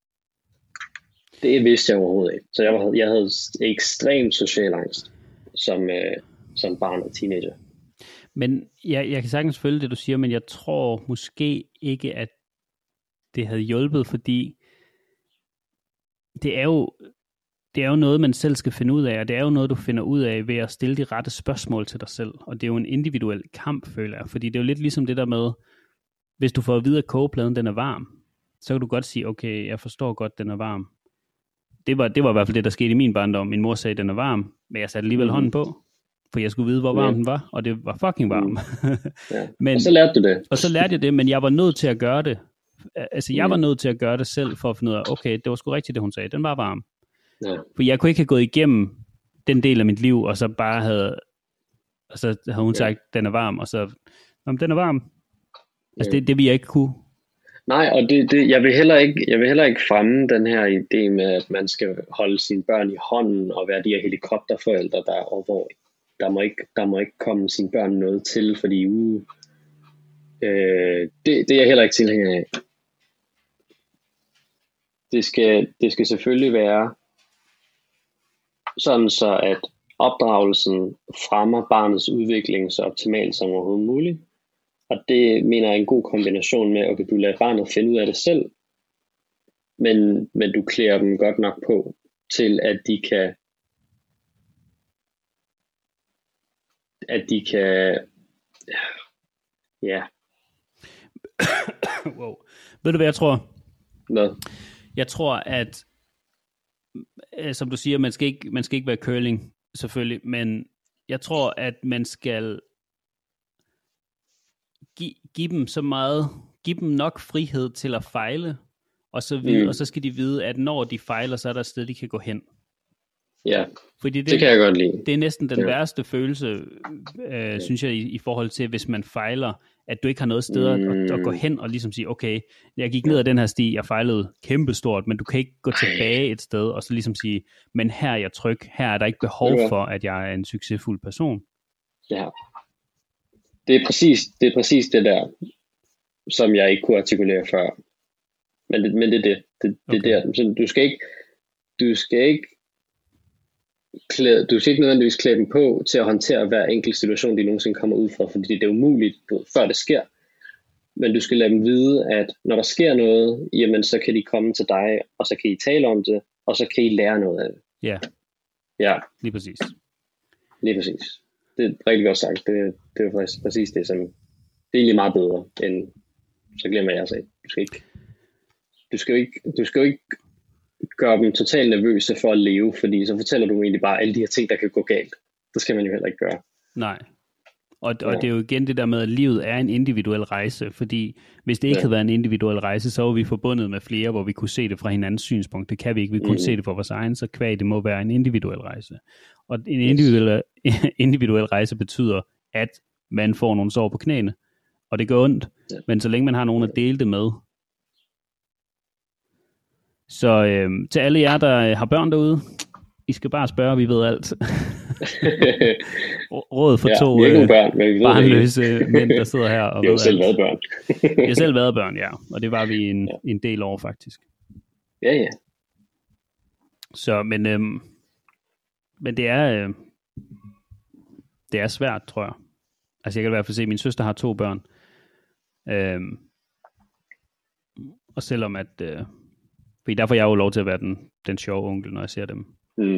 Det vidste jeg overhovedet ikke. Så jeg havde ekstrem social angst som barn og teenager. Men jeg kan sagtens følge det, du siger, men jeg tror måske ikke, at det havde hjulpet, fordi det er jo noget, man selv skal finde ud af, og det er jo noget, du finder ud af ved at stille de rette spørgsmål til dig selv. Og det er jo en individuel kamp, føler jeg. Fordi det er jo lidt ligesom det der med, hvis du får at vide, at kogepladen den er varm, så kan du godt sige, okay, jeg forstår godt, den er varm. Det var i hvert fald det, der skete i min barndom. Min mor sagde, den er varm, men jeg satte alligevel hånden på, for jeg skulle vide, hvor varm den var, og det var fucking varm. Men, og så lærte du det. Og så lærte jeg det, men jeg var nødt til at gøre det. Altså, jeg var nødt til at gøre det selv, for at finde ud af, okay, det var sgu rigtigt, det hun sagde, den var varm. Ja. For jeg kunne ikke have gået igennem den del af mit liv, og så bare havde hun sagt, den er varm, og så, den er varm. Altså, det ville jeg ikke kunne. Nej, og jeg vil heller ikke fremme den her idé med, at man skal holde sine børn i hånden, og være de her helikopterforældre, og hvor der må ikke komme sine børn noget til, fordi det er jeg heller ikke tilhænger af. Det skal selvfølgelig være sådan så, at opdragelsen fremmer barnets udvikling så optimalt som overhovedet muligt. Og det mener jeg er en god kombination med, at du lader barnet finde ud af det selv, men du klæder dem godt nok på til, at de kan ja. Wow. Ved du hvad jeg tror? Hvad? Jeg tror, at som du siger, man skal ikke være curling, selvfølgelig, men jeg tror, at man skal give dem nok frihed til at fejle, og så skal de vide, at når de fejler, så er der et sted, de kan gå hen. Ja, fordi det kan jeg godt lide. Det er næsten den værste følelse, synes jeg, i forhold til, hvis man fejler, at du ikke har noget sted at gå hen og ligesom sige, okay, jeg gik ned ad den her sti, jeg fejlede kæmpestort, men du kan ikke gå tilbage et sted, og så ligesom sige, men her er jeg tryg, her er der ikke behov for, at jeg er en succesfuld person. Ja. Det er præcis det der, som jeg ikke kunne artikulere før. Men det er det. Det okay. Der. Så du skal ikke nødvendigvis klæde dem på til at håndtere hver enkelt situation, de nogensinde kommer ud fra, fordi det er umuligt, før det sker. Men du skal lade dem vide, at når der sker noget, jamen så kan de komme til dig, og så kan I tale om det, og så kan I lære noget af det. Ja. Ja. Lige præcis. Det er rigtig godt sagt. Det er præcis det, som det er egentlig meget bedre, end så glemmer jeg sig. Du skal jo ikke gøre dem totalt nervøse for at leve, fordi så fortæller du egentlig bare alle de her ting, der kan gå galt. Det skal man jo heller ikke gøre. Nej. Og det er jo igen det der med, at livet er en individuel rejse, fordi hvis det ikke havde været en individuel rejse, så var vi forbundet med flere, hvor vi kunne se det fra hinandens synspunkt. Det kan vi ikke. Vi kunne se det fra vores egen, så det må være en individuel rejse. Og en individuel rejse betyder, at man får nogle sår på knæene, og det gør ondt. Ja. Men så længe man har nogen at dele det med. Så til alle jer, der har børn derude, I skal bare spørge, vi ved alt. Råd for to barnløse mænd, der sidder her. Og vi har selv været børn. Vi har selv været børn, ja. Og det var vi en del år, faktisk. Ja. Så, men det er svært, tror jeg. Altså, jeg kan i hvert fald se, at min søster har 2 børn. Og selvom at... fordi der får jeg jo lov til at være den sjove onkel, når jeg ser dem.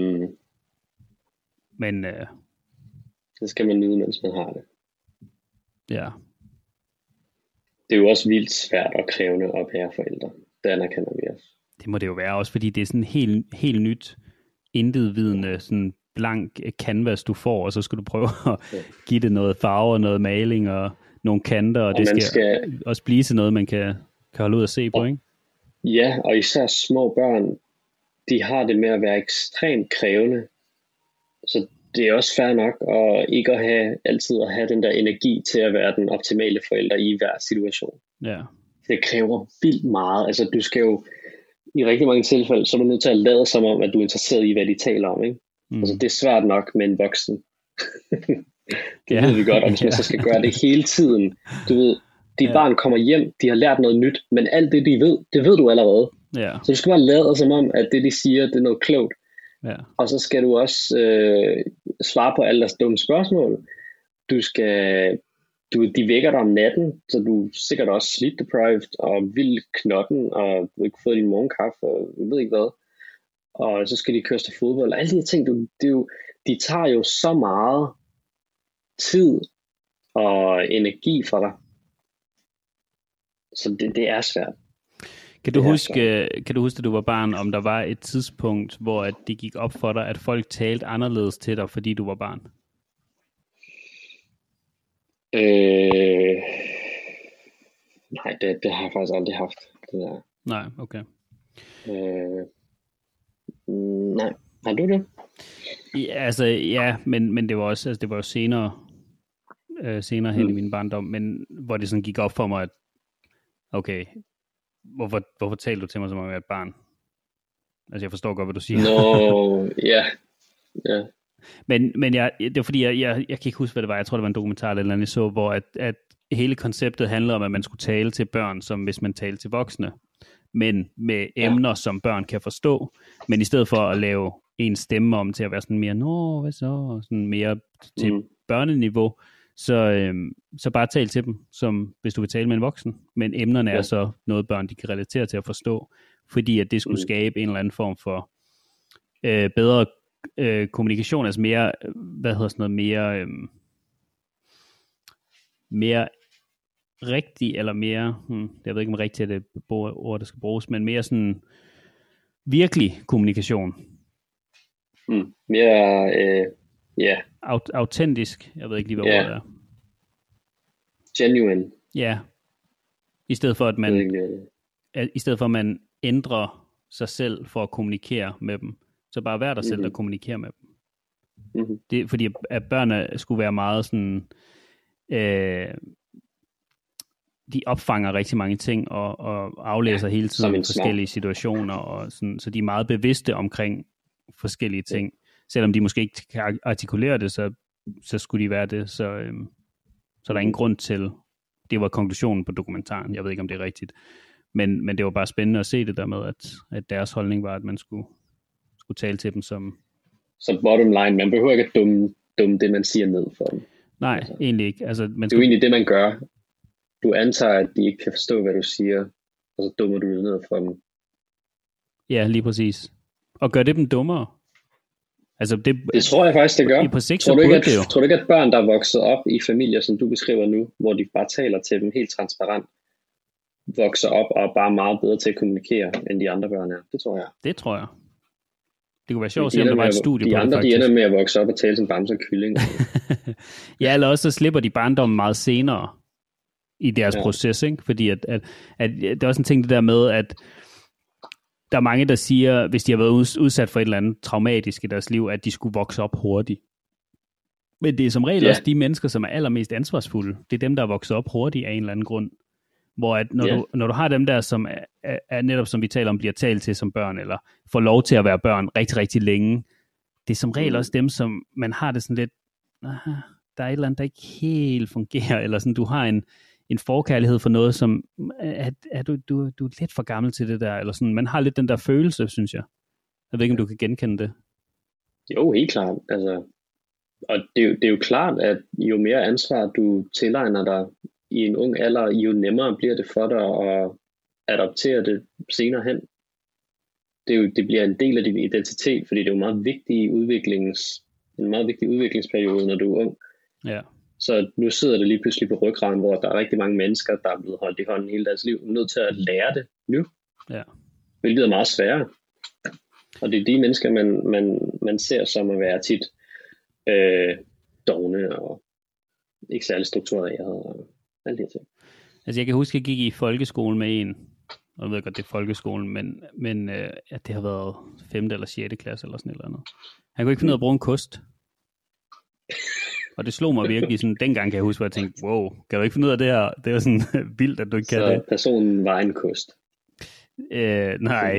Men så skal man nyde, mens man har det. Ja. Det er jo også vildt svært og krævende at være forældre. Det anerkender vi også. Det må det jo være også, fordi det er sådan helt nyt, intetvidende, sådan blank canvas, du får, og så skal du prøve at give det noget farve og noget maling og nogle kanter, og det skal også blive til noget, man kan holde ud og se på, ikke? Ja, og især små børn, de har det med at være ekstremt krævende. Så det er også fair nok at ikke altid at have den der energi til at være den optimale forælder i hver situation. Ja. Det kræver vildt meget. Altså du skal jo, i rigtig mange tilfælde, så er du nødt til at lade som om, at du er interesseret i, hvad de taler om, ikke? Altså det er svært nok med en voksen. Det ved vi godt, og hvis man så skal gøre det hele tiden. Du ved, dit barn kommer hjem, de har lært noget nyt, men alt det de ved, det ved du allerede. Ja. Så du skal bare lade som om, at det de siger, det er noget klogt. Ja. Og så skal du også svare på alle deres dumme spørgsmål. de vækker dig om natten, så du er sikkert også sleep deprived og vildt knotten, og du har ikke fået din morgenkaffe, og jeg ved ikke hvad. Og så skal de køres til fodbold, og alle de her ting, de tager jo så meget tid og energi fra dig. Så det er svært. Kan du huske, at du var barn, om der var et tidspunkt, hvor at det gik op for dig, at folk talte anderledes til dig, fordi du var barn? Nej, det har jeg faktisk aldrig haft. Det der. Nej, okay. Nej, har du det? Ja, men det var også, det var jo senere hen i min barndom, men hvor det sådan gik op for mig, at okay, hvorfor taler du til mig, som om jeg er et barn? Altså, jeg forstår godt, hvad du siger. Ja. Men det var fordi, jeg kan ikke huske, hvad det var. Jeg tror, det var en dokumentar eller andet, jeg så, hvor at hele konceptet handlede om, at man skulle tale til børn, som hvis man talte til voksne, men med emner, som børn kan forstå. Men i stedet for at lave en stemme om til at være sådan mere, hvad så? Sådan mere til børneniveau, så bare tal til dem, som hvis du vil tale med en voksen. Men emnerne er så noget, børn de kan relatere til at forstå, fordi at det skulle skabe en eller anden form for bedre kommunikation, altså mere, mere rigtig, eller mere, jeg ved ikke om rigtig er det ord, der skal bruges, men mere sådan virkelig kommunikation. Mere, autentisk, jeg ved ikke lige, hvad ordet er. Genuine. Ja. I stedet for, at man ændrer sig selv for at kommunikere med dem, så bare vær dig selv, der kommunikerer med dem. Det, fordi at børnene skulle være meget sådan, de opfanger rigtig mange ting, og aflæser hele tiden forskellige situationer, og sådan, så de er meget bevidste omkring forskellige ting. Selvom de måske ikke kan artikulere det, så skulle de være det, så der er ingen grund til, det var konklusionen på dokumentaren, jeg ved ikke, om det er rigtigt, men det var bare spændende at se det der med, at deres holdning var, at man skulle tale til dem som... Så bottom line, man behøver ikke at dumme det, man siger ned for dem. Nej, altså, egentlig ikke. Altså, det er jo egentlig det, man gør. Du antager, at de ikke kan forstå, hvad du siger, og så dummer du det ned for dem. Ja, lige præcis. Og gør det dem dummere? Altså, det tror jeg faktisk, det gør. Tror du ikke, at børn, der er vokset op i familier, som du beskriver nu, hvor de bare taler til dem helt transparent, vokser op og er bare meget bedre til at kommunikere, end de andre børn er? Det tror jeg. Det tror jeg. Det kunne være sjovt at se, om der var et studie på det, faktisk. De ender med at vokse op og tale som bamse og kylling. Ja, eller også så slipper de barndommen meget senere i deres proces, ikke? Fordi at det er også en ting, det der med, at der er mange, der siger, hvis de har været udsat for et eller andet traumatisk i deres liv, at de skulle vokse op hurtigt. Men det er som regel også de mennesker, som er allermest ansvarsfulde. Det er dem, der er vokset op hurtigt af en eller anden grund. Hvor at når du har dem der, som er netop som vi taler om, bliver talt til som børn, eller får lov til at være børn rigtig, rigtig længe, det er som regel også dem, som man har det sådan lidt, der er et eller andet, der ikke helt fungerer, eller sådan, du har en forkærlighed for noget, som du er lidt for gammel til det der, eller sådan, man har lidt den der følelse, synes jeg. Jeg ved ikke, om du kan genkende det. Jo, helt klart. Altså, og det er jo klart, at jo mere ansvar du tilegner dig i en ung alder, jo nemmere bliver det for dig at adoptere det senere hen. Det bliver en del af din identitet, fordi det er jo en meget vigtig udviklingsperiode, når du er ung. Ja. Så nu sidder det lige pludselig på ryggraden, hvor der er rigtig mange mennesker, der er blevet holdt i hånden hele deres liv, nødt til at lære det nu. Ja. Hvilket er meget sværere. Og det er de mennesker, man ser som at være tit dovne og ikke særlig struktureret og alle de her ting. Altså jeg kan huske, at jeg gik i folkeskole med en, og jeg ved godt, det er folkeskolen, men at det har været 5. eller 6. klasse eller sådan et eller andet. Han kunne ikke finde ud af at bruge en kost. Og det slog mig virkelig sådan, dengang kan jeg huske, hvor jeg tænkte, wow, kan du ikke finde ud af det her? Det er sådan vildt, at du ikke kan det. Så personen var en kost? Nej,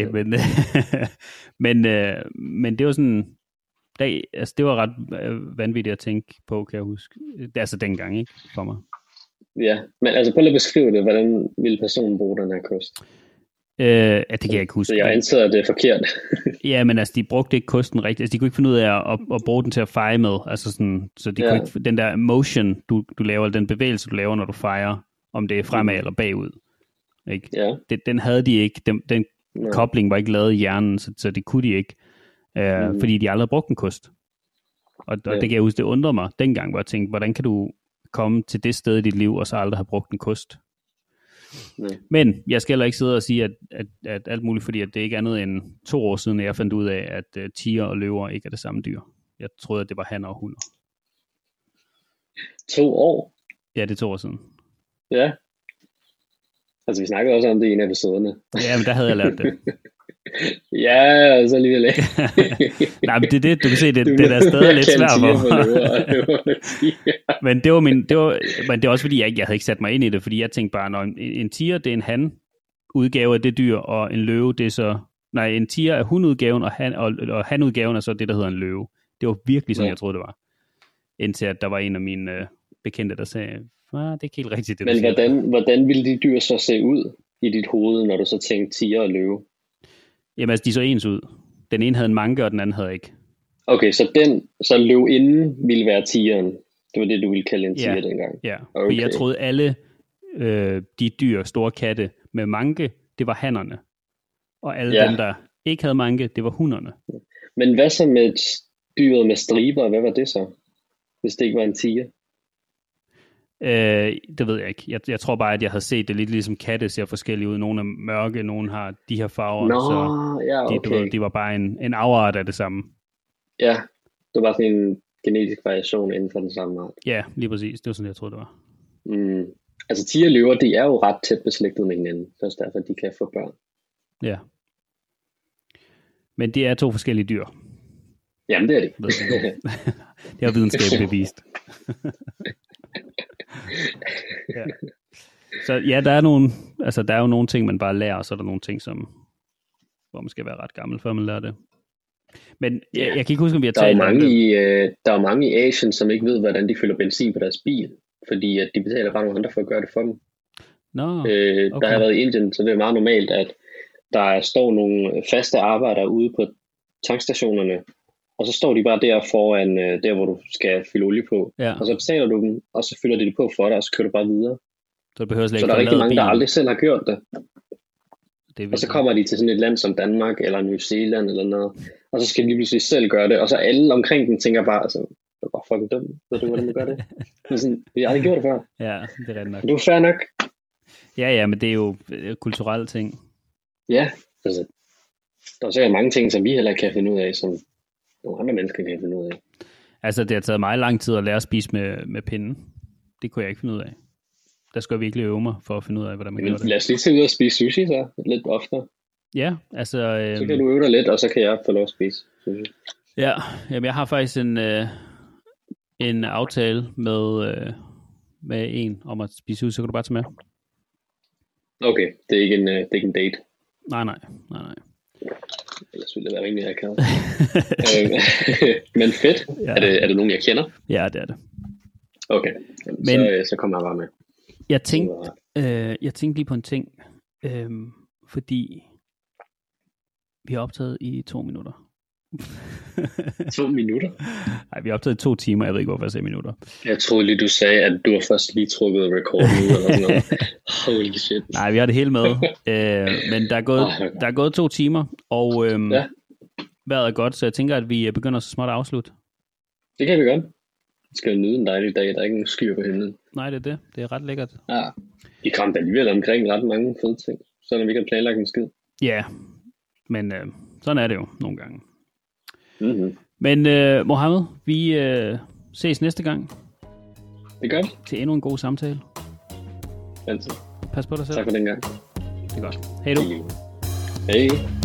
men det var sådan, det var ret vanvittigt at tænke på, kan jeg huske. Det er altså dengang, ikke, for mig. Ja, men altså prøv lige at beskrive det, hvordan ville personen bruge den her kost? Det kan jeg ikke huske. Så jeg antager, at det er forkert. Ja, men altså, de brugte ikke kosten rigtigt. Altså, de kunne ikke finde ud af at bruge den til at feje med. Altså sådan, så de kunne ikke, den der motion, du laver, den bevægelse, du laver, når du fejer, om det er fremad eller bagud. Ikke? Ja. Den havde de ikke. Den kobling var ikke lavet i hjernen, så det kunne de ikke. Fordi de aldrig havde brugt en kost. Og det kan jeg huske, det undrede mig dengang, hvor jeg tænkte, hvordan kan du komme til det sted i dit liv, og så aldrig have brugt en kost? Men jeg skal heller ikke sidde og sige, at alt muligt, fordi at det ikke er andet end 2 år siden, jeg fandt ud af, at tiger og løver ikke er det samme dyr. Jeg troede, at det var hanner og hunder. 2 år? Ja, det er 2 år siden. Ja. Altså, vi snakkede også om det i en af episoderne. Ja, men der havde jeg lært det. Ja, så alligevel ikke. Nej, men det er det, du kan se, det er stadig lidt svært for. Men det var også fordi, jeg havde ikke sat mig ind i det, fordi jeg tænkte bare, når en tiger, det er en han-udgave af det dyr, og en løve, det er så... Nej, en tiger er hun-udgaven, og han-udgaven er så det, der hedder en løve. Det var virkelig sådan, jeg troede, det var. Indtil at der var en af mine bekendte, der sagde, det er ikke helt rigtigt, det Men hvordan ville de dyr så se ud i dit hoved, når du så tænkte tiger og løve? Jamen altså, de så ens ud. Den ene havde en manke, og den anden havde ikke. Okay, så løvinden ville være tigeren. Det var det, du ville kalde en tiger dengang? Ja, okay. Jeg troede alle de dyr, store katte med manke, det var hannerne. Og alle dem, der ikke havde manke, det var hunderne. Men hvad så med dyret med striber? Hvad var det så, hvis det ikke var en tiger? Det ved jeg ikke. Jeg tror bare, at jeg havde set det lidt ligesom katte ser forskellige ud. Nogle er mørke, nogle har de her farver. Så de var bare en afart af det samme. Ja, det var sådan en genetisk variation inden for den samme art. Ja, lige præcis. Det var sådan, jeg troede, det var. Altså tiger og løver, de er jo ret tæt beslægtet med hinanden. Det er også derfor, de kan få børn. Ja. Men det er 2 forskellige dyr. Jamen, det er det. Det har videnskaben bevist. Ja. Så ja, der er jo nogle ting, man bare lærer, og så er der nogle ting, hvor man skal være ret gammel, før man lærer det. Men jeg kan ikke huske, om vi har talt om det. Der er mange i Asien, som ikke ved, hvordan de fylder benzin på deres bil, fordi at de betaler bare nogle andre for at gøre det for dem. Okay. Der har været i Indien, så det er meget normalt, at der står nogle faste arbejdere ude på tankstationerne, og så står de bare der foran der, hvor du skal fylde olie på. Ja. Og så betaler du dem, og så fylder de det på for dig, og så kører du bare videre. Så der er rigtig mange, der aldrig selv har gjort det. Og så kommer de til sådan et land som Danmark, eller New Zealand, eller noget, og så skal de lige pludselig selv gøre det, og så alle omkring dem tænker bare, altså, det er bare fucking dumt, ved du, hvordan du gør det? Sådan, vi har aldrig gjort det før. Ja, det er rigtigt nok. Det er fair nok. Ja, men det er jo kulturelle ting. Ja, altså, der er sikkert mange ting, som vi heller ikke kan finde ud af, som nogle andre mennesker kan finde ud af. Altså, det har taget meget lang tid at lære at spise med pinden. Det kunne jeg ikke finde ud af. Der skal jeg virkelig øve mig for at finde ud af, hvordan man gør det. Lad os lige tage ud og spise sushi så, lidt oftere. Ja, altså... Så kan du øve dig lidt, og så kan jeg få lov at spise sushi. Ja, jamen jeg har faktisk en aftale med en om at spise sushi, så kan du bare tage med. Okay, det er ikke en date. Nej. Ellers ville det være rimelig akavet. Men fedt. Ja. Er det nogen, jeg kender? Ja, det er det. Okay, så kommer jeg bare med. Jeg tænkte lige på en ting, fordi vi har optaget i 2 minutter. 2 minutter? Nej, vi har optaget i 2 timer. Jeg ved ikke, hvorfor jeg sagde minutter. Jeg troede lige, du sagde, at du har først lige trukket record nu, eller sådan noget. Holy shit. Nej, vi har det hele med. Men der er gået 2 timer, og vejret er godt, så jeg tænker, at vi begynder så småt at afslutte. Det kan vi gøre. Vi skal nyde en dejlig dag. Der er ikke nogen skyer på himlen. Nej, det er det. Det er ret lækkert. Ja. I kom alligevel omkring ret mange fede ting, så når vi kan planlægge en skid. Ja, men sådan er det jo nogle gange. Mm-hmm. Men Mohammed, vi ses næste gang. Det gør vi. Til endnu en god samtale. Altid. Pas på dig selv. Tak for den gang. Det er godt. Hej du. Hej.